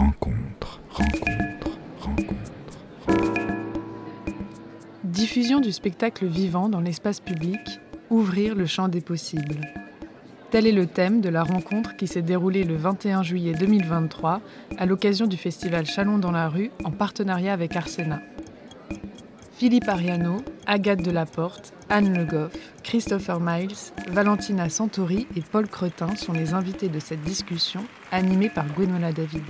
rencontre, rencontre, rencontre. Diffusion du spectacle vivant dans l'espace public, ouvrir le champ des possibles. Tel est le thème de la rencontre qui s'est déroulée le 21 juillet 2023 à l'occasion du festival Chalon dans la rue en partenariat avec Arsena. Philippe Ariano, Agathe Delaporte, Anne Le Goff, Christopher Miles, Valentina Santori et Paul Cretin sont les invités de cette discussion animée par Gwenola David.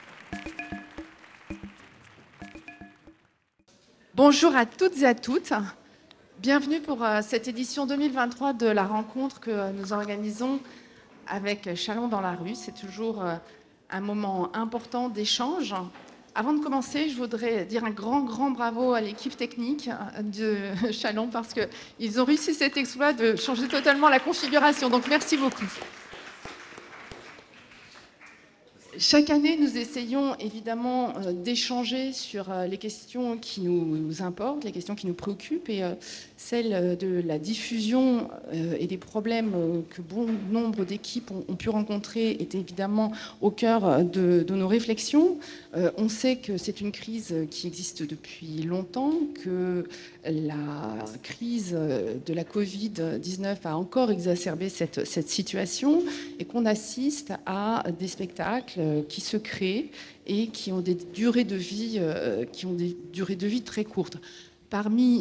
Bonjour à toutes et à toutes. Bienvenue pour cette édition 2023 de la rencontre que nous organisons avec Chalon dans la rue. C'est toujours un moment important d'échange. Avant de commencer, je voudrais dire un grand bravo à l'équipe technique de Chalon parce qu'ils ont réussi cet exploit de changer totalement la configuration. Donc merci beaucoup. Chaque année, nous essayons évidemment d'échanger sur les questions qui nous importent, les questions qui nous préoccupent et celle de la diffusion et des problèmes que bon nombre d'équipes ont pu rencontrer est évidemment au cœur de nos réflexions. On sait que c'est une crise qui existe depuis longtemps, que la crise de la Covid-19 a encore exacerbé cette situation et qu'on assiste à des spectacles qui se créent et qui ont des durées de vie très courtes. Parmi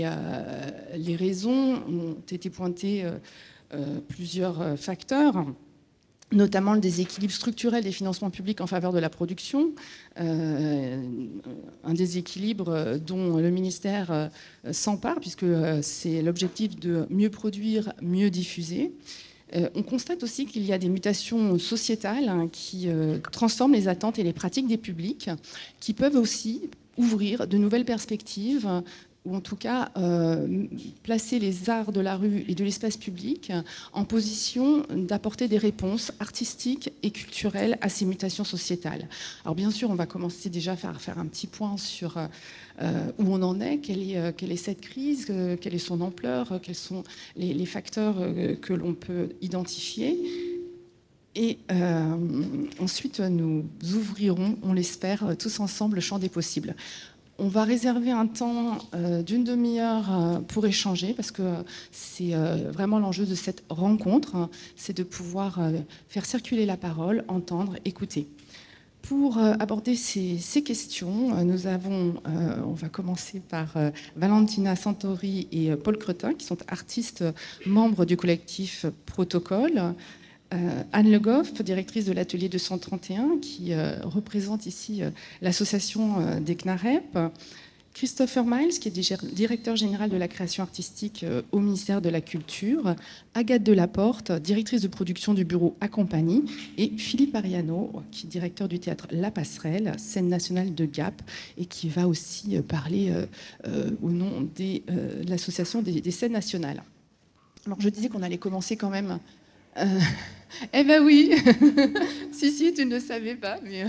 les raisons ont été pointés plusieurs facteurs, notamment le déséquilibre structurel des financements publics en faveur de la production, un déséquilibre dont le ministère s'empare puisque c'est l'objectif de mieux produire, mieux diffuser. On constate aussi qu'il y a des mutations sociétales qui transforment les attentes et les pratiques des publics, qui peuvent aussi ouvrir de nouvelles perspectives, ou en tout cas placer les arts de la rue et de l'espace public en position d'apporter des réponses artistiques et culturelles à ces mutations sociétales. Alors bien sûr, on va commencer déjà à faire un petit point sur où on en est, quelle est cette crise, quelle est son ampleur, quels sont les facteurs que l'on peut identifier. Et ensuite, nous ouvrirons, on l'espère, tous ensemble le champ des possibles. On va réserver un temps d'une demi-heure pour échanger parce que c'est vraiment l'enjeu de cette rencontre, c'est de pouvoir faire circuler la parole, entendre, écouter. Pour aborder ces questions, on va commencer par Valentina Santori et Paul Cretin, qui sont artistes membres du collectif Protocole. Anne Le Goff, directrice de l'atelier 231, qui représente ici l'association des CNAREP. Christopher Miles, qui est directeur général de la création artistique au ministère de la Culture. Agathe Delaporte, directrice de production du bureau Accompagnie. Et Philippe Ariano, qui est directeur du théâtre La Passerelle, scène nationale de Gap, et qui va aussi parler au nom de l'association des scènes nationales. Alors je disais qu'on allait commencer quand même... Eh ben oui, si, tu ne le savais pas, mais...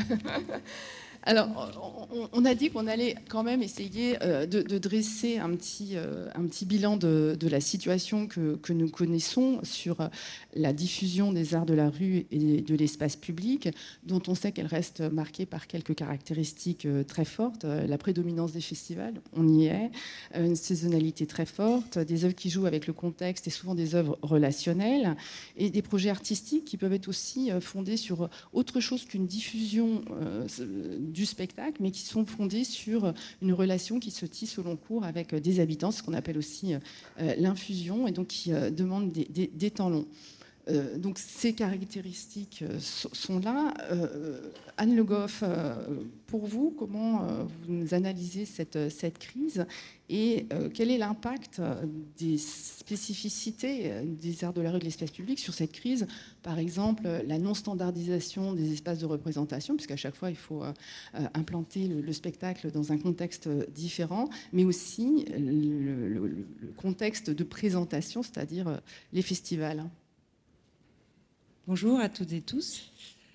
Alors, on a dit qu'on allait quand même essayer de dresser un petit bilan de la situation que nous connaissons sur la diffusion des arts de la rue et de l'espace public, dont on sait qu'elle reste marquée par quelques caractéristiques très fortes. La prédominance des festivals, on y est, une saisonnalité très forte, des œuvres qui jouent avec le contexte et souvent des œuvres relationnelles, et des projets artistiques qui peuvent être aussi fondés sur autre chose qu'une diffusion du spectacle, mais qui sont fondés sur une relation qui se tisse au long cours avec des habitants, ce qu'on appelle aussi l'infusion, et donc qui demande des temps longs. Donc ces caractéristiques sont là. Anne Le Goff, pour vous, comment vous analysez cette crise et quel est l'impact des spécificités des arts de la rue et de l'espace public sur cette crise? Par exemple, la non-standardisation des espaces de représentation, puisqu'à chaque fois, il faut implanter le spectacle dans un contexte différent, mais aussi le contexte de présentation, c'est-à-dire les festivals. Bonjour à toutes et tous.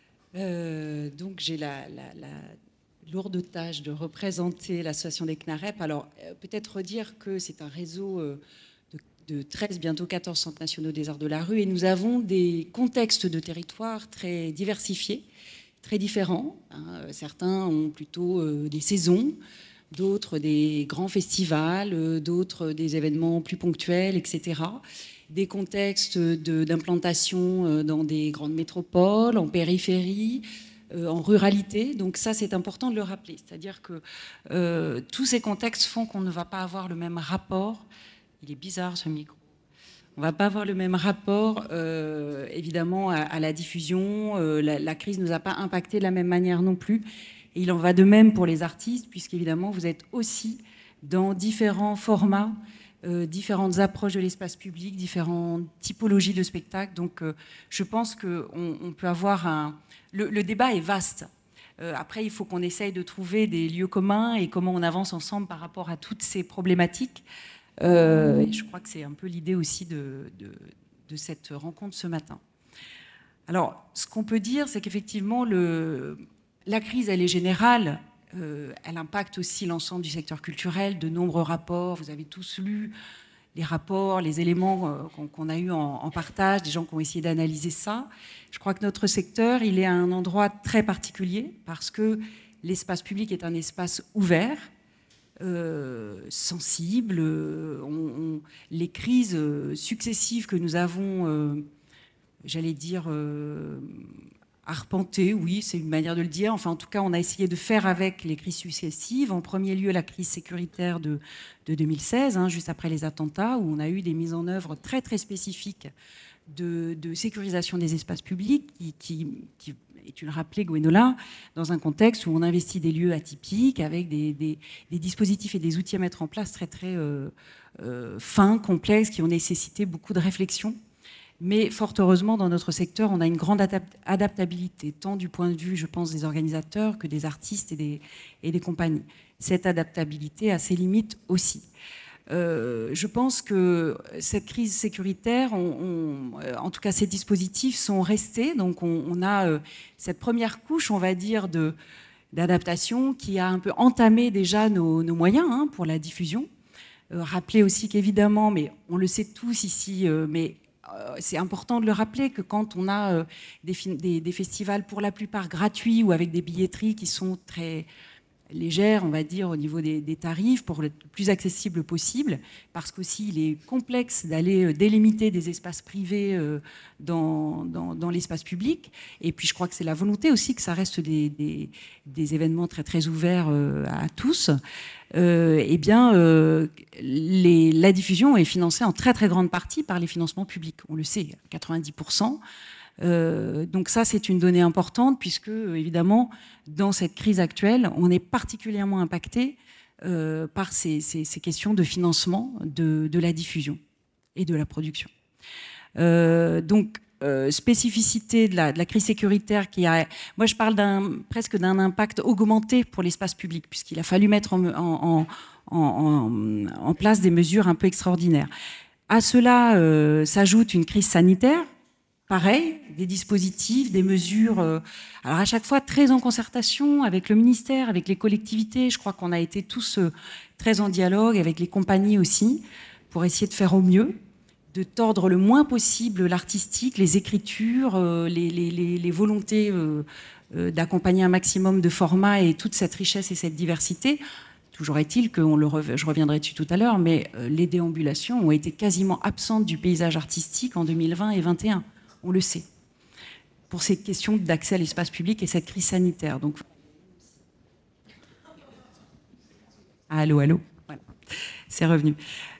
Donc j'ai la lourde tâche de représenter l'association des CNAREP. Alors peut-être redire que c'est un réseau de 13, bientôt 14 centres nationaux des arts de la rue, et nous avons des contextes de territoire très diversifiés très différents. Certains ont plutôt des saisons, d'autres des grands festivals, d'autres des événements plus ponctuels, etc. Des contextes d'implantation dans des grandes métropoles, en périphérie, en ruralité. Donc ça, c'est important de le rappeler. C'est-à-dire que tous ces contextes font qu'on ne va pas avoir le même rapport. Il est bizarre ce micro. On ne va pas avoir le même rapport, évidemment, à la diffusion. La crise ne nous a pas impacté de la même manière non plus. Et il en va de même pour les artistes, puisqu'évidemment, vous êtes aussi dans différents formats, différentes approches de l'espace public, différentes typologies de spectacles. Donc, je pense qu'on peut avoir le débat est vaste. Après, il faut qu'on essaye de trouver des lieux communs et comment on avance ensemble par rapport à toutes ces problématiques. Et je crois que c'est un peu l'idée aussi de cette rencontre ce matin. Alors, ce qu'on peut dire, c'est qu'effectivement, la crise, elle est générale. Elle impacte aussi l'ensemble du secteur culturel, de nombreux rapports. Vous avez tous lu les rapports, les éléments qu'on a eus en partage, des gens qui ont essayé d'analyser ça. Je crois que notre secteur, il est à un endroit très particulier parce que l'espace public est un espace ouvert, sensible. Les crises successives que nous avons, j'allais dire, arpentées, oui, c'est une manière de le dire. Enfin, en tout cas, on a essayé de faire avec les crises successives. En premier lieu, la crise sécuritaire de 2016, juste après les attentats, où on a eu des mises en œuvre très, très spécifiques de sécurisation des espaces publics et tu le rappelais, Gwenola, dans un contexte où on investit des lieux atypiques avec des dispositifs et des outils à mettre en place très, très fins, complexes, qui ont nécessité beaucoup de réflexion. Mais fort heureusement, dans notre secteur, on a une grande adaptabilité, tant du point de vue, je pense, des organisateurs que des artistes et des compagnies. Cette adaptabilité a ses limites aussi. Je pense que cette crise sécuritaire, en tout cas ces dispositifs sont restés. Donc on a cette première couche, on va dire, d'adaptation qui a un peu entamé déjà nos moyens pour la diffusion. Rappelez aussi qu'évidemment, mais on le sait tous ici, mais c'est important de le rappeler que quand on a des festivals pour la plupart gratuits ou avec des billetteries qui sont très légère, on va dire, au niveau des tarifs, pour être le plus accessible possible, parce qu'aussi il est complexe d'aller délimiter des espaces privés dans l'espace public. Et puis je crois que c'est la volonté aussi que ça reste des événements très, très ouverts à tous. Eh bien, la diffusion est financée en très, très grande partie par les financements publics. On le sait, 90%. Donc ça, c'est une donnée importante puisque, évidemment, dans cette crise actuelle, on est particulièrement impacté par ces questions de financement de la diffusion et de la production. Donc, spécificité de la crise sécuritaire qui a... Moi, je parle presque d'un impact augmenté pour l'espace public puisqu'il a fallu mettre en place des mesures un peu extraordinaires. À cela s'ajoute une crise sanitaire. Pareil, des dispositifs, des mesures, alors à chaque fois très en concertation avec le ministère, avec les collectivités. Je crois qu'on a été tous très en dialogue avec les compagnies aussi, pour essayer de faire au mieux, de tordre le moins possible l'artistique, les écritures, les volontés d'accompagner un maximum de formats et toute cette richesse et cette diversité. Toujours est-il que, je reviendrai dessus tout à l'heure, mais les déambulations ont été quasiment absentes du paysage artistique en 2020 et 2021. On le sait, pour ces questions d'accès à l'espace public et cette crise sanitaire. Donc, allô, voilà, c'est revenu.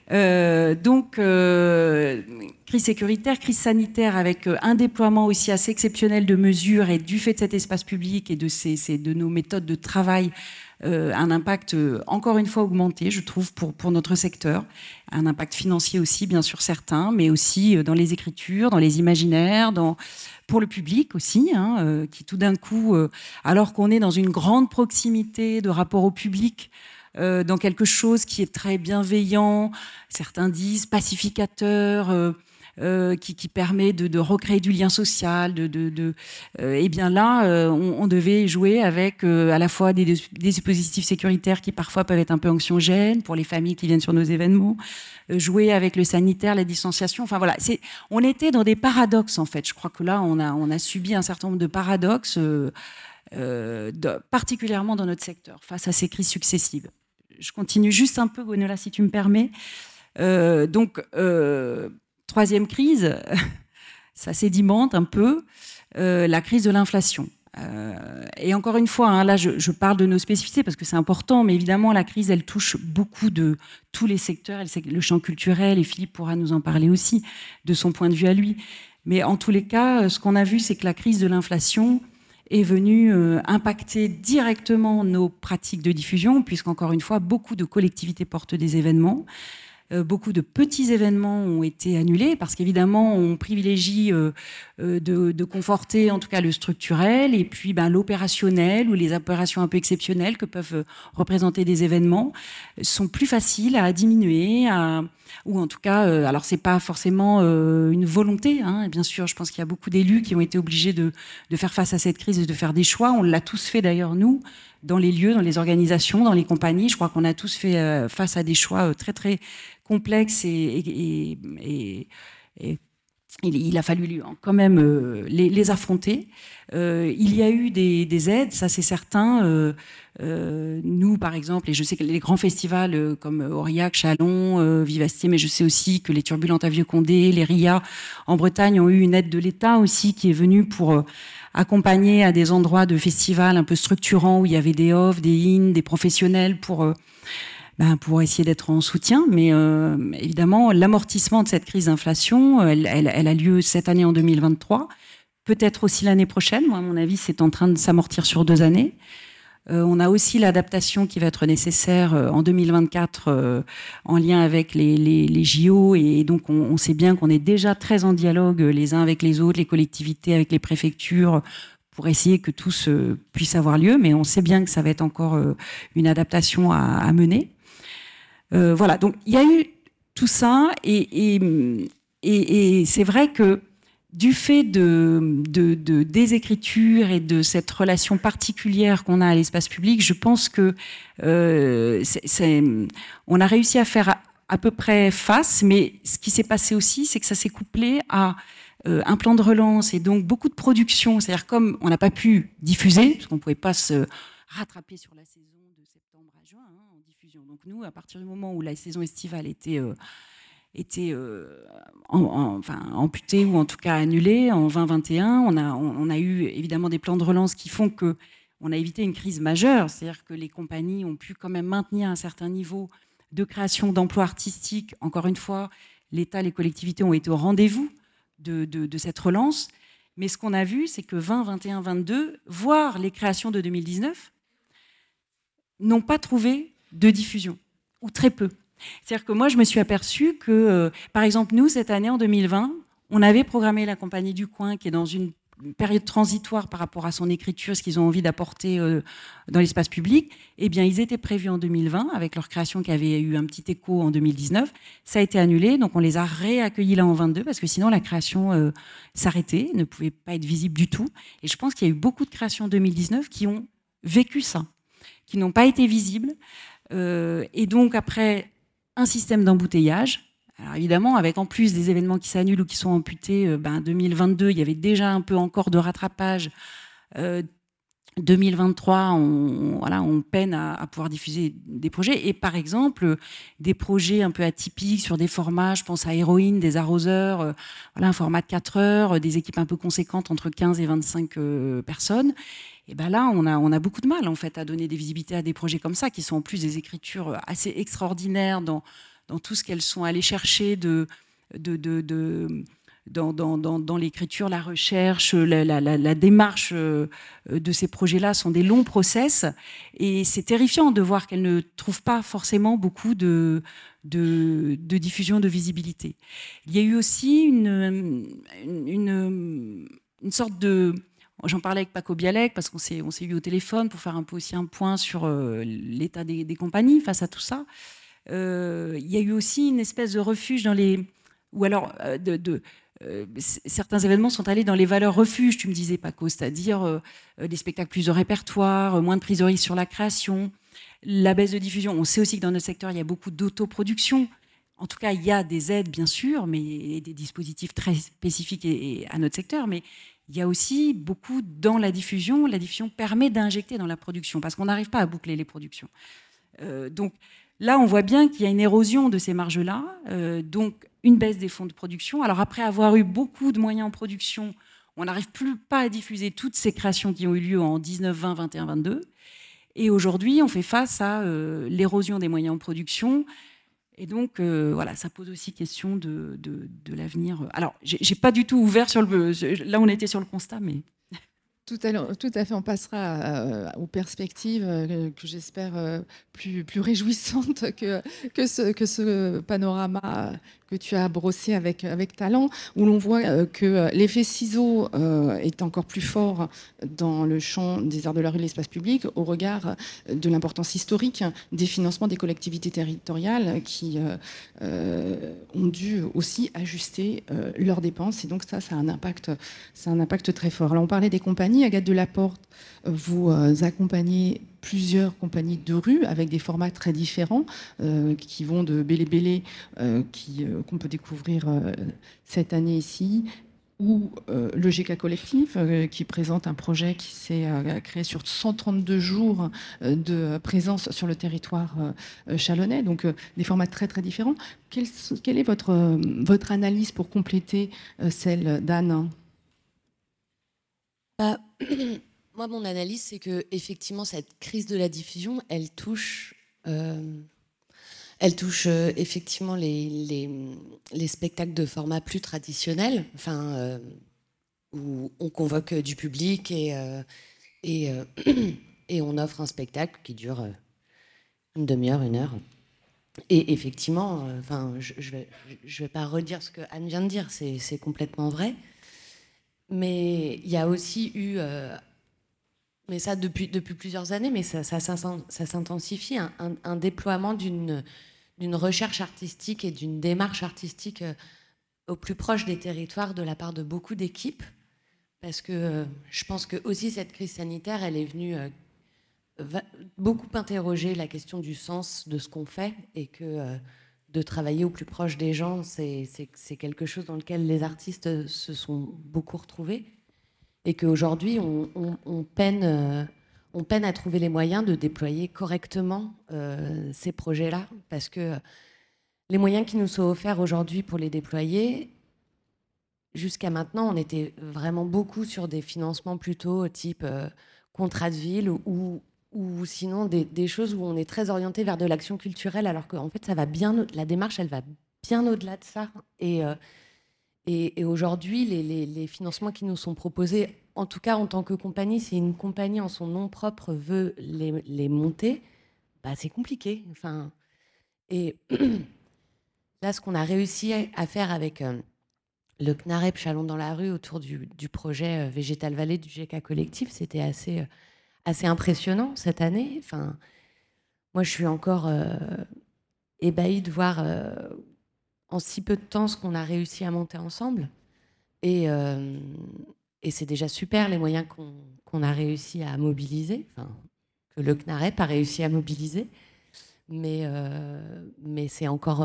Crise sécuritaire, crise sanitaire, avec un déploiement aussi assez exceptionnel de mesures et du fait de cet espace public et de nos méthodes de travail, un impact encore une fois augmenté, je trouve, pour notre secteur. Un impact financier aussi, bien sûr, certain, mais aussi dans les écritures, dans les imaginaires, pour le public aussi, qui tout d'un coup, alors qu'on est dans une grande proximité de rapport au public, dans quelque chose qui est très bienveillant, certains disent pacificateur, qui permet de recréer du lien social. Et bien là, on devait jouer avec à la fois des dispositifs sécuritaires qui parfois peuvent être un peu anxiogènes pour les familles qui viennent sur nos événements, jouer avec le sanitaire, la distanciation. Enfin voilà, on était dans des paradoxes en fait. Je crois que là, on a subi un certain nombre de paradoxes. particulièrement dans notre secteur, face à ces crises successives. Je continue juste un peu, Gwenola, si tu me permets. Troisième crise, ça sédimente un peu, la crise de l'inflation. Et encore une fois, hein, là je parle de nos spécificités parce que c'est important, mais évidemment la crise elle touche beaucoup de tous les secteurs, le champ culturel, et Philippe pourra nous en parler aussi de son point de vue à lui. Mais en tous les cas, ce qu'on a vu, c'est que la crise de l'inflation est venue impacter directement nos pratiques de diffusion, puisqu'encore une fois, beaucoup de collectivités portent des événements. Beaucoup de petits événements ont été annulés parce qu'évidemment, on privilégie de conforter en tout cas le structurel et puis l'opérationnel ou les opérations un peu exceptionnelles que peuvent représenter des événements sont plus faciles à diminuer, ou en tout cas, alors c'est pas forcément une volonté, hein, bien sûr, je pense qu'il y a beaucoup d'élus qui ont été obligés de faire face à cette crise et de faire des choix. On l'a tous fait d'ailleurs, nous, dans les lieux, dans les organisations, dans les compagnies. Je crois qu'on a tous fait face à des choix très très complexes et il a fallu quand même les affronter. Il y a eu des aides, ça c'est certain. Nous, par exemple, et je sais que les grands festivals comme Aurillac, Châlons, Vivacier, mais je sais aussi que les Turbulentes à Vieux-Condé, les RIA en Bretagne ont eu une aide de l'État aussi qui est venue pour accompagner à des endroits de festivals un peu structurants où il y avait des off, des in, des professionnels pour essayer d'être en soutien. Mais évidemment, l'amortissement de cette crise d'inflation, elle a lieu cette année en 2023, peut-être aussi l'année prochaine. Moi, à mon avis, c'est en train de s'amortir sur 2 années. On a aussi l'adaptation qui va être nécessaire en 2024 en lien avec les JO. Et donc, on sait bien qu'on est déjà très en dialogue les uns avec les autres, les collectivités avec les préfectures, pour essayer que tout puisse avoir lieu. Mais on sait bien que ça va être encore une adaptation à mener. Voilà, donc il y a eu tout ça. Et c'est vrai que du fait des écritures et de cette relation particulière qu'on a à l'espace public, je pense que on a réussi à faire à peu près face, mais ce qui s'est passé aussi, c'est que ça s'est couplé à un plan de relance et donc beaucoup de production. C'est-à-dire comme on n'a pas pu diffuser, parce qu'on ne pouvait pas se rattraper sur la saison de septembre à juin en diffusion. Donc nous, à partir du moment où la saison estivale était amputée ou en tout cas annulée en 2021. On a eu évidemment des plans de relance qui font qu'on a évité une crise majeure, c'est-à-dire que les compagnies ont pu quand même maintenir un certain niveau de création d'emplois artistiques. Encore une fois, l'État, les collectivités ont été au rendez-vous de cette relance. Mais ce qu'on a vu, c'est que 20, 21, 22, voire les créations de 2019, n'ont pas trouvé de diffusion, ou très peu. C'est-à-dire que moi, je me suis aperçue que, par exemple, nous, cette année, en 2020, on avait programmé la Compagnie du Coin, qui est dans une période transitoire par rapport à son écriture, ce qu'ils ont envie d'apporter dans l'espace public. Eh bien, ils étaient prévus en 2020, avec leur création qui avait eu un petit écho en 2019. Ça a été annulé, donc on les a réaccueillis là en 22, parce que sinon, la création s'arrêtait, ne pouvait pas être visible du tout. Et je pense qu'il y a eu beaucoup de créations en 2019 qui ont vécu ça, qui n'ont pas été visibles. Et donc, après, un système d'embouteillage. Alors évidemment, avec en plus des événements qui s'annulent ou qui sont amputés, 2022, il y avait déjà un peu encore de rattrapage. 2023, on peine à pouvoir diffuser des projets. Et par exemple, des projets un peu atypiques sur des formats, je pense à Héroïne, des arroseurs, un format de 4 heures, des équipes un peu conséquentes, entre 15 et 25 personnes. Et là, on a beaucoup de mal en fait à donner des visibilités à des projets comme ça, qui sont en plus des écritures assez extraordinaires dans tout ce qu'elles sont allées chercher dans l'écriture, la recherche, la démarche de ces projets-là sont des longs process. Et c'est terrifiant de voir qu'elles ne trouvent pas forcément beaucoup de diffusion, de visibilité. Il y a eu aussi une sorte de... J'en parlais avec Paco Bialek parce qu'on s'est eu au téléphone pour faire un peu aussi un point sur l'état des compagnies face à tout ça. Il y a eu aussi une espèce de refuge dans les... Ou alors, certains événements sont allés dans les valeurs refuges, tu me disais, Paco, c'est-à-dire des spectacles plus de répertoire, moins de prise de risque sur la création, la baisse de diffusion. On sait aussi que dans notre secteur, il y a beaucoup d'autoproduction. En tout cas, il y a des aides, bien sûr, mais des dispositifs très spécifiques à notre secteur, mais il y a aussi beaucoup dans la diffusion. La diffusion permet d'injecter dans la production, parce qu'on n'arrive pas à boucler les productions. Donc là, on voit bien qu'il y a une érosion de ces marges-là, donc une baisse des fonds de production. Alors après avoir eu beaucoup de moyens en production, on n'arrive plus pas à diffuser toutes ces créations qui ont eu lieu en 19, 20, 21, 22. Et aujourd'hui, on fait face à l'érosion des moyens en production. Et donc, voilà, ça pose aussi question de l'avenir. Alors, j'ai pas du tout ouvert sur le... Là, on était sur le constat, mais... Tout à fait, on passera aux perspectives que j'espère plus réjouissantes que ce panorama que tu as brossé avec talent, où l'on voit que l'effet ciseau est encore plus fort dans le champ des arts de la rue et de l'espace public au regard de l'importance historique des financements des collectivités territoriales qui ont dû aussi ajuster leurs dépenses. Et donc ça a un impact très fort. Alors on parlait des compagnies. Agathe Delaporte, vous accompagnez plusieurs compagnies de rue avec des formats très différents qui vont de Bélé Bélé qu'on peut découvrir cette année ici, ou le GK Collectif qui présente un projet qui s'est créé sur 132 jours de présence sur le territoire chalonnais, donc des formats très très différents. Quelle est votre analyse pour compléter celle d'Anne ? Moi, mon analyse, c'est que effectivement, cette crise de la diffusion, elle touche effectivement les spectacles de format plus traditionnel, où on convoque du public et on offre un spectacle qui dure une demi-heure, une heure. Et effectivement, je vais pas redire ce que Anne vient de dire, c'est complètement vrai. Mais il y a aussi eu, mais ça depuis plusieurs années, mais ça s'intensifie, un déploiement d'une recherche artistique et d'une démarche artistique au plus proche des territoires de la part de beaucoup d'équipes. Parce que je pense que aussi cette crise sanitaire, elle est venue beaucoup interroger la question du sens de ce qu'on fait, et que de travailler au plus proche des gens, c'est quelque chose dans lequel les artistes se sont beaucoup retrouvés, et qu'aujourd'hui, on peine à trouver les moyens de déployer correctement ces projets-là, parce que les moyens qui nous sont offerts aujourd'hui pour les déployer, jusqu'à maintenant, on était vraiment beaucoup sur des financements plutôt type contrat de ville, ou sinon des choses où on est très orienté vers de l'action culturelle, alors qu'en fait, la démarche, elle va bien au-delà de ça. Et aujourd'hui, les financements qui nous sont proposés, en tout cas en tant que compagnie, si une compagnie en son nom propre veut les monter, c'est compliqué. Et là, ce qu'on a réussi à faire avec le CNAREP Chalon dans la rue autour du projet Végétal Vallée du GK Collectif, c'était assez impressionnant cette année. Moi, je suis encore ébahie de voir en si peu de temps ce qu'on a réussi à monter ensemble. Et c'est déjà super les moyens qu'on a réussi à mobiliser, que le CNAREP a réussi à mobiliser. Mais c'est encore...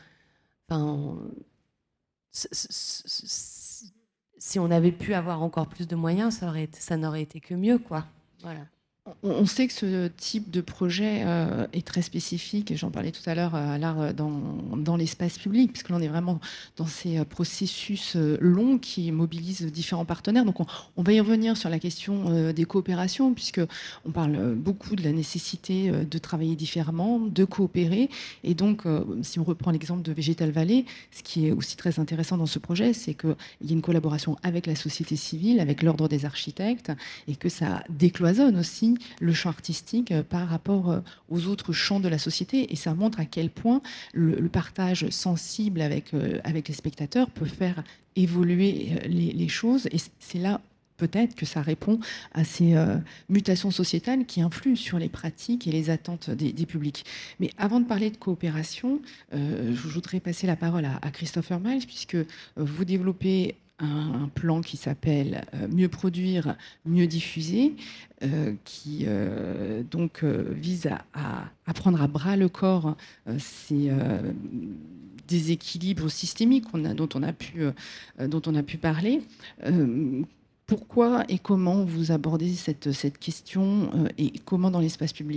si on avait pu avoir encore plus de moyens, ça n'aurait été que mieux, quoi. Voilà. On sait que ce type de projet est très spécifique, et j'en parlais tout à l'heure à l'art dans l'espace public, puisque l'on est vraiment dans ces processus longs qui mobilisent différents partenaires. Donc on va y revenir sur la question des coopérations, puisqu'on parle beaucoup de la nécessité de travailler différemment, de coopérer. Et donc, si on reprend l'exemple de Végétal Vallée, ce qui est aussi très intéressant dans ce projet, c'est qu'il y a une collaboration avec la société civile, avec l'ordre des architectes, et que ça décloisonne aussi le champ artistique par rapport aux autres champs de la société, et ça montre à quel point le partage sensible avec les spectateurs peut faire évoluer les choses, et c'est là peut-être que ça répond à ces mutations sociétales qui influent sur les pratiques et les attentes des publics. Mais avant de parler de coopération, je voudrais passer la parole à Christopher Miles, puisque vous développez un plan qui s'appelle Mieux produire, mieux diffuser, qui donc vise à prendre à bras le corps ces déséquilibres systémiques dont on a pu parler. Pourquoi et comment vous abordez cette question et comment dans l'espace public ?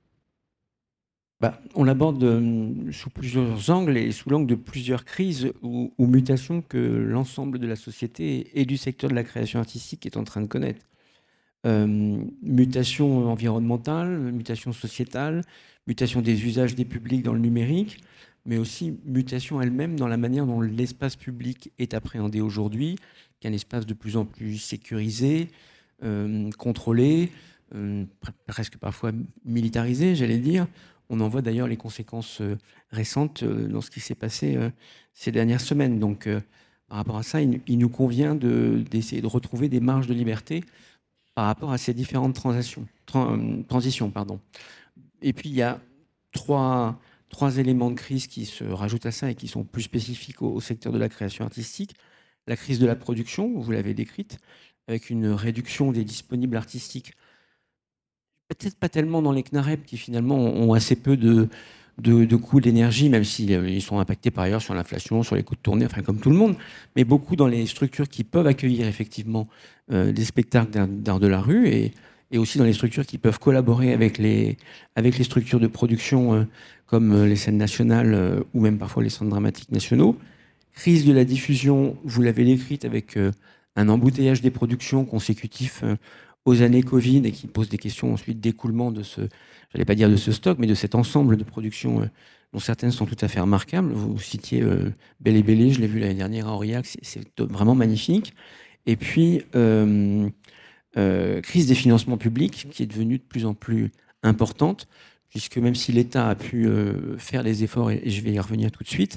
On l'aborde sous plusieurs angles et sous l'angle de plusieurs crises ou mutations que l'ensemble de la société et du secteur de la création artistique est en train de connaître. Mutation environnementale, mutation sociétale, mutation des usages des publics dans le numérique, mais aussi mutation elle-même dans la manière dont l'espace public est appréhendé aujourd'hui, qu'un espace de plus en plus sécurisé, contrôlé, presque parfois militarisé, j'allais dire. On en voit d'ailleurs les conséquences récentes dans ce qui s'est passé ces dernières semaines. Donc, par rapport à ça, il nous convient d'essayer de retrouver des marges de liberté par rapport à ces différentes transitions. Et puis, il y a trois éléments de crise qui se rajoutent à ça et qui sont plus spécifiques au secteur de la création artistique. La crise de la production, vous l'avez décrite, avec une réduction des disponibles artistiques. Peut-être pas tellement dans les CNAREP qui finalement ont assez peu de coûts d'énergie, même s'ils sont impactés par ailleurs sur l'inflation, sur les coûts de tournée, enfin comme tout le monde, mais beaucoup dans les structures qui peuvent accueillir effectivement des spectacles d'art de la rue et aussi dans les structures qui peuvent collaborer avec les structures de production comme les scènes nationales ou même parfois les centres dramatiques nationaux. Crise de la diffusion, vous l'avez décrite avec un embouteillage des productions consécutif aux années Covid et qui pose des questions ensuite d'écoulement de j'allais pas dire de ce stock, mais de cet ensemble de productions dont certaines sont tout à fait remarquables. Vous citiez Belle et Bélé, je l'ai vu l'année dernière à Aurillac, c'est vraiment magnifique. Et puis, crise des financements publics qui est devenue de plus en plus importante, puisque même si l'État a pu faire des efforts, et je vais y revenir tout de suite,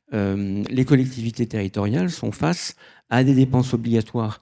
les collectivités territoriales sont face à des dépenses obligatoires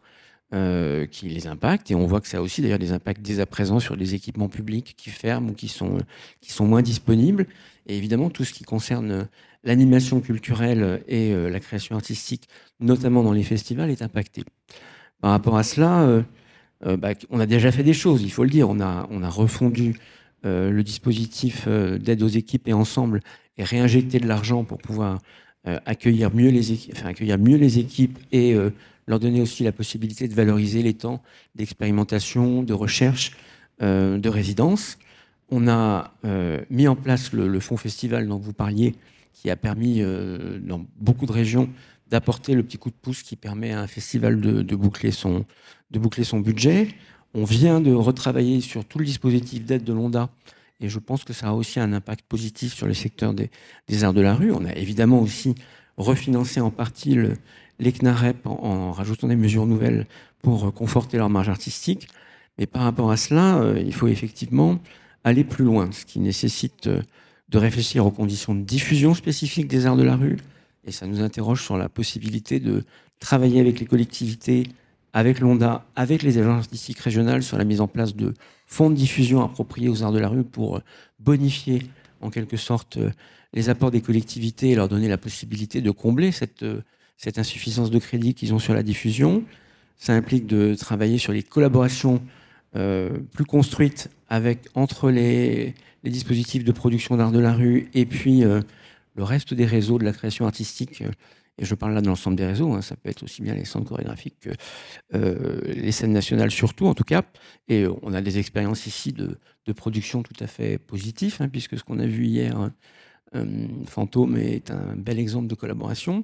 qui les impactent, et on voit que ça a aussi d'ailleurs des impacts dès à présent sur les équipements publics qui ferment ou qui sont moins disponibles. Et évidemment, tout ce qui concerne l'animation culturelle et la création artistique, notamment dans les festivals, est impacté. Par rapport à cela, on a déjà fait des choses, il faut le dire. On a refondu le dispositif d'aide aux équipes et ensemble et réinjecté de l'argent pour pouvoir accueillir mieux les équipes et leur donner aussi la possibilité de valoriser les temps d'expérimentation, de recherche, de résidence. On a mis en place le fonds festival dont vous parliez, qui a permis dans beaucoup de régions d'apporter le petit coup de pouce qui permet à un festival de boucler son budget. On vient de retravailler sur tout le dispositif d'aide de l'ONDA et je pense que ça a aussi un impact positif sur le secteur des arts de la rue. On a évidemment aussi refinancé en partie les CNAREP en rajoutant des mesures nouvelles pour conforter leur marge artistique. Mais par rapport à cela, il faut effectivement aller plus loin, ce qui nécessite de réfléchir aux conditions de diffusion spécifiques des arts de la rue. Et ça nous interroge sur la possibilité de travailler avec les collectivités, avec l'ONDA, avec les agences artistiques régionales sur la mise en place de fonds de diffusion appropriés aux arts de la rue pour bonifier en quelque sorte les apports des collectivités et leur donner la possibilité de combler cette insuffisance de crédit qu'ils ont sur la diffusion. Ça implique de travailler sur les collaborations plus construites entre les dispositifs de production d'art de la rue et puis le reste des réseaux de la création artistique. Et je parle là de l'ensemble des réseaux, ça peut être aussi bien les centres chorégraphiques que les scènes nationales surtout en tout cas. Et on a des expériences ici de production tout à fait positives, puisque ce qu'on a vu hier, Fantôme est un bel exemple de collaboration,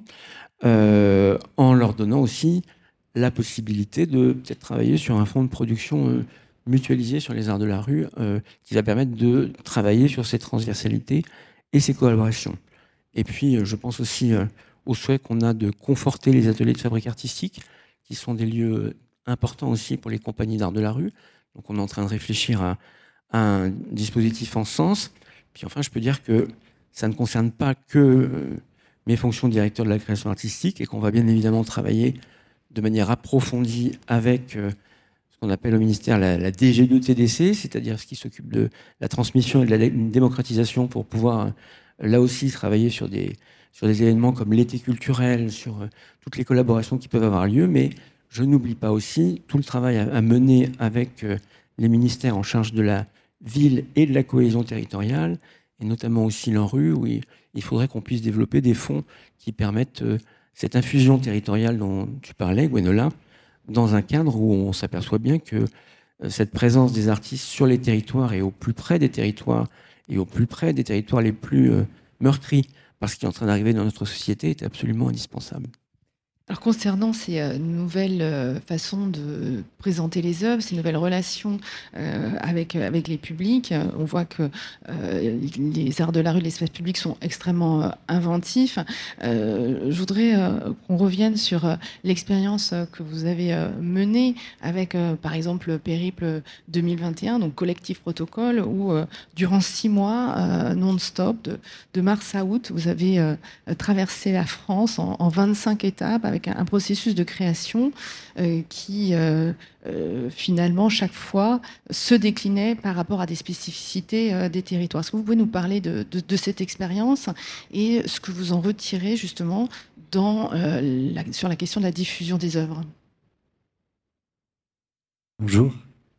en leur donnant aussi la possibilité de peut-être travailler sur un fonds de production mutualisé sur les arts de la rue qui va permettre de travailler sur ces transversalités et ces collaborations. Et puis je pense aussi au souhait qu'on a de conforter les ateliers de fabrique artistique qui sont des lieux importants aussi pour les compagnies d'art de la rue. Donc on est en train de réfléchir à un dispositif en ce sens. Puis enfin je peux dire que ça ne concerne pas que mes fonctions de directeur de la création artistique et qu'on va bien évidemment travailler de manière approfondie avec ce qu'on appelle au ministère la DG2TDC, c'est-à-dire ce qui s'occupe de la transmission et de la démocratisation pour pouvoir là aussi travailler sur des événements comme l'été culturel, sur toutes les collaborations qui peuvent avoir lieu, mais je n'oublie pas aussi tout le travail à mener avec les ministères en charge de la ville et de la cohésion territoriale, et notamment aussi l'ANRU, où il faudrait qu'on puisse développer des fonds qui permettent cette infusion territoriale dont tu parlais, Gwenola, dans un cadre où on s'aperçoit bien que cette présence des artistes sur les territoires et au plus près des territoires et au plus près des territoires les plus meurtris par ce qui est en train d'arriver dans notre société est absolument indispensable. Alors concernant ces nouvelles façons de présenter les œuvres, ces nouvelles relations avec les publics, on voit que les arts de la rue, l'espace public sont extrêmement inventifs. Je voudrais qu'on revienne sur l'expérience que vous avez menée avec, par exemple, le Périple 2021, donc Collectif Protocole, où durant 6 mois, non-stop, de mars à août, vous avez traversé la France en 25 étapes avec un processus de création qui finalement chaque fois se déclinait par rapport à des spécificités des territoires. Est-ce que vous pouvez nous parler de cette expérience et ce que vous en retirez justement sur la question de la diffusion des œuvres? Bonjour.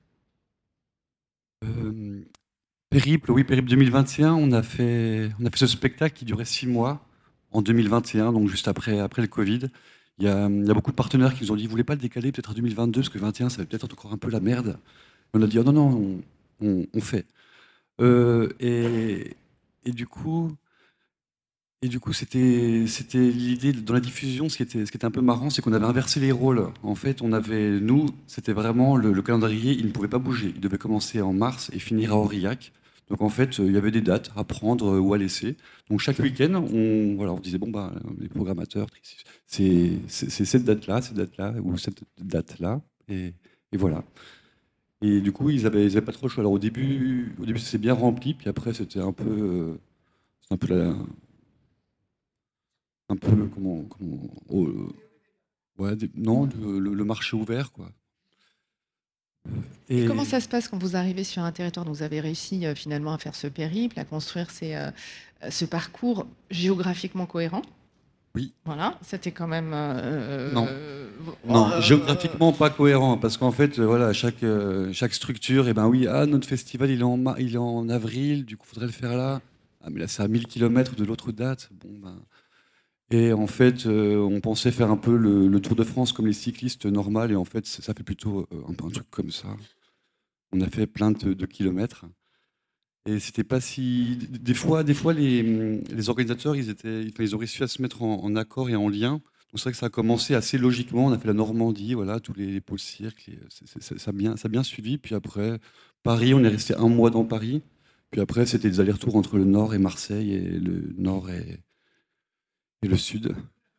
Périple 2021, on a fait ce spectacle qui durait 6 mois en 2021, donc juste après le Covid. Il y a beaucoup de partenaires qui nous ont dit, vous voulez pas le décaler peut-être à 2022, parce que 2021, ça va peut-être encore un peu la merde. On a dit, oh non, on fait. Et du coup, c'était l'idée dans la diffusion. Ce qui était un peu marrant, c'est qu'on avait inversé les rôles. En fait, c'était vraiment le calendrier, il ne pouvait pas bouger. Il devait commencer en mars et finir à Aurillac. Donc en fait, il y avait des dates à prendre ou à laisser. Donc chaque week-end, on disait, les programmateurs, c'est cette date-là, ou cette date-là, et voilà. Et du coup, ils avaient pas trop le choix. Alors au début, ça s'est bien rempli, puis après, c'était un peu le marché ouvert, quoi. Et comment ça se passe quand vous arrivez sur un territoire dont vous avez réussi finalement à faire ce périple, à construire ce parcours géographiquement cohérent? Oui. Voilà, c'était quand même... Non, géographiquement pas cohérent, parce qu'en fait, chaque structure, notre festival il est en avril, du coup il faudrait le faire là. Ah mais là c'est à 1000 km de l'autre date. Et en fait, on pensait faire un peu le Tour de France comme les cyclistes normales, et en fait, ça fait plutôt un peu un truc comme ça. On a fait plein de kilomètres. Et c'était pas si. Des fois les organisateurs, ils ont réussi à se mettre en accord et en lien. Donc c'est vrai que ça a commencé assez logiquement. On a fait la Normandie, voilà, tous les pôles cirques. Ça a bien suivi. Puis après, Paris, on est resté 1 mois dans Paris. Puis après, c'était des allers-retours entre le Nord et Marseille, et le Nord et le Sud.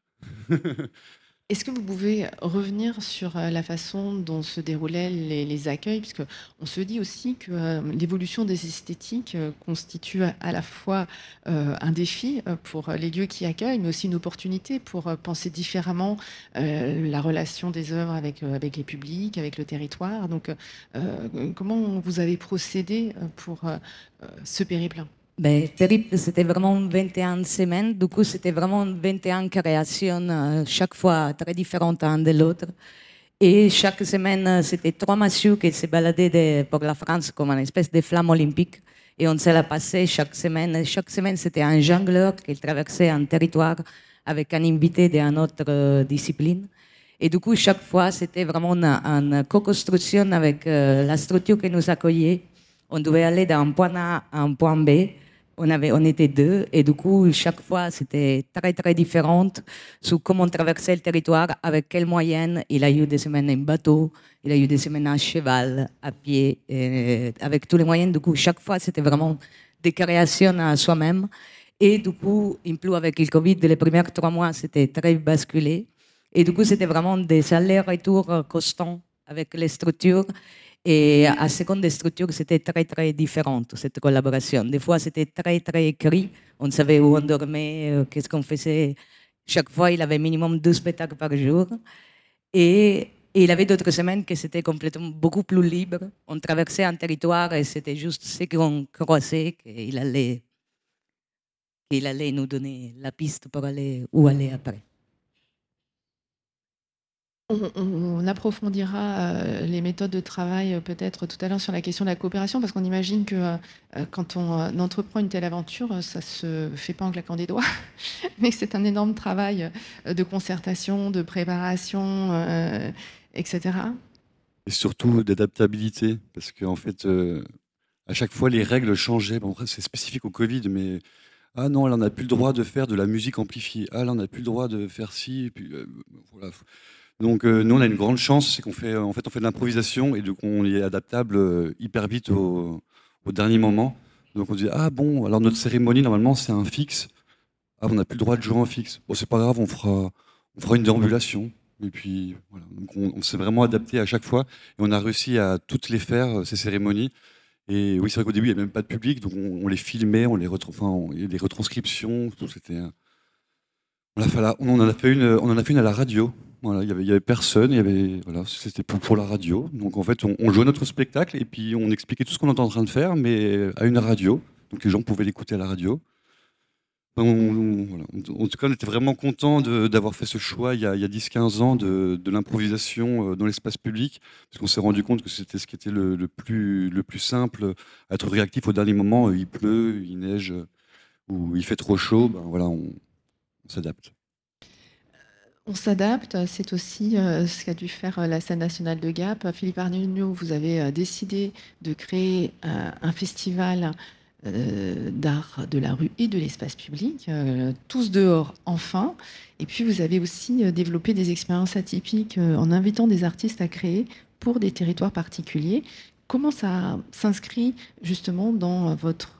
Est-ce que vous pouvez revenir sur la façon dont se déroulaient les accueils, puisque on se dit aussi que l'évolution des esthétiques constitue à la fois un défi pour les lieux qui accueillent, mais aussi une opportunité pour penser différemment la relation des œuvres avec les publics, avec le territoire. Donc, comment vous avez procédé pour ce périple? Périple, c'était vraiment 21 semaines. Du coup, c'était vraiment 21 créations, chaque fois très différentes l'un de l'autre. Et chaque semaine, c'était 3 messieurs qui se baladaient pour la France comme une espèce de flamme olympique. Et on se la passait chaque semaine. Chaque semaine, c'était un jongleur qui traversait un territoire avec un invité d'une autre discipline. Et du coup, chaque fois, c'était vraiment une co-construction avec la structure qui nous accueillait. On devait aller d'un point A à un point B. On était 2, et du coup, chaque fois, c'était très, très différent sur comment traverser le territoire, avec quels moyens. Il a eu des semaines en bateau, il a eu des semaines à cheval, à pied, avec tous les moyens. Du coup, chaque fois, c'était vraiment des créations à soi-même. Et du coup, en plus, avec le Covid, les premiers 3 mois, c'était très basculé. Et du coup, c'était vraiment des allers-retours constants avec les structures. Et à seconde des structures, c'était très, très différent, cette collaboration. Des fois, c'était très, très écrit. On savait où on dormait, qu'est-ce qu'on faisait. Chaque fois, il avait minimum 2 spectacles par jour. Et il avait d'autres semaines que c'était complètement beaucoup plus libre. On traversait un territoire et c'était juste ce qu'on croisait qu'il allait nous donner la piste pour aller où aller après. On approfondira les méthodes de travail peut-être tout à l'heure sur la question de la coopération, parce qu'on imagine que quand on entreprend une telle aventure, ça ne se fait pas en claquant des doigts, mais que c'est un énorme travail de concertation, de préparation, etc. Et surtout d'adaptabilité, parce qu'en fait, à chaque fois, les règles changeaient. Bon, après, c'est spécifique au Covid, mais ah non, là, on n'a plus le droit de faire de la musique amplifiée. Ah là, on n'a plus le droit de faire ci. Et puis, voilà. Donc, nous, on a une grande chance, c'est qu'on fait, en fait, on fait de l'improvisation et donc on est adaptable hyper vite au dernier moment. Donc, on dit, ah bon, alors notre cérémonie, normalement, c'est un fixe. Ah, on n'a plus le droit de jouer en fixe. Bon, c'est pas grave, on fera une déambulation. Et puis, voilà. Donc, on s'est vraiment adapté à chaque fois. Et on a réussi à toutes les faire, ces cérémonies. Et oui, c'est vrai qu'au début, il n'y avait même pas de public. Donc, on les filmait, il y a des retranscriptions. C'était, on en a fait une à la radio. Voilà, il y avait personne. Voilà, c'était pour la radio. Donc, en fait, on jouait notre spectacle et puis on expliquait tout ce qu'on était en train de faire, mais à une radio. Donc, les gens pouvaient l'écouter à la radio. Voilà. En tout cas, on était vraiment content d'avoir fait ce choix il y a 10-15 ans de l'improvisation dans l'espace public, parce qu'on s'est rendu compte que c'était ce qui était le plus simple, être réactif au dernier moment. Il pleut, il neige, ou il fait trop chaud, ben voilà, on s'adapte. On s'adapte, c'est aussi ce qu'a dû faire la scène nationale de Gap. Philippe Arnoux, vous avez décidé de créer un festival d'art de la rue et de l'espace public, tous dehors enfin. Et puis vous avez aussi développé des expériences atypiques en invitant des artistes à créer pour des territoires particuliers. Comment ça s'inscrit justement dans votre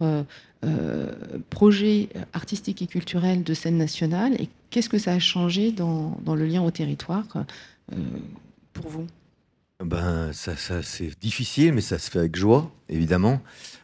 projet artistique et culturel de scène nationale, et qu'est-ce que ça a changé dans le lien au territoire pour vous? Ça, c'est difficile, mais ça se fait avec joie, évidemment.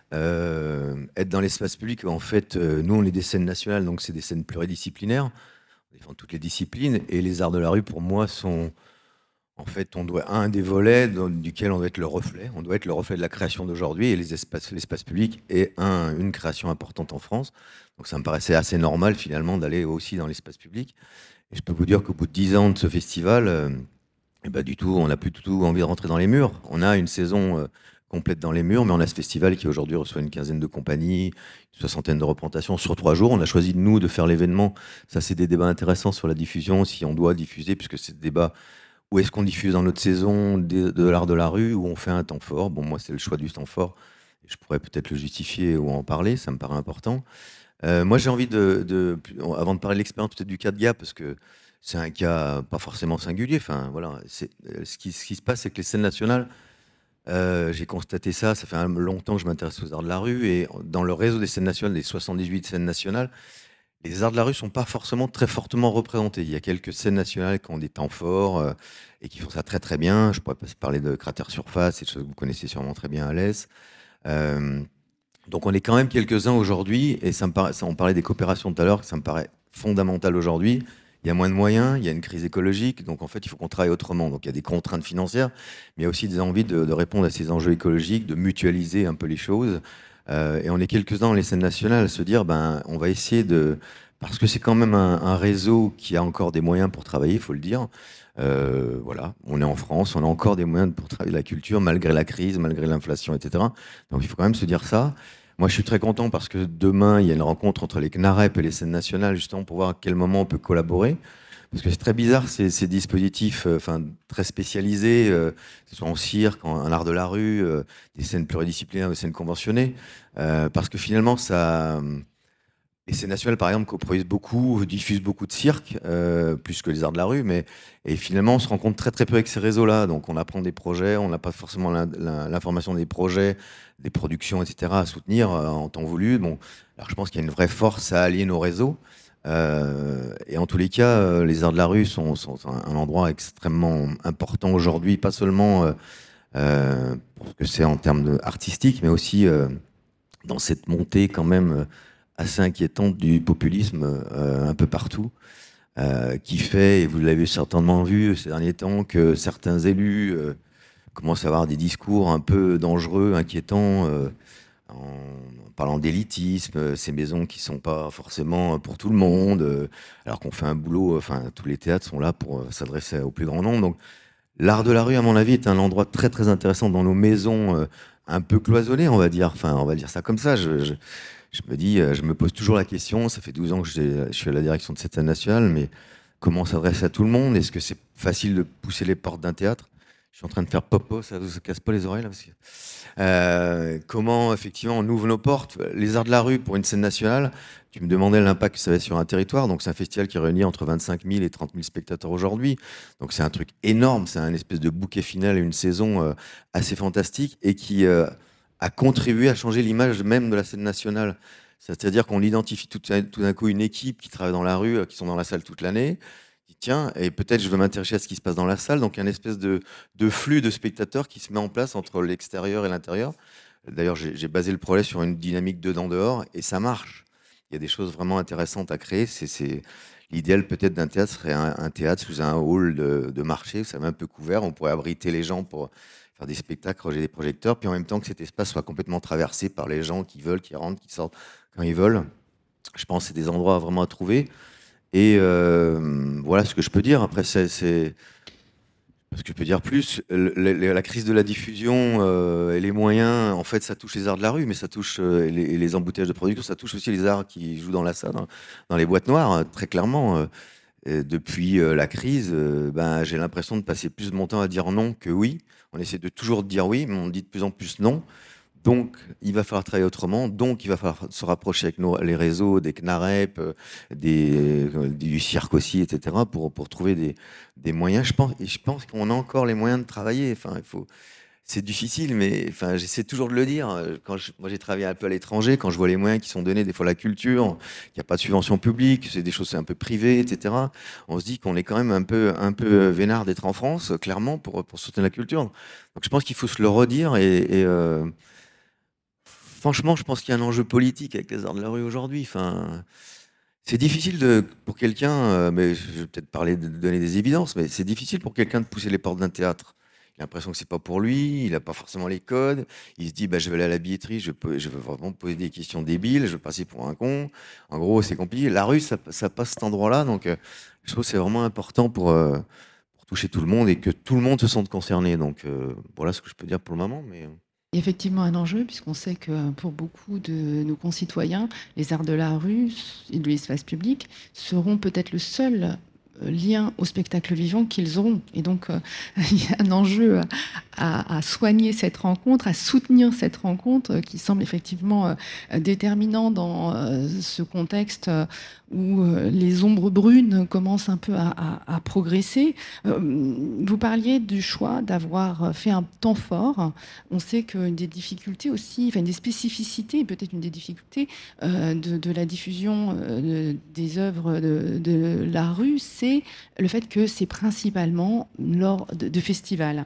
Être dans l'espace public, en fait, nous, on est des scènes nationales, donc c'est des scènes pluridisciplinaires. On défend toutes les disciplines, et les arts de la rue, pour moi, sont... En fait, on doit un des volets duquel on doit être le reflet. On doit être le reflet de la création d'aujourd'hui, et l'espace public est une création importante en France. Donc ça me paraissait assez normal, finalement, d'aller aussi dans l'espace public. Et je peux vous dire qu'au bout de 10 ans de ce festival... du tout, on n'a plus du tout envie de rentrer dans les murs. On a une saison complète dans les murs, mais on a ce festival qui aujourd'hui reçoit une quinzaine de compagnies, une 60aine de représentations sur 3 jours. On a choisi, nous, de faire l'événement. Ça, c'est des débats intéressants sur la diffusion, si on doit diffuser, puisque c'est des débats où est-ce qu'on diffuse dans notre saison de l'art de la rue, où on fait un temps fort. Bon, moi, c'est le choix du temps fort. Je pourrais peut-être le justifier ou en parler, ça me paraît important. Moi, j'ai envie avant de parler de l'expérience peut-être du cas de Gap, parce que c'est un cas pas forcément singulier. Enfin, voilà, ce qui se passe, c'est que les scènes nationales, j'ai constaté ça fait longtemps que je m'intéresse aux arts de la rue, et dans le réseau des scènes nationales, des 78 scènes nationales, les arts de la rue ne sont pas forcément très fortement représentés. Il y a quelques scènes nationales qui ont des temps forts et qui font ça très très bien. Je pourrais parler de Cratère Surface, c'est des choses que vous connaissez sûrement très bien à l'Est. Donc on est quand même quelques-uns aujourd'hui, et on parlait des coopérations tout à l'heure, ça me paraît fondamental aujourd'hui. Il y a moins de moyens, il y a une crise écologique, donc en fait il faut qu'on travaille autrement. Donc il y a des contraintes financières, mais il y a aussi des envies de répondre à ces enjeux écologiques, de mutualiser un peu les choses. Et on est quelques-uns dans les scènes nationales à se dire, on va essayer parce que c'est quand même un réseau qui a encore des moyens pour travailler, il faut le dire. Voilà, on est en France, on a encore des moyens pour travailler la culture, malgré la crise, malgré l'inflation, etc. Donc il faut quand même se dire ça. Moi, je suis très content parce que demain, il y a une rencontre entre les CNAREP et les scènes nationales, justement, pour voir à quel moment on peut collaborer. Parce que c'est très bizarre, ces dispositifs très spécialisés, que ce soit en cirque, en art de la rue, des scènes pluridisciplinaires, des scènes conventionnées. Parce que finalement, les scènes nationales, par exemple, coproduisent beaucoup, diffusent beaucoup de cirque, plus que les arts de la rue. Et finalement, on se rencontre très très peu avec ces réseaux-là. Donc on apprend des projets, on n'a pas forcément l'information des projets, des productions, etc. à soutenir en temps voulu. Bon, alors je pense qu'il y a une vraie force à allier nos réseaux. Et en tous les cas, les arts de la rue sont un endroit extrêmement important aujourd'hui, pas seulement parce que c'est en termes artistiques, mais aussi dans cette montée quand même assez inquiétante du populisme un peu partout, qui fait, et vous l'avez certainement vu ces derniers temps, que certains élus commencent à avoir des discours un peu dangereux, inquiétants, en parlant d'élitisme, ces maisons qui ne sont pas forcément pour tout le monde, alors qu'on fait un boulot, tous les théâtres sont là pour s'adresser au plus grand nombre. Donc l'art de la rue, à mon avis, est un endroit très très intéressant dans nos maisons un peu cloisonnées, on va dire ça comme ça. Je me dis, je me pose toujours la question, ça fait 12 ans que je suis à la direction de cette scène nationale, mais comment s'adresser à tout le monde? Est-ce que c'est facile de pousser les portes d'un théâtre? Je suis en train de faire popo, ça vous casse pas les oreilles là parce que... Comment effectivement on ouvre nos portes. Les Arts de la rue pour une scène nationale, tu me demandais l'impact que ça avait sur un territoire, donc c'est un festival qui réunit entre 25 000 et 30 000 spectateurs aujourd'hui, donc c'est un truc énorme, c'est un espèce de bouquet final et une saison assez fantastique et qui a contribué à changer l'image même de la scène nationale. C'est-à-dire qu'on identifie tout d'un coup une équipe qui travaille dans la rue, qui sont dans la salle toute l'année, tiens, et peut-être je veux m'intéresser à ce qui se passe dans la salle, donc il y a une espèce de flux de spectateurs qui se met en place entre l'extérieur et l'intérieur. D'ailleurs, j'ai basé le projet sur une dynamique dedans-dehors, et ça marche. Il y a des choses vraiment intéressantes à créer. L'idéal peut-être d'un théâtre serait un théâtre sous un hall de marché, vous savez, un peu couvert, on pourrait abriter les gens pour faire des spectacles, rejeter des projecteurs, puis en même temps que cet espace soit complètement traversé par les gens qui veulent, qui rentrent, qui sortent quand ils veulent. Je pense que c'est des endroits vraiment à trouver. Et voilà ce que je peux dire. Après, c'est ce que je peux dire plus. La crise de la diffusion et les moyens, en fait, ça touche les arts de la rue, mais ça touche les embouteillages de production, ça touche aussi les arts qui jouent dans la salle, dans les boîtes noires, très clairement. Depuis la crise, j'ai l'impression de passer plus de mon temps à dire non que oui. On essaie de toujours dire oui, mais on dit de plus en plus non. Donc, il va falloir travailler autrement. Donc, il va falloir se rapprocher avec les réseaux, des CNAREP, du cirque aussi, etc., pour trouver des moyens. Je pense qu'on a encore les moyens de travailler. Enfin, c'est difficile, mais enfin, j'essaie toujours de le dire. Moi, j'ai travaillé un peu à l'étranger. Quand je vois les moyens qui sont donnés, des fois la culture, qu'il n'y a pas de subvention publique, c'est des choses un peu privées, etc. On se dit qu'on est quand même un peu vénard d'être en France, clairement, pour soutenir la culture. Donc, je pense qu'il faut se le redire franchement, je pense qu'il y a un enjeu politique avec les arts de la rue aujourd'hui. Enfin, c'est difficile pour quelqu'un, mais je vais peut-être donner des évidences, mais c'est difficile pour quelqu'un de pousser les portes d'un théâtre. Il a l'impression que c'est pas pour lui, il n'a pas forcément les codes. Il se dit, je vais aller à la billetterie, je veux vraiment poser des questions débiles, je vais passer pour un con. En gros, c'est compliqué. La rue, ça passe cet endroit-là, donc je trouve que c'est vraiment important pour toucher tout le monde et que tout le monde se sente concerné. Donc voilà ce que je peux dire pour le moment, mais... Effectivement un enjeu, puisqu'on sait que pour beaucoup de nos concitoyens, les arts de la rue et de l'espace public seront peut-être le seul lien au spectacle vivant qu'ils auront. Et donc, il y a un enjeu à soigner cette rencontre, à soutenir cette rencontre qui semble effectivement déterminant dans ce contexte où les ombres brunes commencent un peu à progresser. Vous parliez du choix d'avoir fait un temps fort. On sait qu'une des difficultés aussi, enfin une des spécificités, peut-être une des difficultés de la diffusion des œuvres de la rue, c'est le fait que c'est principalement lors de festivals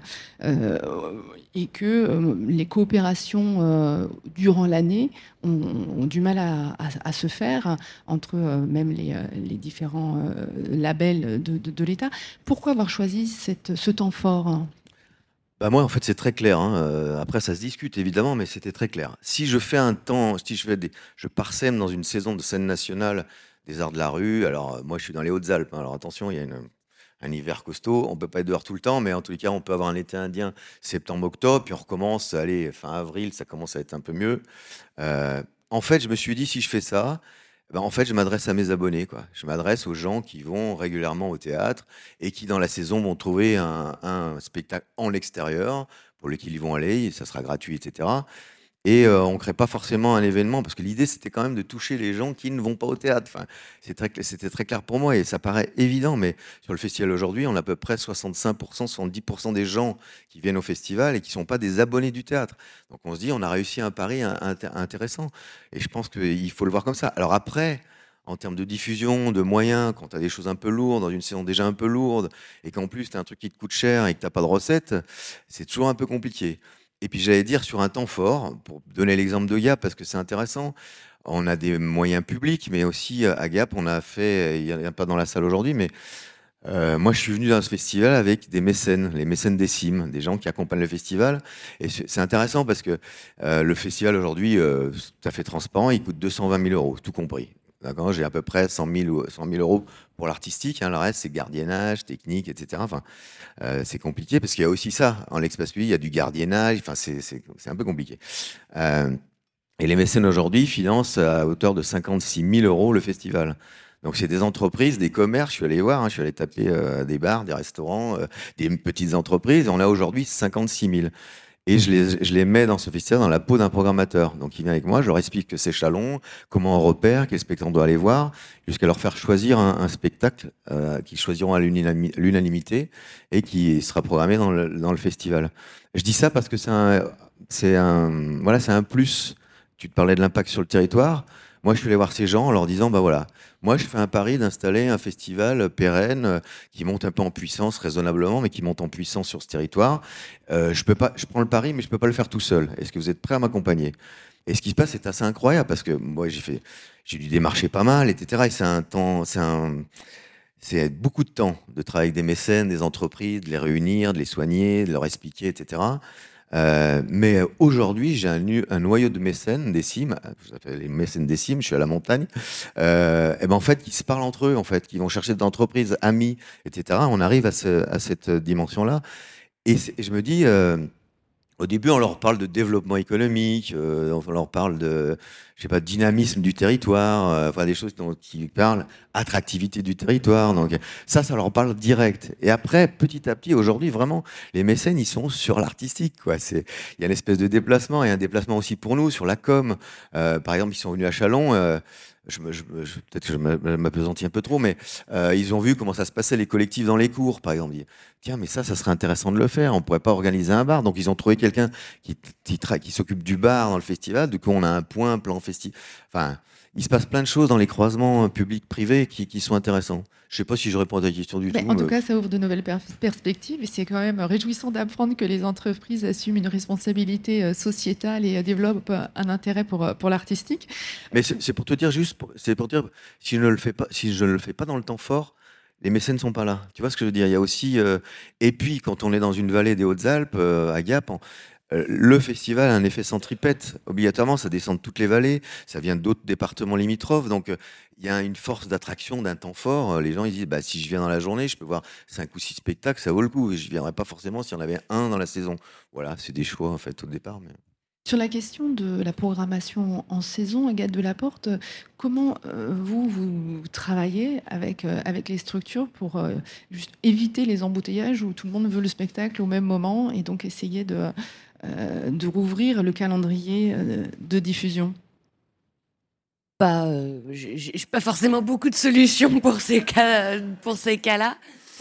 et que les coopérations durant l'année ont du mal à se faire entre même les différents labels de l'État. Pourquoi avoir choisi ce temps fort ? Moi, en fait, c'est très clair. Après, ça se discute évidemment, mais c'était très clair. Si je fais je parsème dans une saison de scène nationale des arts de la rue. Alors, moi, je suis dans les Hautes-Alpes. Alors, attention, il y a un hiver costaud. On peut pas être dehors tout le temps, mais en tous les cas, on peut avoir un été indien septembre-octobre, puis on recommence, fin avril, ça commence à être un peu mieux. En fait, je me suis dit, si je fais ça, en fait, je m'adresse à mes abonnés, quoi. Je m'adresse aux gens qui vont régulièrement au théâtre et qui, dans la saison, vont trouver un spectacle en l'extérieur pour lequel ils vont aller, ça sera gratuit, etc. Et on ne crée pas forcément un événement, parce que l'idée, c'était quand même de toucher les gens qui ne vont pas au théâtre. Enfin, c'était très clair pour moi, et ça paraît évident, mais sur le festival aujourd'hui, on a à peu près 65%, 70% des gens qui viennent au festival et qui ne sont pas des abonnés du théâtre. Donc on se dit, on a réussi un pari intéressant. Et je pense qu'il faut le voir comme ça. Alors après, en termes de diffusion, de moyens, quand tu as des choses un peu lourdes, dans une saison déjà un peu lourde, et qu'en plus tu as un truc qui te coûte cher et que tu n'as pas de recettes, c'est toujours un peu compliqué. Et puis j'allais dire sur un temps fort, pour donner l'exemple de Gap, parce que c'est intéressant, on a des moyens publics, mais aussi à Gap, on a fait, il n'y a pas dans la salle aujourd'hui, mais moi je suis venu dans ce festival avec des mécènes, les mécènes des cimes, des gens qui accompagnent le festival. Et c'est intéressant parce que le festival aujourd'hui, tout à fait transparent, il coûte 220 000 euros, tout compris. D'accord, j'ai à peu près 100 000 euros pour l'artistique. Le reste, c'est gardiennage, technique, etc. Enfin, c'est compliqué parce qu'il y a aussi ça. En l'espace public, il y a du gardiennage. Enfin, c'est un peu compliqué. Et les mécènes aujourd'hui financent à hauteur de 56 000 euros le festival. Donc c'est des entreprises, des commerces, je suis allé voir, je suis allé taper des bars, des restaurants, des petites entreprises, on a aujourd'hui 56 000. Et je les mets dans ce festival dans la peau d'un programmateur. Donc il vient avec moi, je leur explique que c'est Chalon, comment on repère, quel spectacle on doit aller voir, jusqu'à leur faire choisir un spectacle qu'ils choisiront à l'unanimité et qui sera programmé dans le festival. Je dis ça parce que c'est un plus. Tu te parlais de l'impact sur le territoire. Moi, je suis allé voir ces gens en leur disant, bah voilà, moi, je fais un pari d'installer un festival pérenne qui monte un peu en puissance raisonnablement, mais qui monte en puissance sur ce territoire. Je prends le pari, mais je peux pas le faire tout seul. Est-ce que vous êtes prêts à m'accompagner? Et ce qui se passe, c'est assez incroyable parce que moi, j'ai dû démarcher pas mal, etc. Et c'est beaucoup de temps de travailler avec des mécènes, des entreprises, de les réunir, de les soigner, de leur expliquer, etc. Mais aujourd'hui, j'ai un noyau de mécènes des cimes, ça s'appelle les mécènes des cimes, je suis à la montagne, et ben en fait, qui se parlent entre eux, en fait, qui vont chercher d'entreprises, amis, etc. On arrive à cette dimension-là. Et je me dis, au début, on leur parle de développement économique, on leur parle de, je sais pas, dynamisme du territoire, enfin des choses qui parlent attractivité du territoire. Donc ça leur parle direct. Et après, petit à petit, aujourd'hui, vraiment, les mécènes, ils sont sur l'artistique, quoi. Il y a une espèce de déplacement, et un déplacement aussi pour nous sur la com. Par exemple, ils sont venus à Chalon. Peut-être que je m'appesantis un peu trop, mais ils ont vu comment ça se passait, les collectifs dans les cours, par exemple. Ils disent, tiens, mais ça serait intéressant de le faire. On pourrait pas organiser un bar. Donc, ils ont trouvé quelqu'un qui s'occupe du bar dans le festival. Du coup, on a un plan festival. Enfin, il se passe plein de choses dans les croisements publics-privés qui sont intéressants. Je sais pas si je réponds à ta question du tout. En tout cas, ça ouvre de nouvelles perspectives et c'est quand même réjouissant d'apprendre que les entreprises assument une responsabilité sociétale et développent un intérêt pour l'artistique. Mais c'est pour te dire c'est pour dire, si je ne le fais pas dans le temps fort, les mécènes ne sont pas là. Tu vois ce que je veux dire? Il y a aussi, et puis quand on est dans une vallée des Hautes-Alpes, à Gap, le festival a un effet centripète. Obligatoirement, ça descend de toutes les vallées, ça vient d'autres départements limitrophes. Donc, il y a une force d'attraction d'un temps fort. Les gens, ils disent, bah, si je viens dans la journée, je peux voir 5 ou 6 spectacles, ça vaut le coup. Et je ne viendrai pas forcément s'il y en avait un dans la saison. Voilà, c'est des choix, en fait, au départ. Mais... Sur la question de la programmation en saison, Agathe Delaporte, comment vous travaillez avec les structures pour juste éviter les embouteillages où tout le monde veut le spectacle au même moment et donc essayer de rouvrir le calendrier de diffusion? Je n'ai pas forcément beaucoup de solutions pour ces cas-là.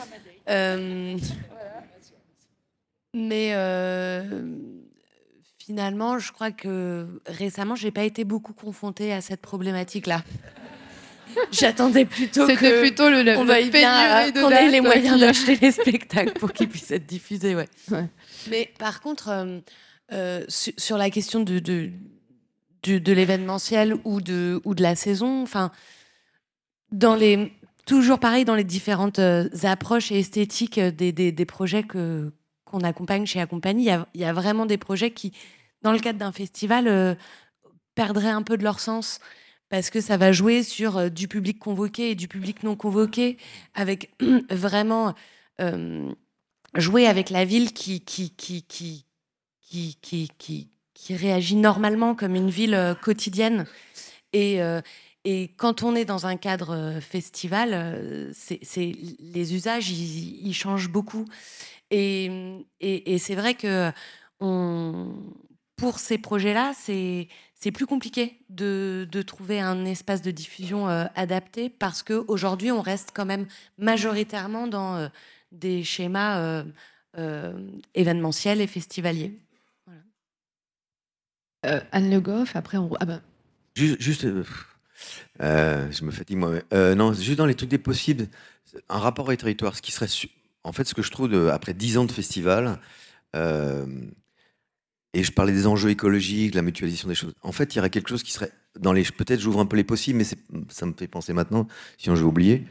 Mais finalement, je crois que récemment, je n'ai pas été beaucoup confrontée à cette problématique-là. J'attendais plutôt qu'on veuille bien qu'on ait les moyens d'acheter les spectacles pour qu'ils puissent être diffusés. Ouais. Mais par contre, sur la question de l'événementiel ou de la saison, enfin, toujours pareil dans les différentes approches et esthétiques des projets qu'on accompagne chez Accompagnie, il y a vraiment des projets qui, dans le cadre d'un festival, perdraient un peu de leur sens parce que ça va jouer sur du public convoqué et du public non convoqué, avec vraiment jouer avec la ville qui réagit normalement comme une ville quotidienne. Et quand on est dans un cadre festival, les usages, ils changent beaucoup. Et c'est vrai que pour ces projets-là, c'est plus compliqué de trouver un espace de diffusion adapté parce qu'aujourd'hui, on reste quand même majoritairement dans des schémas événementiels et festivaliers. Voilà. Anne Le Goff, après on... Juste je me fatigue moi. Non, juste dans les trucs des possibles, un rapport au territoire, ce qui serait... En fait, ce que je trouve après 10 ans de festival, et je parlais des enjeux écologiques, la mutualisation des choses. En fait, il y aurait quelque chose qui serait dans les. Peut-être j'ouvre un peu les possibles, mais ça me fait penser maintenant, sinon je vais oublier.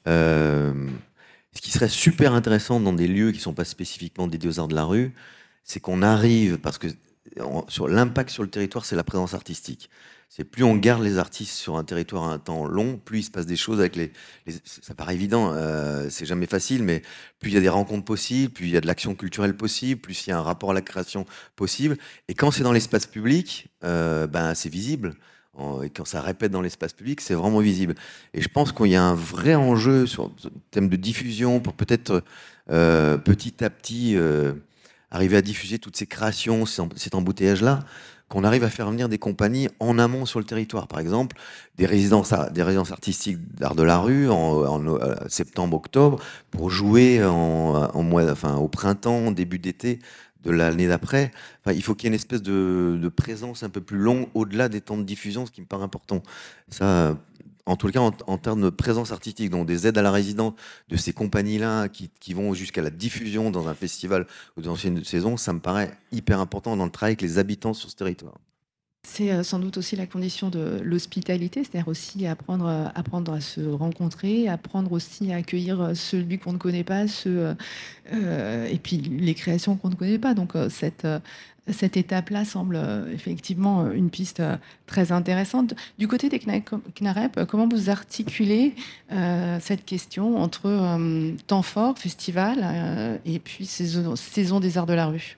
Ce qui serait super intéressant dans des lieux qui ne sont pas spécifiquement dédiés aux arts de la rue, c'est qu'on arrive, parce que sur l'impact sur le territoire, c'est la présence artistique. C'est plus on garde les artistes sur un territoire un temps long, plus il se passe des choses avec ça paraît évident, c'est jamais facile, mais plus il y a des rencontres possibles, plus il y a de l'action culturelle possible, plus il y a un rapport à la création possible. Et quand c'est dans l'espace public, c'est visible. et quand ça répète dans l'espace public, c'est vraiment visible. Et je pense qu'il y a un vrai enjeu sur le thème de diffusion pour peut-être petit à petit arriver à diffuser toutes ces créations, cet embouteillage-là, qu'on arrive à faire venir des compagnies en amont sur le territoire. Par exemple, des résidences artistiques d'art de la rue en septembre, octobre, pour jouer au printemps, début d'été de l'année d'après. Enfin, il faut qu'il y ait une espèce de présence un peu plus longue au-delà des temps de diffusion, ce qui me paraît important. Ça, en tout cas, en termes de présence artistique, donc des aides à la résidence de ces compagnies-là qui vont jusqu'à la diffusion dans un festival ou dans une saison, ça me paraît hyper important dans le travail avec les habitants sur ce territoire. C'est sans doute aussi la condition de l'hospitalité, c'est-à-dire aussi apprendre à se rencontrer, apprendre aussi à accueillir celui qu'on ne connaît pas, et puis les créations qu'on ne connaît pas. Donc cette étape-là semble effectivement une piste très intéressante. Du côté des CNAREP, comment vous articulez cette question entre temps fort, festival, et puis saison des arts de la rue?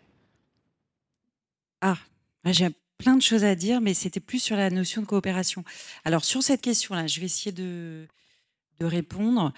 J'ai plein de choses à dire, mais c'était plus sur la notion de coopération. Alors, sur cette question-là, je vais essayer de répondre.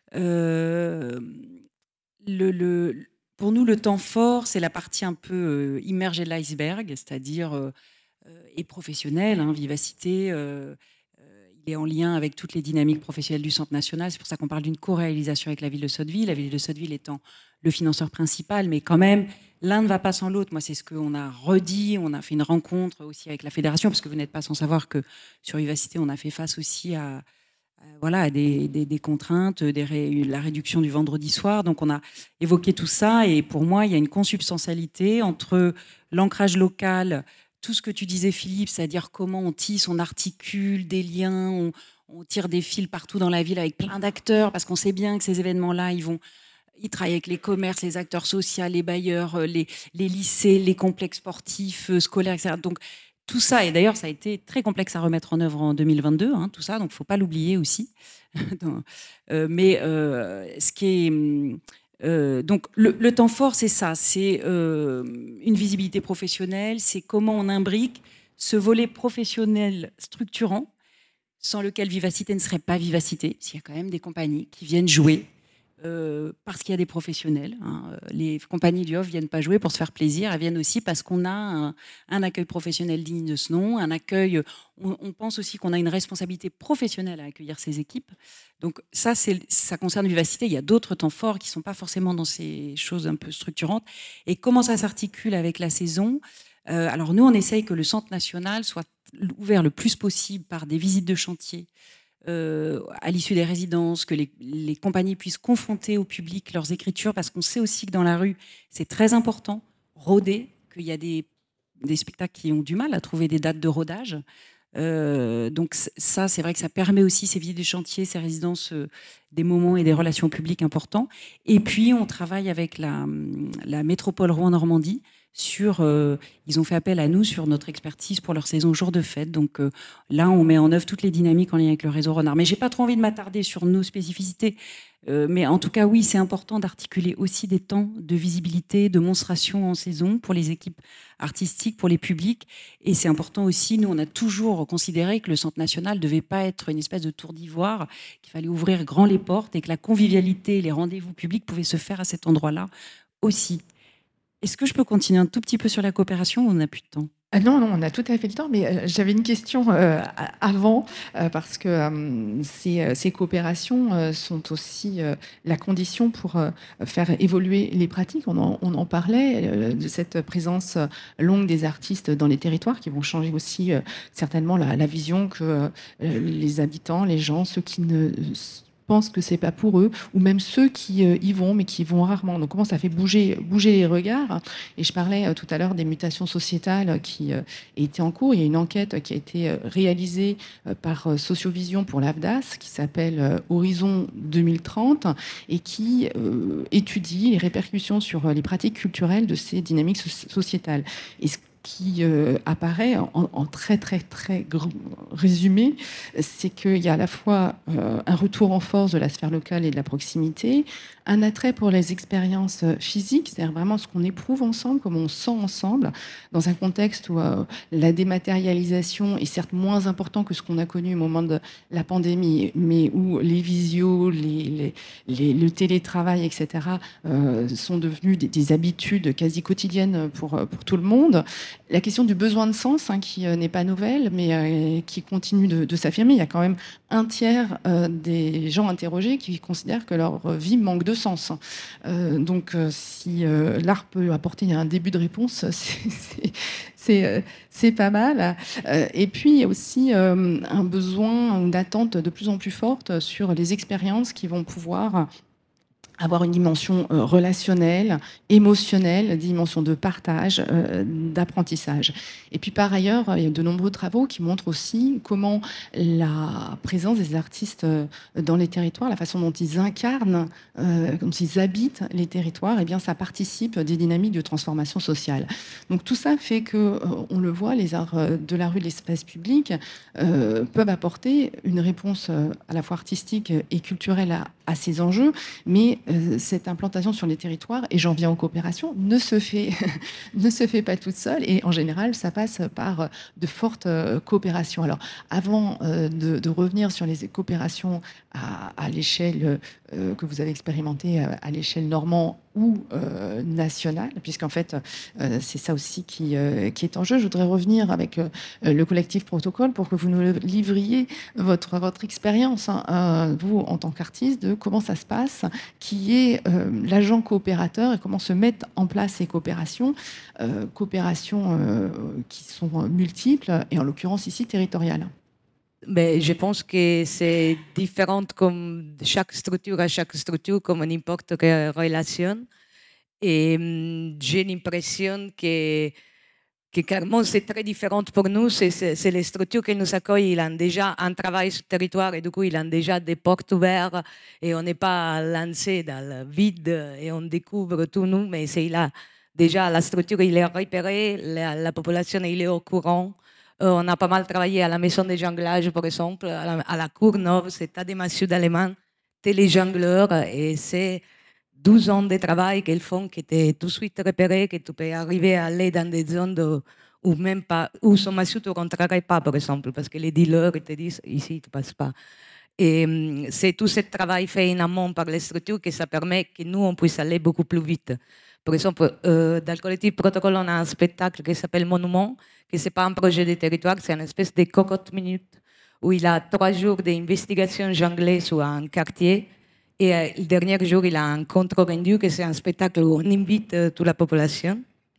Pour nous, le temps fort, c'est la partie un peu immergée de l'iceberg, c'est-à-dire et professionnelle, Vivacité. Il est en lien avec toutes les dynamiques professionnelles du Centre national. C'est pour ça qu'on parle d'une co-réalisation avec la ville de Sotteville, la ville de Sotteville étant le financeur principal, mais quand même, l'un ne va pas sans l'autre. Moi, c'est ce qu'on a redit. On a fait une rencontre aussi avec la fédération, parce que vous n'êtes pas sans savoir que sur Vivacité, on a fait face aussi à des contraintes, la réduction du vendredi soir. Donc, on a évoqué tout ça. Et pour moi, il y a une consubstantialité entre l'ancrage local, tout ce que tu disais, Philippe, c'est-à-dire comment on tisse, on articule des liens, on tire des fils partout dans la ville avec plein d'acteurs, parce qu'on sait bien que ces événements-là, ils travaillent avec les commerces, les acteurs sociaux, les bailleurs, les lycées, les complexes sportifs, scolaires, etc. Donc, tout ça, et d'ailleurs, ça a été très complexe à remettre en œuvre en 2022, tout ça, donc il ne faut pas l'oublier aussi. Ce qui est... donc, le temps fort, c'est ça, c'est une visibilité professionnelle, c'est comment on imbrique ce volet professionnel structurant, sans lequel Vivacité ne serait pas Vivacité, s'il y a quand même des compagnies qui viennent jouer, parce qu'il y a des professionnels. Les compagnies du off ne viennent pas jouer pour se faire plaisir, elles viennent aussi parce qu'on a un accueil professionnel digne de ce nom, un accueil... On pense aussi qu'on a une responsabilité professionnelle à accueillir ces équipes. Donc ça concerne Vivacité. Il y a d'autres temps forts qui ne sont pas forcément dans ces choses un peu structurantes. Et comment ça s'articule avec la saison ? Alors nous, on essaye que le Centre national soit ouvert le plus possible par des visites de chantier, à l'issue des résidences, que les compagnies puissent confronter au public leurs écritures, parce qu'on sait aussi que dans la rue, c'est très important, roder, qu'il y a des spectacles qui ont du mal à trouver des dates de rodage. Donc ça, c'est vrai que ça permet aussi, ces visites de chantier, ces résidences, des moments et des relations publiques importants. Et puis, on travaille avec la métropole Rouen-Normandie ils ont fait appel à nous sur notre expertise pour leur saison jour de fête. Donc là, on met en œuvre toutes les dynamiques en lien avec le réseau Renard. Mais j'ai pas trop envie de m'attarder sur nos spécificités. Mais en tout cas, oui, c'est important d'articuler aussi des temps de visibilité, de monstration en saison pour les équipes artistiques, pour les publics. Et c'est important aussi, nous, on a toujours considéré que le Centre national ne devait pas être une espèce de tour d'ivoire, qu'il fallait ouvrir grand les portes et que la convivialité, les rendez-vous publics pouvaient se faire à cet endroit-là aussi. Est-ce que je peux continuer un tout petit peu sur la coopération ou on n'a plus de temps ? Non, on a tout à fait le temps, mais j'avais une question avant, parce que ces coopérations sont aussi la condition pour faire évoluer les pratiques. On en parlait, de cette présence longue des artistes dans les territoires qui vont changer aussi certainement la vision que les habitants, les gens, ceux qui ne pensent que c'est pas pour eux, ou même ceux qui y vont, mais qui y vont rarement. Donc comment ça fait bouger les regards. Et je parlais tout à l'heure des mutations sociétales qui étaient en cours. Il y a une enquête qui a été réalisée par Sociovision pour l'AFDAS, qui s'appelle Horizon 2030, et qui étudie les répercussions sur les pratiques culturelles de ces dynamiques sociétales. Et qui apparaît en très très très résumer, c'est qu'il y a à la fois un retour en force de la sphère locale et de la proximité, un attrait pour les expériences physiques, c'est-à-dire vraiment ce qu'on éprouve ensemble, comment on sent ensemble, dans un contexte où la dématérialisation est certes moins important que ce qu'on a connu au moment de la pandémie, mais où les visios, le télétravail, etc., sont devenus des habitudes quasi quotidiennes pour tout le monde. La question du besoin de sens, qui n'est pas nouvelle, mais qui continue de s'affirmer. Il y a quand même un tiers des gens interrogés qui considèrent que leur vie manque de sens. Donc, si l'art peut apporter un début de réponse, c'est pas mal. Et puis, il y a aussi un besoin, une attente de plus en plus forte sur les expériences qui vont pouvoir avoir une dimension relationnelle, émotionnelle, dimension de partage, d'apprentissage. Et puis par ailleurs, il y a de nombreux travaux qui montrent aussi comment la présence des artistes dans les territoires, la façon dont ils incarnent, dont ils habitent les territoires, eh bien, ça participe des dynamiques de transformation sociale. Donc tout ça fait que, on le voit, les arts de la rue, de l'espace public peuvent apporter une réponse à la fois artistique et culturelle à ces enjeux, mais cette implantation sur les territoires, et j'en viens aux coopérations, ne se fait pas toute seule, et en général, ça passe par de fortes coopérations. Alors, avant de revenir sur les coopérations à l'échelle que vous avez expérimentée à l'échelle normande ou nationale, puisqu'en fait, c'est ça aussi qui est en jeu. Je voudrais revenir avec le collectif Protocole pour que vous nous livriez votre expérience, vous, en tant qu'artiste, de comment ça se passe, qui est l'agent coopérateur et comment se mettent en place ces coopérations qui sont multiples et en l'occurrence ici territoriales. Mais je pense que c'est différent comme chaque structure à chaque structure, comme n'importe quelle relation. Et j'ai l'impression que carrément c'est très différent pour nous. C'est les structures qui nous accueillent. Ils ont déjà un travail sur le territoire et du coup, ils ont déjà des portes ouvertes et on n'est pas lancé dans le vide et on découvre tout nous. Mais c'est là, déjà, la structure, il est repérée, la population, il est au courant. On a pas mal travaillé à la maison des jonglages, par exemple, à la Courneuve, c'est tas de messieurs d'Allemagne, les jongleurs, et c'est 12 ans de travail qu'ils font, qui étaient tout de suite repérés, que tu peux arriver à aller dans des zones où même pas, où son monsieur ne te rentrerait pas, par exemple, parce que les dealers ils te disent ici, tu ne passes pas. Et c'est tout ce travail fait en amont par les structures que ça permet que nous, on puisse aller beaucoup plus vite. Par exemple, dans le collectif Protocole, on a un spectacle qui s'appelle Monument, que ce n'est pas un projet de territoire, c'est une espèce de cocotte minute où il a 3 jours d'investigation jonglée sur un quartier. Et le dernier jour, il a un compte rendu, que c'est un spectacle où on invite toute la population.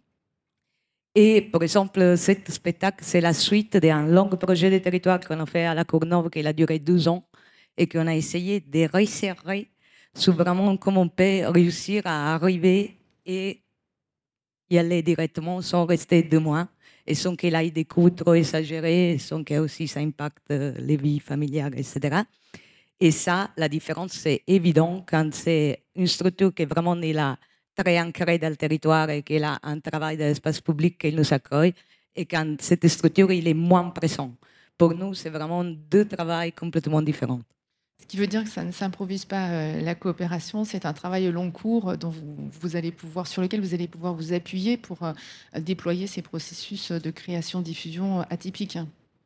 Et par exemple, ce spectacle, c'est la suite d'un long projet de territoire qu'on a fait à la Courneuve, qui a duré 12 ans, et qu'on a essayé de resserrer sur vraiment comment on peut réussir à arriver et y aller directement sans rester 2 mois, et sans qu'il aille des coûts trop exagérés, sans que aussi ça impacte les vies familiales, etc. Et ça, la différence, c'est évident quand c'est une structure qui est vraiment là, très ancrée dans le territoire et qui a un travail de l'espace public qui nous accueille, et quand cette structure il est moins présent. Pour nous, c'est vraiment 2 travails complètement différents. Ce qui veut dire que ça ne s'improvise pas, la coopération, c'est un travail au long cours dont sur lequel vous allez pouvoir vous appuyer pour déployer ces processus de création-diffusion atypiques.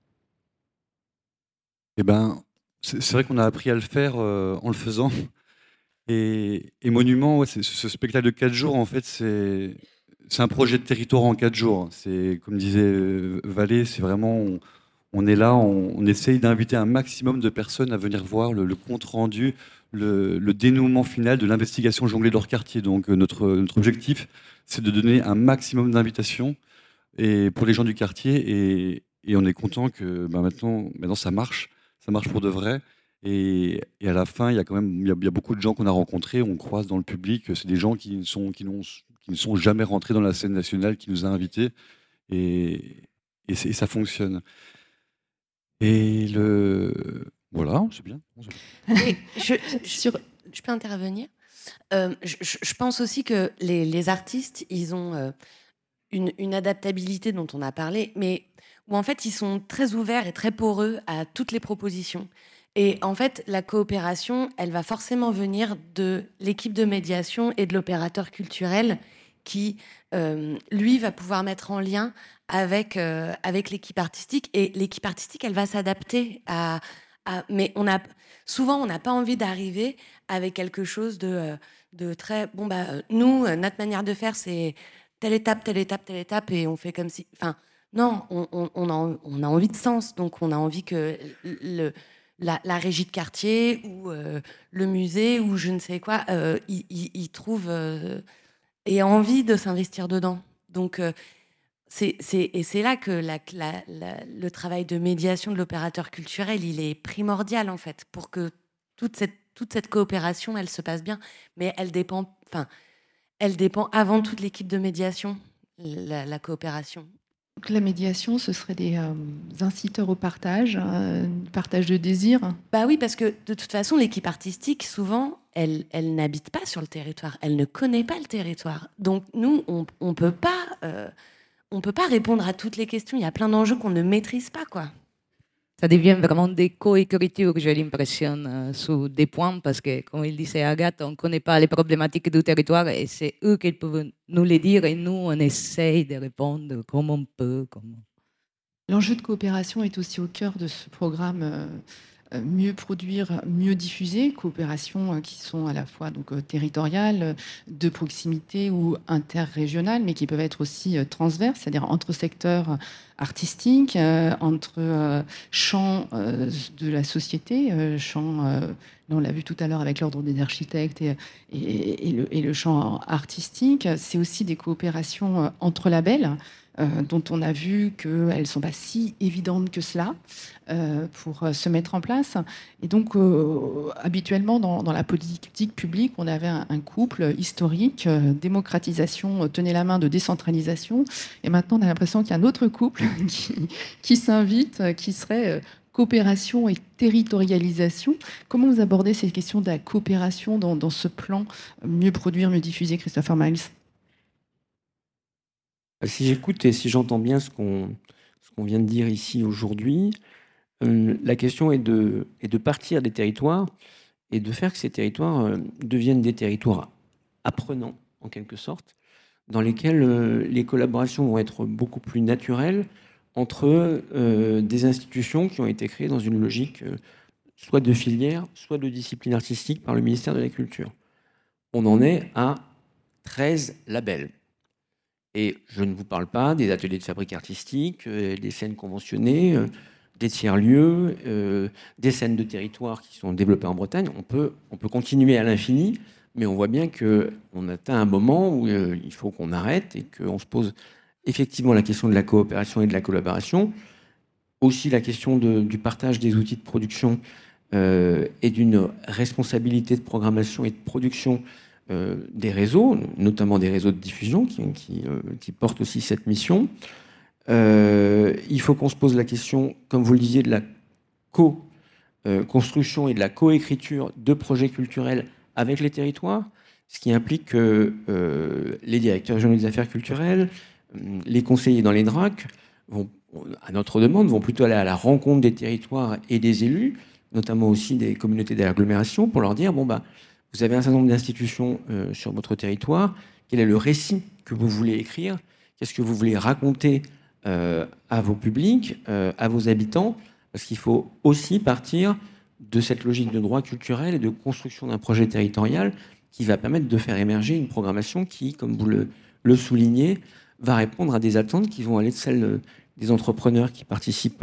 Eh ben, c'est vrai qu'on a appris à le faire en le faisant. Et Monument, ouais, ce spectacle de 4 jours, en fait, c'est un projet de territoire en 4 jours. C'est, comme disait Valé, c'est vraiment, on est là, on essaye d'inviter un maximum de personnes à venir voir le compte rendu, le dénouement final de l'investigation jonglée d'Or quartier. Donc notre objectif, c'est de donner un maximum d'invitations et pour les gens du quartier. Et on est content que maintenant ça marche pour de vrai. Et à la fin, il y a quand même il y a beaucoup de gens qu'on a rencontrés, on croise dans le public, c'est des gens qui ne sont jamais rentrés dans la scène nationale, qui nous a invités, et ça fonctionne. Et voilà, c'est bien. Oui, je peux intervenir. Je pense aussi que les artistes, ils ont une adaptabilité dont on a parlé, mais où en fait ils sont très ouverts et très poreux à toutes les propositions. Et en fait, la coopération, elle va forcément venir de l'équipe de médiation et de l'opérateur culturel qui, lui, va pouvoir mettre en lien avec l'équipe artistique. Et l'équipe artistique, elle va s'adapter mais souvent, on n'a pas envie d'arriver avec quelque chose de très... Bon, nous, notre manière de faire, c'est telle étape, telle étape, telle étape, et on fait comme si... Enfin, non, on a envie de sens, donc on a envie que la régie de quartier ou le musée ou je ne sais quoi, ils trouvent et envie de s'investir dedans. Donc, c'est là que le travail de médiation de l'opérateur culturel, il est primordial, en fait, pour que toute cette coopération, elle se passe bien. Mais elle dépend avant toute l'équipe de médiation, la coopération. Donc la médiation, ce serait des inciteurs au partage de désirs. Bah oui, parce que de toute façon, l'équipe artistique, souvent, elle n'habite pas sur le territoire, elle ne connaît pas le territoire. Donc nous, on peut pas répondre à toutes les questions. Il y a plein d'enjeux qu'on ne maîtrise pas, quoi. Ça devient vraiment des co-écritures, j'ai l'impression, sur des points, parce que, comme il disait Agathe, on ne connaît pas les problématiques du territoire et c'est eux qui peuvent nous les dire et nous, on essaye de répondre comme on peut. L'enjeu de coopération est aussi au cœur de ce programme Mieux produire, mieux diffuser, coopérations qui sont à la fois donc, territoriales, de proximité ou interrégionales, mais qui peuvent être aussi transverses, c'est-à-dire entre secteurs artistiques, entre champs de la société, champs, on l'a vu tout à l'heure avec l'ordre des architectes et le champ artistique. C'est aussi des coopérations entre labels, dont on a vu qu'elles ne sont pas si évidentes que cela pour se mettre en place. Et donc, habituellement, dans la politique publique, on avait un couple historique, démocratisation, tenez la main de décentralisation. Et maintenant, on a l'impression qu'il y a un autre couple qui s'invite, qui serait coopération et territorialisation. Comment vous abordez ces questions de la coopération dans ce plan mieux produire, mieux diffuser, Christopher Miles ? Si j'écoute et si j'entends bien ce qu'on vient de dire ici aujourd'hui, la question est de partir des territoires et de faire que ces territoires deviennent des territoires apprenants, en quelque sorte, dans lesquels les collaborations vont être beaucoup plus naturelles entre des institutions qui ont été créées dans une logique soit de filière, soit de discipline artistique par le ministère de la Culture. On en est à 13 labels. Et je ne vous parle pas des ateliers de fabrique artistique, des scènes conventionnées, des tiers-lieux, des scènes de territoire qui sont développées en Bretagne. On peut continuer à l'infini, mais on voit bien qu'on atteint un moment où il faut qu'on arrête et qu'on se pose effectivement la question de la coopération et de la collaboration, aussi la question du partage des outils de production et d'une responsabilité de programmation et de production des réseaux, notamment des réseaux de diffusion qui portent aussi cette mission. Il faut qu'on se pose la question, comme vous le disiez, de la co-construction et de la coécriture de projets culturels avec les territoires, ce qui implique que les directeurs régionaux des affaires culturelles, les conseillers dans les DRAC, à notre demande, vont plutôt aller à la rencontre des territoires et des élus, notamment aussi des communautés d'agglomération, pour leur dire, vous avez un certain nombre d'institutions sur votre territoire. Quel est le récit que vous voulez écrire? Qu'est-ce que vous voulez raconter à vos publics, à vos habitants? Parce qu'il faut aussi partir de cette logique de droit culturel et de construction d'un projet territorial qui va permettre de faire émerger une programmation qui, comme vous le soulignez, va répondre à des attentes qui vont aller de celles des entrepreneurs qui participent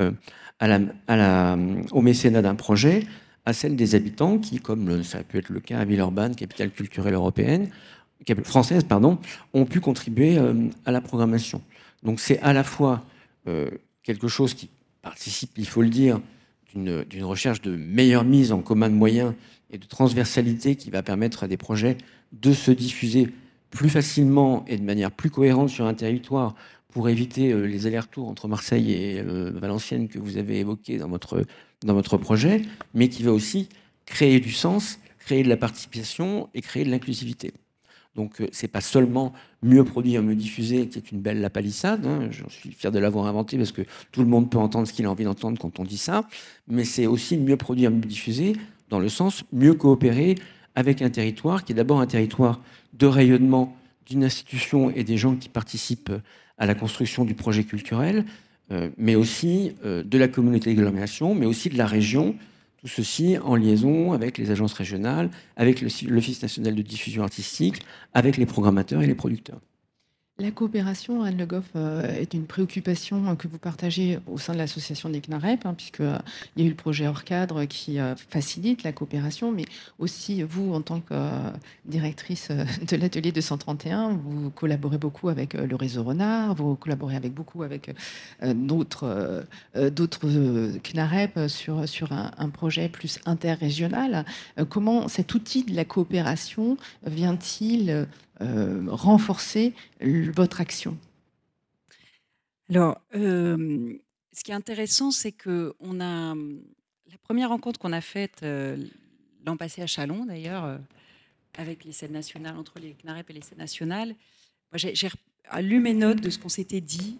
au mécénat d'un projet, à celle des habitants qui, comme ça a pu être le cas à Villeurbanne, capitale culturelle française, ont pu contribuer à la programmation. Donc c'est à la fois quelque chose qui participe, il faut le dire, d'une recherche de meilleure mise en commun de moyens et de transversalité qui va permettre à des projets de se diffuser plus facilement et de manière plus cohérente sur un territoire pour éviter les allers-retours entre Marseille et Valenciennes que vous avez évoqués dans votre projet, mais qui va aussi créer du sens, créer de la participation et créer de l'inclusivité. Donc c'est pas seulement mieux produire, mieux diffuser, qui est une belle lapalissade, hein, j'en suis fier de l'avoir inventé parce que tout le monde peut entendre ce qu'il a envie d'entendre quand on dit ça, mais c'est aussi mieux produire, mieux diffuser, dans le sens mieux coopérer avec un territoire qui est d'abord un territoire de rayonnement d'une institution et des gens qui participent à la construction du projet culturel, mais aussi de la communauté d'agglomération, mais aussi de la région. Tout ceci en liaison avec les agences régionales, avec l'Office national de diffusion artistique, avec les programmateurs et les producteurs. La coopération, Anne Le Goff, est une préoccupation que vous partagez au sein de l'association des CNAREP, puisqu'il y a eu le projet hors cadre qui facilite la coopération, mais aussi vous, en tant que directrice de l'atelier 231, vous collaborez beaucoup avec le réseau Renard, vous collaborez beaucoup avec d'autres CNAREP sur un projet plus interrégional. Comment cet outil de la coopération vient-il renforcer votre action? Alors, ce qui est intéressant, c'est que la première rencontre qu'on a faite l'an passé à Châlons, d'ailleurs, avec les scènes nationales, entre les CNAREP et les scènes nationales, moi, j'ai lu mes notes de ce qu'on s'était dit.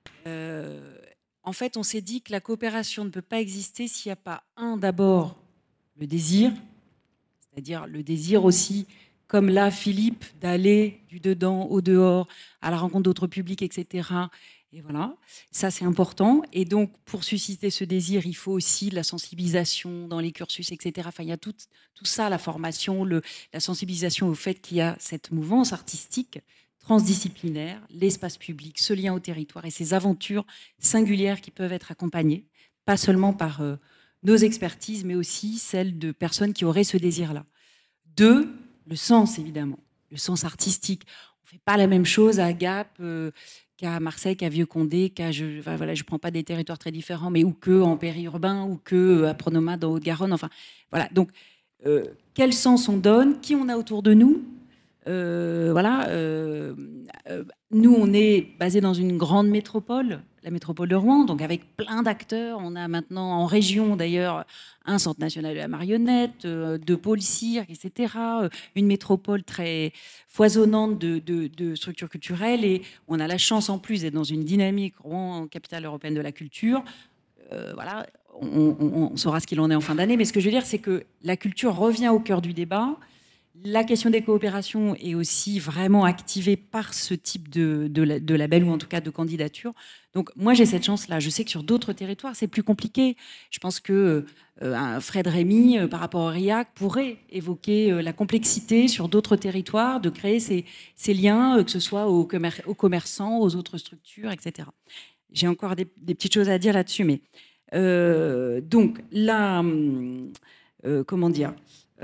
En fait, on s'est dit que la coopération ne peut pas exister s'il n'y a pas, d'abord, le désir, c'est-à-dire le désir aussi, comme là, Philippe, d'aller du dedans au dehors, à la rencontre d'autres publics, etc. Et voilà, ça c'est important. Et donc, pour susciter ce désir, il faut aussi de la sensibilisation dans les cursus, etc. Enfin, il y a tout ça, la formation, la sensibilisation au fait qu'il y a cette mouvance artistique transdisciplinaire, l'espace public, ce lien au territoire et ces aventures singulières qui peuvent être accompagnées, pas seulement par nos expertises, mais aussi celles de personnes qui auraient ce désir-là. 2, le sens, évidemment, le sens artistique. On ne fait pas la même chose à Gap qu'à Marseille, qu'à Vieux-Condé, voilà, je ne prends pas des territoires très différents, mais ou qu'en périurbain, ou qu'à Pronomade, en Haute-Garonne. Enfin, voilà. Donc, quel sens on donne? Qui on a autour de nous? Voilà. Nous, on est basé dans une grande métropole, la métropole de Rouen, donc avec plein d'acteurs. On a maintenant en région, d'ailleurs, un centre national de la marionnette, 2 pôles cirque, etc. Une métropole très foisonnante de structures culturelles. Et on a la chance, en plus, d'être dans une dynamique Rouen, capitale européenne de la culture. Voilà, on saura ce qu'il en est en fin d'année. Mais ce que je veux dire, c'est que la culture revient au cœur du débat. La question des coopérations est aussi vraiment activée par ce type de label ou en tout cas de candidature. Donc moi j'ai cette chance-là. Je sais que sur d'autres territoires c'est plus compliqué. Je pense que Fred Rémy par rapport au RIAC pourrait évoquer la complexité sur d'autres territoires de créer ces liens, que ce soit aux commerçants, aux autres structures, etc. J'ai encore des petites choses à dire là-dessus, mais donc là, comment dire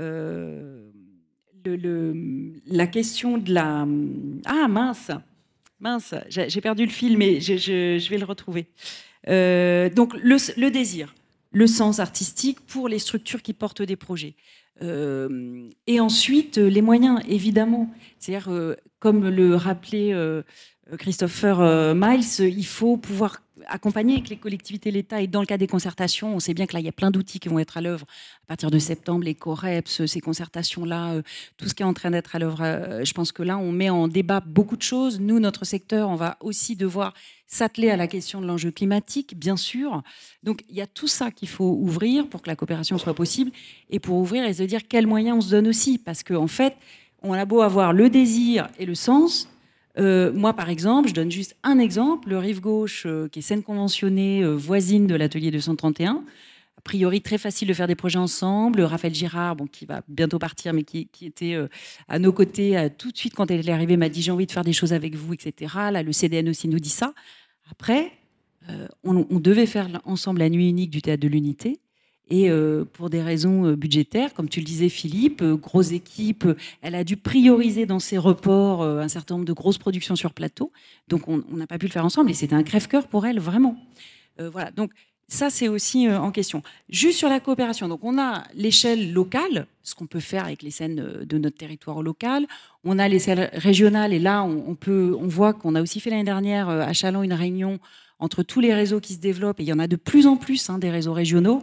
la question de la... Ah mince, j'ai perdu le fil, mais je vais le retrouver. Donc le désir, le sens artistique pour les structures qui portent des projets. Et ensuite, les moyens, évidemment. C'est-à-dire, comme le rappelait Christopher Miles, il faut pouvoir accompagner avec les collectivités, l'État, et dans le cas des concertations, on sait bien que là, il y a plein d'outils qui vont être à l'œuvre à partir de septembre, les COREPS, ces concertations-là, tout ce qui est en train d'être à l'œuvre. Je pense que là, on met en débat beaucoup de choses. Nous, notre secteur, on va aussi devoir s'atteler à la question de l'enjeu climatique, bien sûr. Donc, il y a tout ça qu'il faut ouvrir pour que la coopération soit possible et pour ouvrir et se dire quels moyens on se donne aussi. Parce qu'en fait, on a beau avoir le désir et le sens. Moi, par exemple, je donne juste un exemple, le Rive Gauche, qui est scène conventionnée, voisine de l'atelier 231. A priori, très facile de faire des projets ensemble. Raphaël Girard, bon, qui va bientôt partir, mais qui était à nos côtés tout de suite quand elle est arrivée, m'a dit « j'ai envie de faire des choses avec vous », etc. Là, le CDN aussi nous dit ça. Après, on devait faire ensemble la nuit unique du Théâtre de l'Unité. Et pour des raisons budgétaires, comme tu le disais Philippe, grosse équipe, elle a dû prioriser dans ses reports un certain nombre de grosses productions sur plateau. Donc on n'a pas pu le faire ensemble et c'était un crève-cœur pour elle, vraiment. Voilà, donc ça c'est aussi en question. Juste sur la coopération, donc on a l'échelle locale, ce qu'on peut faire avec les scènes de notre territoire local. On a les scènes régionales et là on voit qu'on a aussi fait l'année dernière à Châlons une réunion entre tous les réseaux qui se développent et il y en a de plus en plus des réseaux régionaux.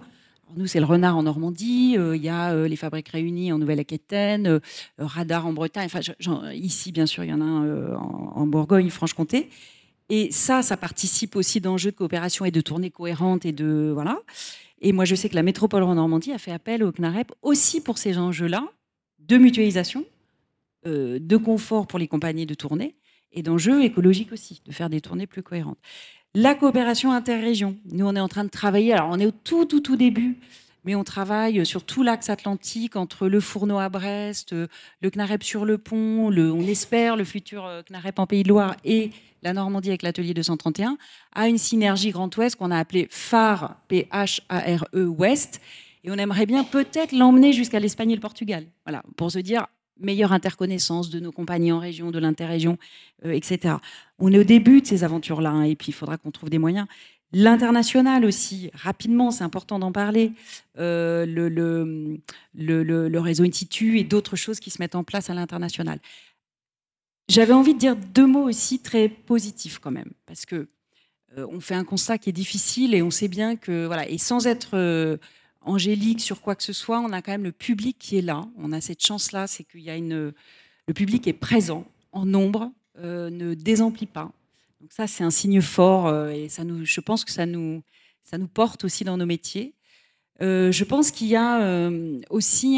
Nous, c'est le Renard en Normandie, il y a les Fabriques Réunies en Nouvelle-Aquitaine, Radar en Bretagne. Enfin, ici, bien sûr, il y en a un en Bourgogne-Franche-Comté. Et ça participe aussi d'enjeux de coopération et de tournées cohérentes. Voilà. Et moi, je sais que la métropole en Normandie a fait appel au CNAREP aussi pour ces enjeux-là, de mutualisation, de confort pour les compagnies de tournée et d'enjeux écologiques aussi, de faire des tournées plus cohérentes. La coopération interrégion. Nous, on est en train de travailler. Alors, on est au tout début, mais on travaille sur tout l'axe atlantique, entre le Fourneau à Brest, le CNAREP sur le pont, on espère le futur CNAREP en Pays de Loire et la Normandie avec l'atelier 231, à une synergie Grand Ouest qu'on a appelée phare, P-H-A-R-E Ouest. Et on aimerait bien peut-être l'emmener jusqu'à l'Espagne et le Portugal. Voilà, pour se dire meilleure interconnaissance de nos compagnies en région, de l'interrégion, etc. On est au début de ces aventures-là, hein, et puis il faudra qu'on trouve des moyens. L'international aussi, rapidement, c'est important d'en parler. Le réseau Institut et d'autres choses qui se mettent en place à l'international. J'avais envie de dire 2 mots aussi très positifs quand même, parce que on fait un constat qui est difficile et on sait bien que, voilà, et sans être angélique sur quoi que ce soit, on a quand même le public qui est là. On a cette chance-là, c'est qu'il y a le public est présent en nombre, ne désemplit pas. Donc ça, c'est un signe fort et je pense que ça nous porte aussi dans nos métiers. Je pense qu'il y a aussi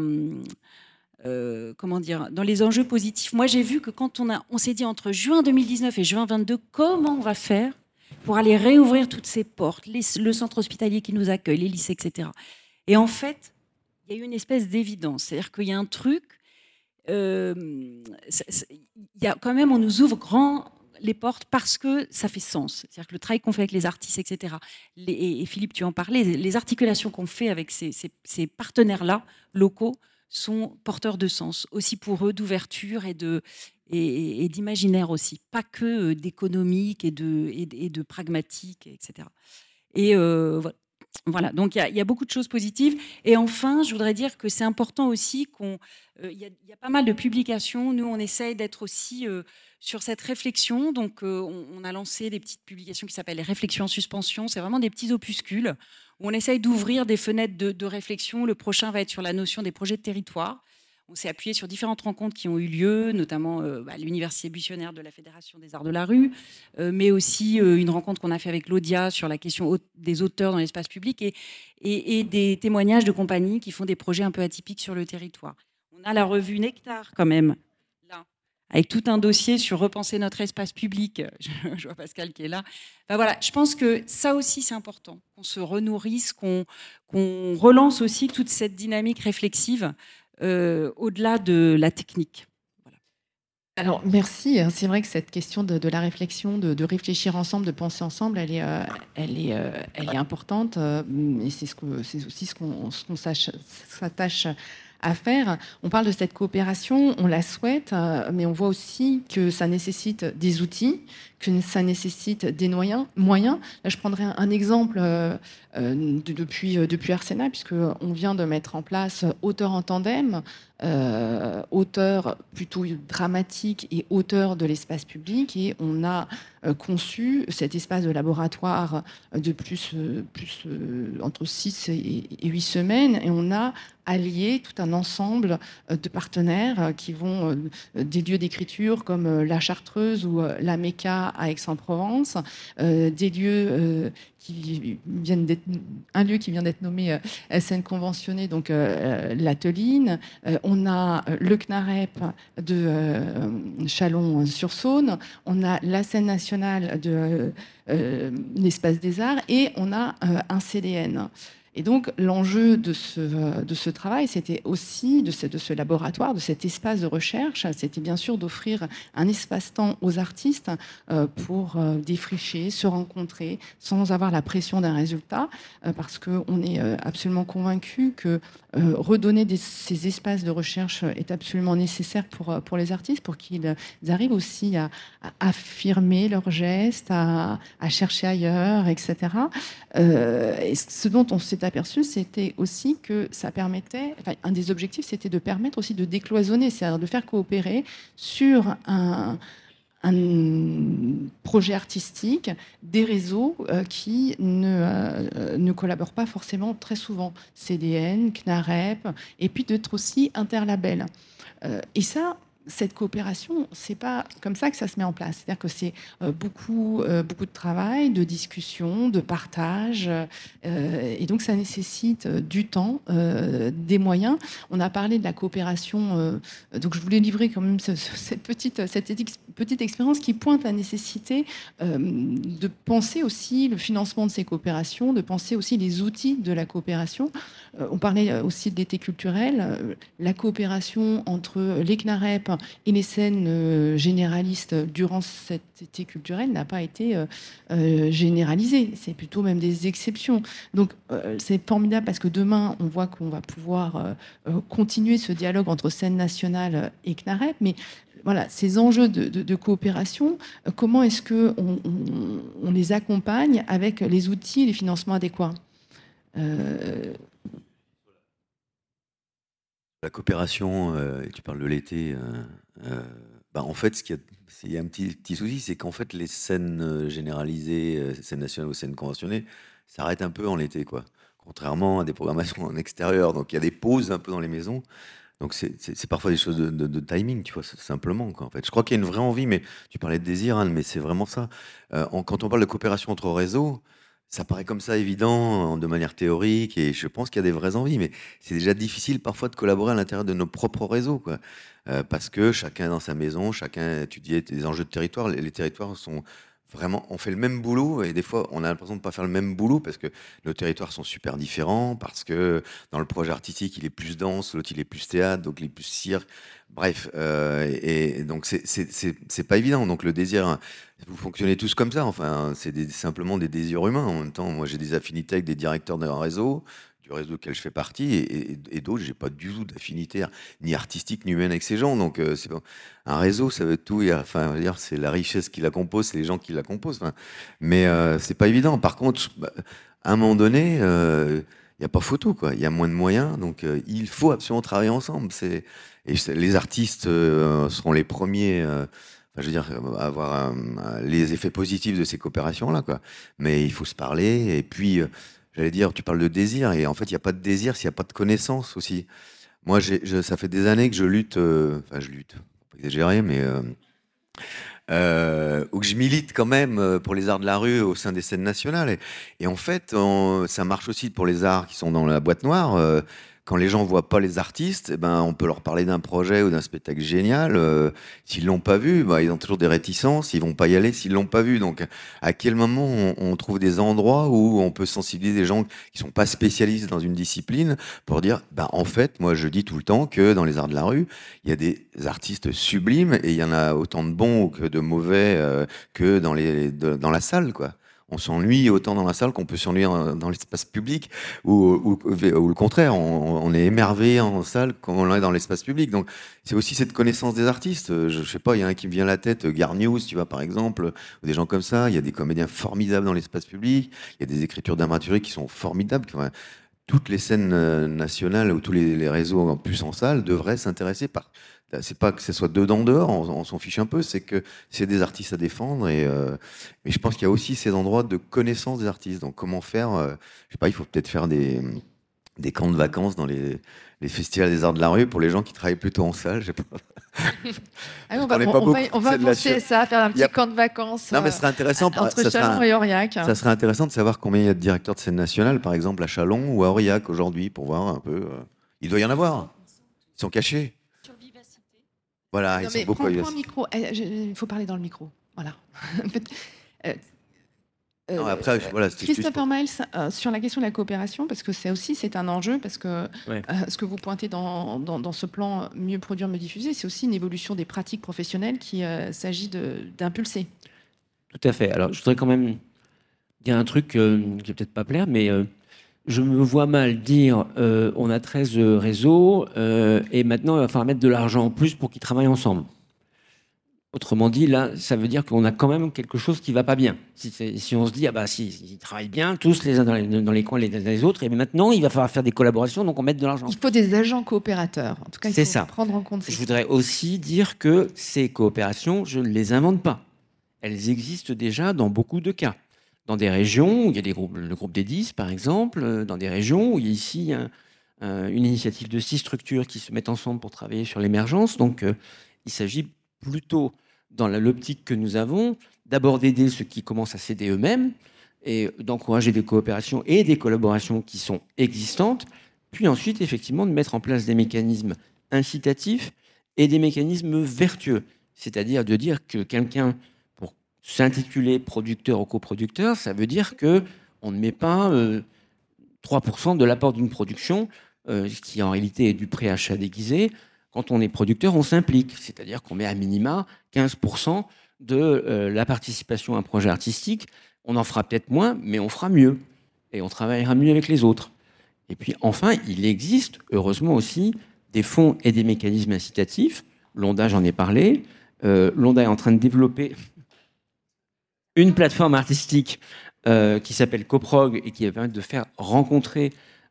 dans les enjeux positifs. Moi, j'ai vu que quand on s'est dit entre juin 2019 et juin 2022, comment on va faire pour aller réouvrir toutes ces portes, le centre hospitalier qui nous accueille, les lycées, etc. Et en fait, il y a eu une espèce d'évidence. C'est-à-dire qu'il y a un truc, il y a quand même, on nous ouvre grand les portes parce que ça fait sens. C'est-à-dire que le travail qu'on fait avec les artistes, etc. Et Philippe, tu en parlais, les articulations qu'on fait avec ces partenaires-là, locaux, sont porteurs de sens, aussi pour eux, d'ouverture et d'imaginaire aussi, pas que d'économique et de pragmatique, etc. Et voilà, donc il y a beaucoup de choses positives. Et enfin, je voudrais dire que c'est important aussi il y a pas mal de publications. Nous, on essaye d'être aussi sur cette réflexion. Donc, on a lancé des petites publications qui s'appellent les réflexions en suspension. C'est vraiment des petits opuscules où on essaye d'ouvrir des fenêtres de réflexion. Le prochain va être sur la notion des projets de territoire. On s'est appuyé sur différentes rencontres qui ont eu lieu, notamment l'Université Buissonnaire de la Fédération des Arts de la Rue, mais aussi une rencontre qu'on a fait avec l'Audia sur la question des auteurs dans l'espace public et des témoignages de compagnies qui font des projets un peu atypiques sur le territoire. On a la revue Nectar quand même, là, avec tout un dossier sur repenser notre espace public. Je vois Pascal qui est là. Enfin, voilà, je pense que ça aussi c'est important, qu'on se renourrisse, qu'on relance aussi toute cette dynamique réflexive au-delà de la technique. Voilà. Alors, merci. C'est vrai que cette question de la réflexion, de réfléchir ensemble, de penser ensemble, elle est importante. Et c'est aussi ce qu'on s'attache à faire. On parle de cette coopération, on la souhaite, mais on voit aussi que ça nécessite des outils, que ça nécessite des moyens. Là, je prendrai un exemple depuis Arsenal, puisqu'on vient de mettre en place Auteurs en tandem, auteur plutôt dramatique et auteur de l'espace public, et on a conçu cet espace de laboratoire de plus entre 6 et 8 semaines, et on a allié tout un ensemble de partenaires qui vont des lieux d'écriture comme la Chartreuse ou la Méca à Aix-en-Provence, des lieux un lieu qui vient d'être nommé scène conventionnée, donc l'Ateline. On a le CNAREP de Chalon-sur-Saône, on a la scène nationale de l'Espace des Arts et on a un CDN. Et donc, l'enjeu de ce travail, c'était aussi, de ce laboratoire, de cet espace de recherche, c'était bien sûr d'offrir un espace-temps aux artistes pour défricher, se rencontrer, sans avoir la pression d'un résultat, parce qu'on est absolument convaincus que redonner ces espaces de recherche est absolument nécessaire pour les artistes, pour qu'ils arrivent aussi à affirmer leurs gestes, à chercher ailleurs, etc. Et ce dont on s'est aperçu, c'était aussi que ça permettait, un des objectifs, c'était de permettre aussi de décloisonner, c'est-à-dire de faire coopérer sur projet artistique, des réseaux qui ne collaborent pas forcément très souvent. CDN, CNAREP, et puis d'autres aussi interlabels. Et ça, cette coopération, c'est pas comme ça que ça se met en place. C'est-à-dire que c'est beaucoup de travail, de discussion, de partage, et donc ça nécessite du temps, des moyens. On a parlé de la coopération, donc je voulais livrer quand même cette petite expérience qui pointe la nécessité de penser aussi le financement de ces coopérations, de penser aussi les outils de la coopération. On parlait aussi de l'été culturel, la coopération entre les CNAREP et les scènes généralistes durant cet été culturel n'a pas été généralisée. C'est plutôt même des exceptions. Donc c'est formidable parce que demain, on voit qu'on va pouvoir continuer ce dialogue entre scène nationale et CNAREP, mais voilà, ces enjeux de coopération, comment est-ce qu'on les accompagne avec les outils et les financements adéquats? La coopération, et tu parles de l'été, en fait, il y a un petit souci, c'est qu'en fait, les scènes généralisées, scènes nationales ou scènes conventionnées, s'arrêtent un peu en été, quoi. Contrairement à des programmations en extérieur. Donc, il y a des pauses un peu dans les maisons. Donc, c'est parfois des choses de timing, tu vois, simplement, quoi, en fait. Je crois qu'il y a une vraie envie, mais tu parlais de désir, Anne, mais c'est vraiment ça. Quand on parle de coopération entre réseaux, ça paraît comme ça évident, de manière théorique, et je pense qu'il y a des vraies envies, mais c'est déjà difficile parfois de collaborer à l'intérieur de nos propres réseaux, quoi. Parce que chacun dans sa maison, chacun étudie des enjeux de territoire. Les territoires sont vraiment, on fait le même boulot, et des fois on a l'impression de ne pas faire le même boulot parce que nos territoires sont super différents, parce que dans le projet artistique il est plus dense, l'autre il est plus théâtre, donc il est plus cirque. Bref, et donc c'est pas évident. Donc le désir, vous fonctionnez tous comme ça, enfin, simplement des désirs humains. En même temps, moi j'ai des affinités avec des directeurs d'un réseau, du réseau auquel je fais partie, et d'autres, j'ai pas du tout d'affinité ni artistique ni humaine avec ces gens. Donc c'est pas... un réseau, ça veut tout. Enfin, je veux dire, c'est la richesse qui la compose, c'est les gens qui la composent. Enfin, mais c'est pas évident. Par contre, à un moment donné, il n'y a pas photo, quoi. Il y a moins de moyens, donc il faut absolument travailler ensemble. Les artistes seront les premiers. Enfin, je veux dire, avoir les effets positifs de ces coopérations-là, quoi. Mais il faut se parler, et puis. J'allais dire, tu parles de désir, et en fait, il n'y a pas de désir s'il n'y a pas de connaissance aussi. Moi, ça fait des années que je lutte, enfin, je lutte, faut pas exagérer, mais ou que je milite quand même pour les arts de la rue au sein des scènes nationales. Et en fait, ça marche aussi pour les arts qui sont dans la boîte noire. Quand les gens voient pas les artistes, eh ben, on peut leur parler d'un projet ou d'un spectacle génial. S'ils l'ont pas vu, ils ont toujours des réticences. Ils vont pas y aller s'ils l'ont pas vu. Donc, à quel moment on trouve des endroits où on peut sensibiliser des gens qui sont pas spécialistes dans une discipline pour dire, en fait, moi, je dis tout le temps que dans les arts de la rue, il y a des artistes sublimes et il y en a autant de bons que de mauvais que dans la salle, quoi. On s'ennuie autant dans la salle qu'on peut s'ennuyer dans l'espace public, ou le contraire, on est émerveillé en salle comme on est dans l'espace public. Donc c'est aussi cette connaissance des artistes. Je sais pas, il y en a un qui me vient à la tête, Garnius, tu vois, par exemple, ou des gens comme ça. Il y a des comédiens formidables dans l'espace public, il y a des écritures dramaturgiques qui sont formidables. Enfin, toutes les scènes nationales ou tous les réseaux en plus en salle devraient s'intéresser par... C'est pas que ce soit dedans dehors, on s'en fiche un peu, c'est que c'est des artistes à défendre, mais je pense qu'il y a aussi ces endroits de connaissance des artistes. Donc comment faire, je sais pas, il faut peut-être faire des camps de vacances dans les festivals des arts de la rue pour les gens qui travaillent plutôt en salle, je sais pas. On va penser à ça, faire un petit camp de vacances. Non, mais ce serait intéressant. Entre Châlons et Aurillac. Ça serait intéressant de savoir combien il y a de directeurs de scène nationale, par exemple à Châlons ou à Aurillac aujourd'hui, pour voir un peu. Il doit y en avoir. Ils sont cachés. Voilà, ils sont beaucoup à prends un micro. Il faut parler dans le micro. Voilà. Non, après, voilà, Christopher Miles, sur la question de la coopération, parce que c'est un enjeu, parce que ce que vous pointez dans ce plan mieux produire, mieux diffuser, c'est aussi une évolution des pratiques professionnelles qu'il s'agit d'impulser. Tout à fait. Alors, je voudrais quand même dire un truc qui ne va peut-être pas plaire, mais je me vois mal dire on a 13 réseaux et maintenant il va falloir mettre de l'argent en plus pour qu'ils travaillent ensemble. Autrement dit, là, ça veut dire qu'on a quand même quelque chose qui ne va pas bien. Si on se dit, ah bah si, ils travaillent bien, tous les uns dans les coins les uns des autres, et maintenant, il va falloir faire des collaborations, donc on met de l'argent. Il faut des agents coopérateurs. En tout cas, il faut prendre en compte. Je voudrais aussi dire que ces coopérations, je ne les invente pas. Elles existent déjà dans beaucoup de cas. Dans des régions où il y a le groupe des 10, par exemple, dans des régions où il y a ici une initiative de 6 structures qui se mettent ensemble pour travailler sur l'émergence. Donc, il s'agit plutôt, dans l'optique que nous avons, d'abord d'aider ceux qui commencent à s'aider eux-mêmes et d'encourager des coopérations et des collaborations qui sont existantes, puis ensuite, effectivement, de mettre en place des mécanismes incitatifs et des mécanismes vertueux. C'est-à-dire de dire que quelqu'un, pour s'intituler producteur ou coproducteur, ça veut dire qu'on ne met pas 3% de l'apport d'une production, qui en réalité est du préachat déguisé. Quand on est producteur, on s'implique, c'est-à-dire qu'on met à minima 15% de la participation à un projet artistique. On en fera peut-être moins, mais on fera mieux. Et on travaillera mieux avec les autres. Et puis enfin, il existe, heureusement aussi, des fonds et des mécanismes incitatifs. L'ONDA, j'en ai parlé. L'ONDA est en train de développer une plateforme artistique qui s'appelle Coprog et qui va permettre de faire rencontrer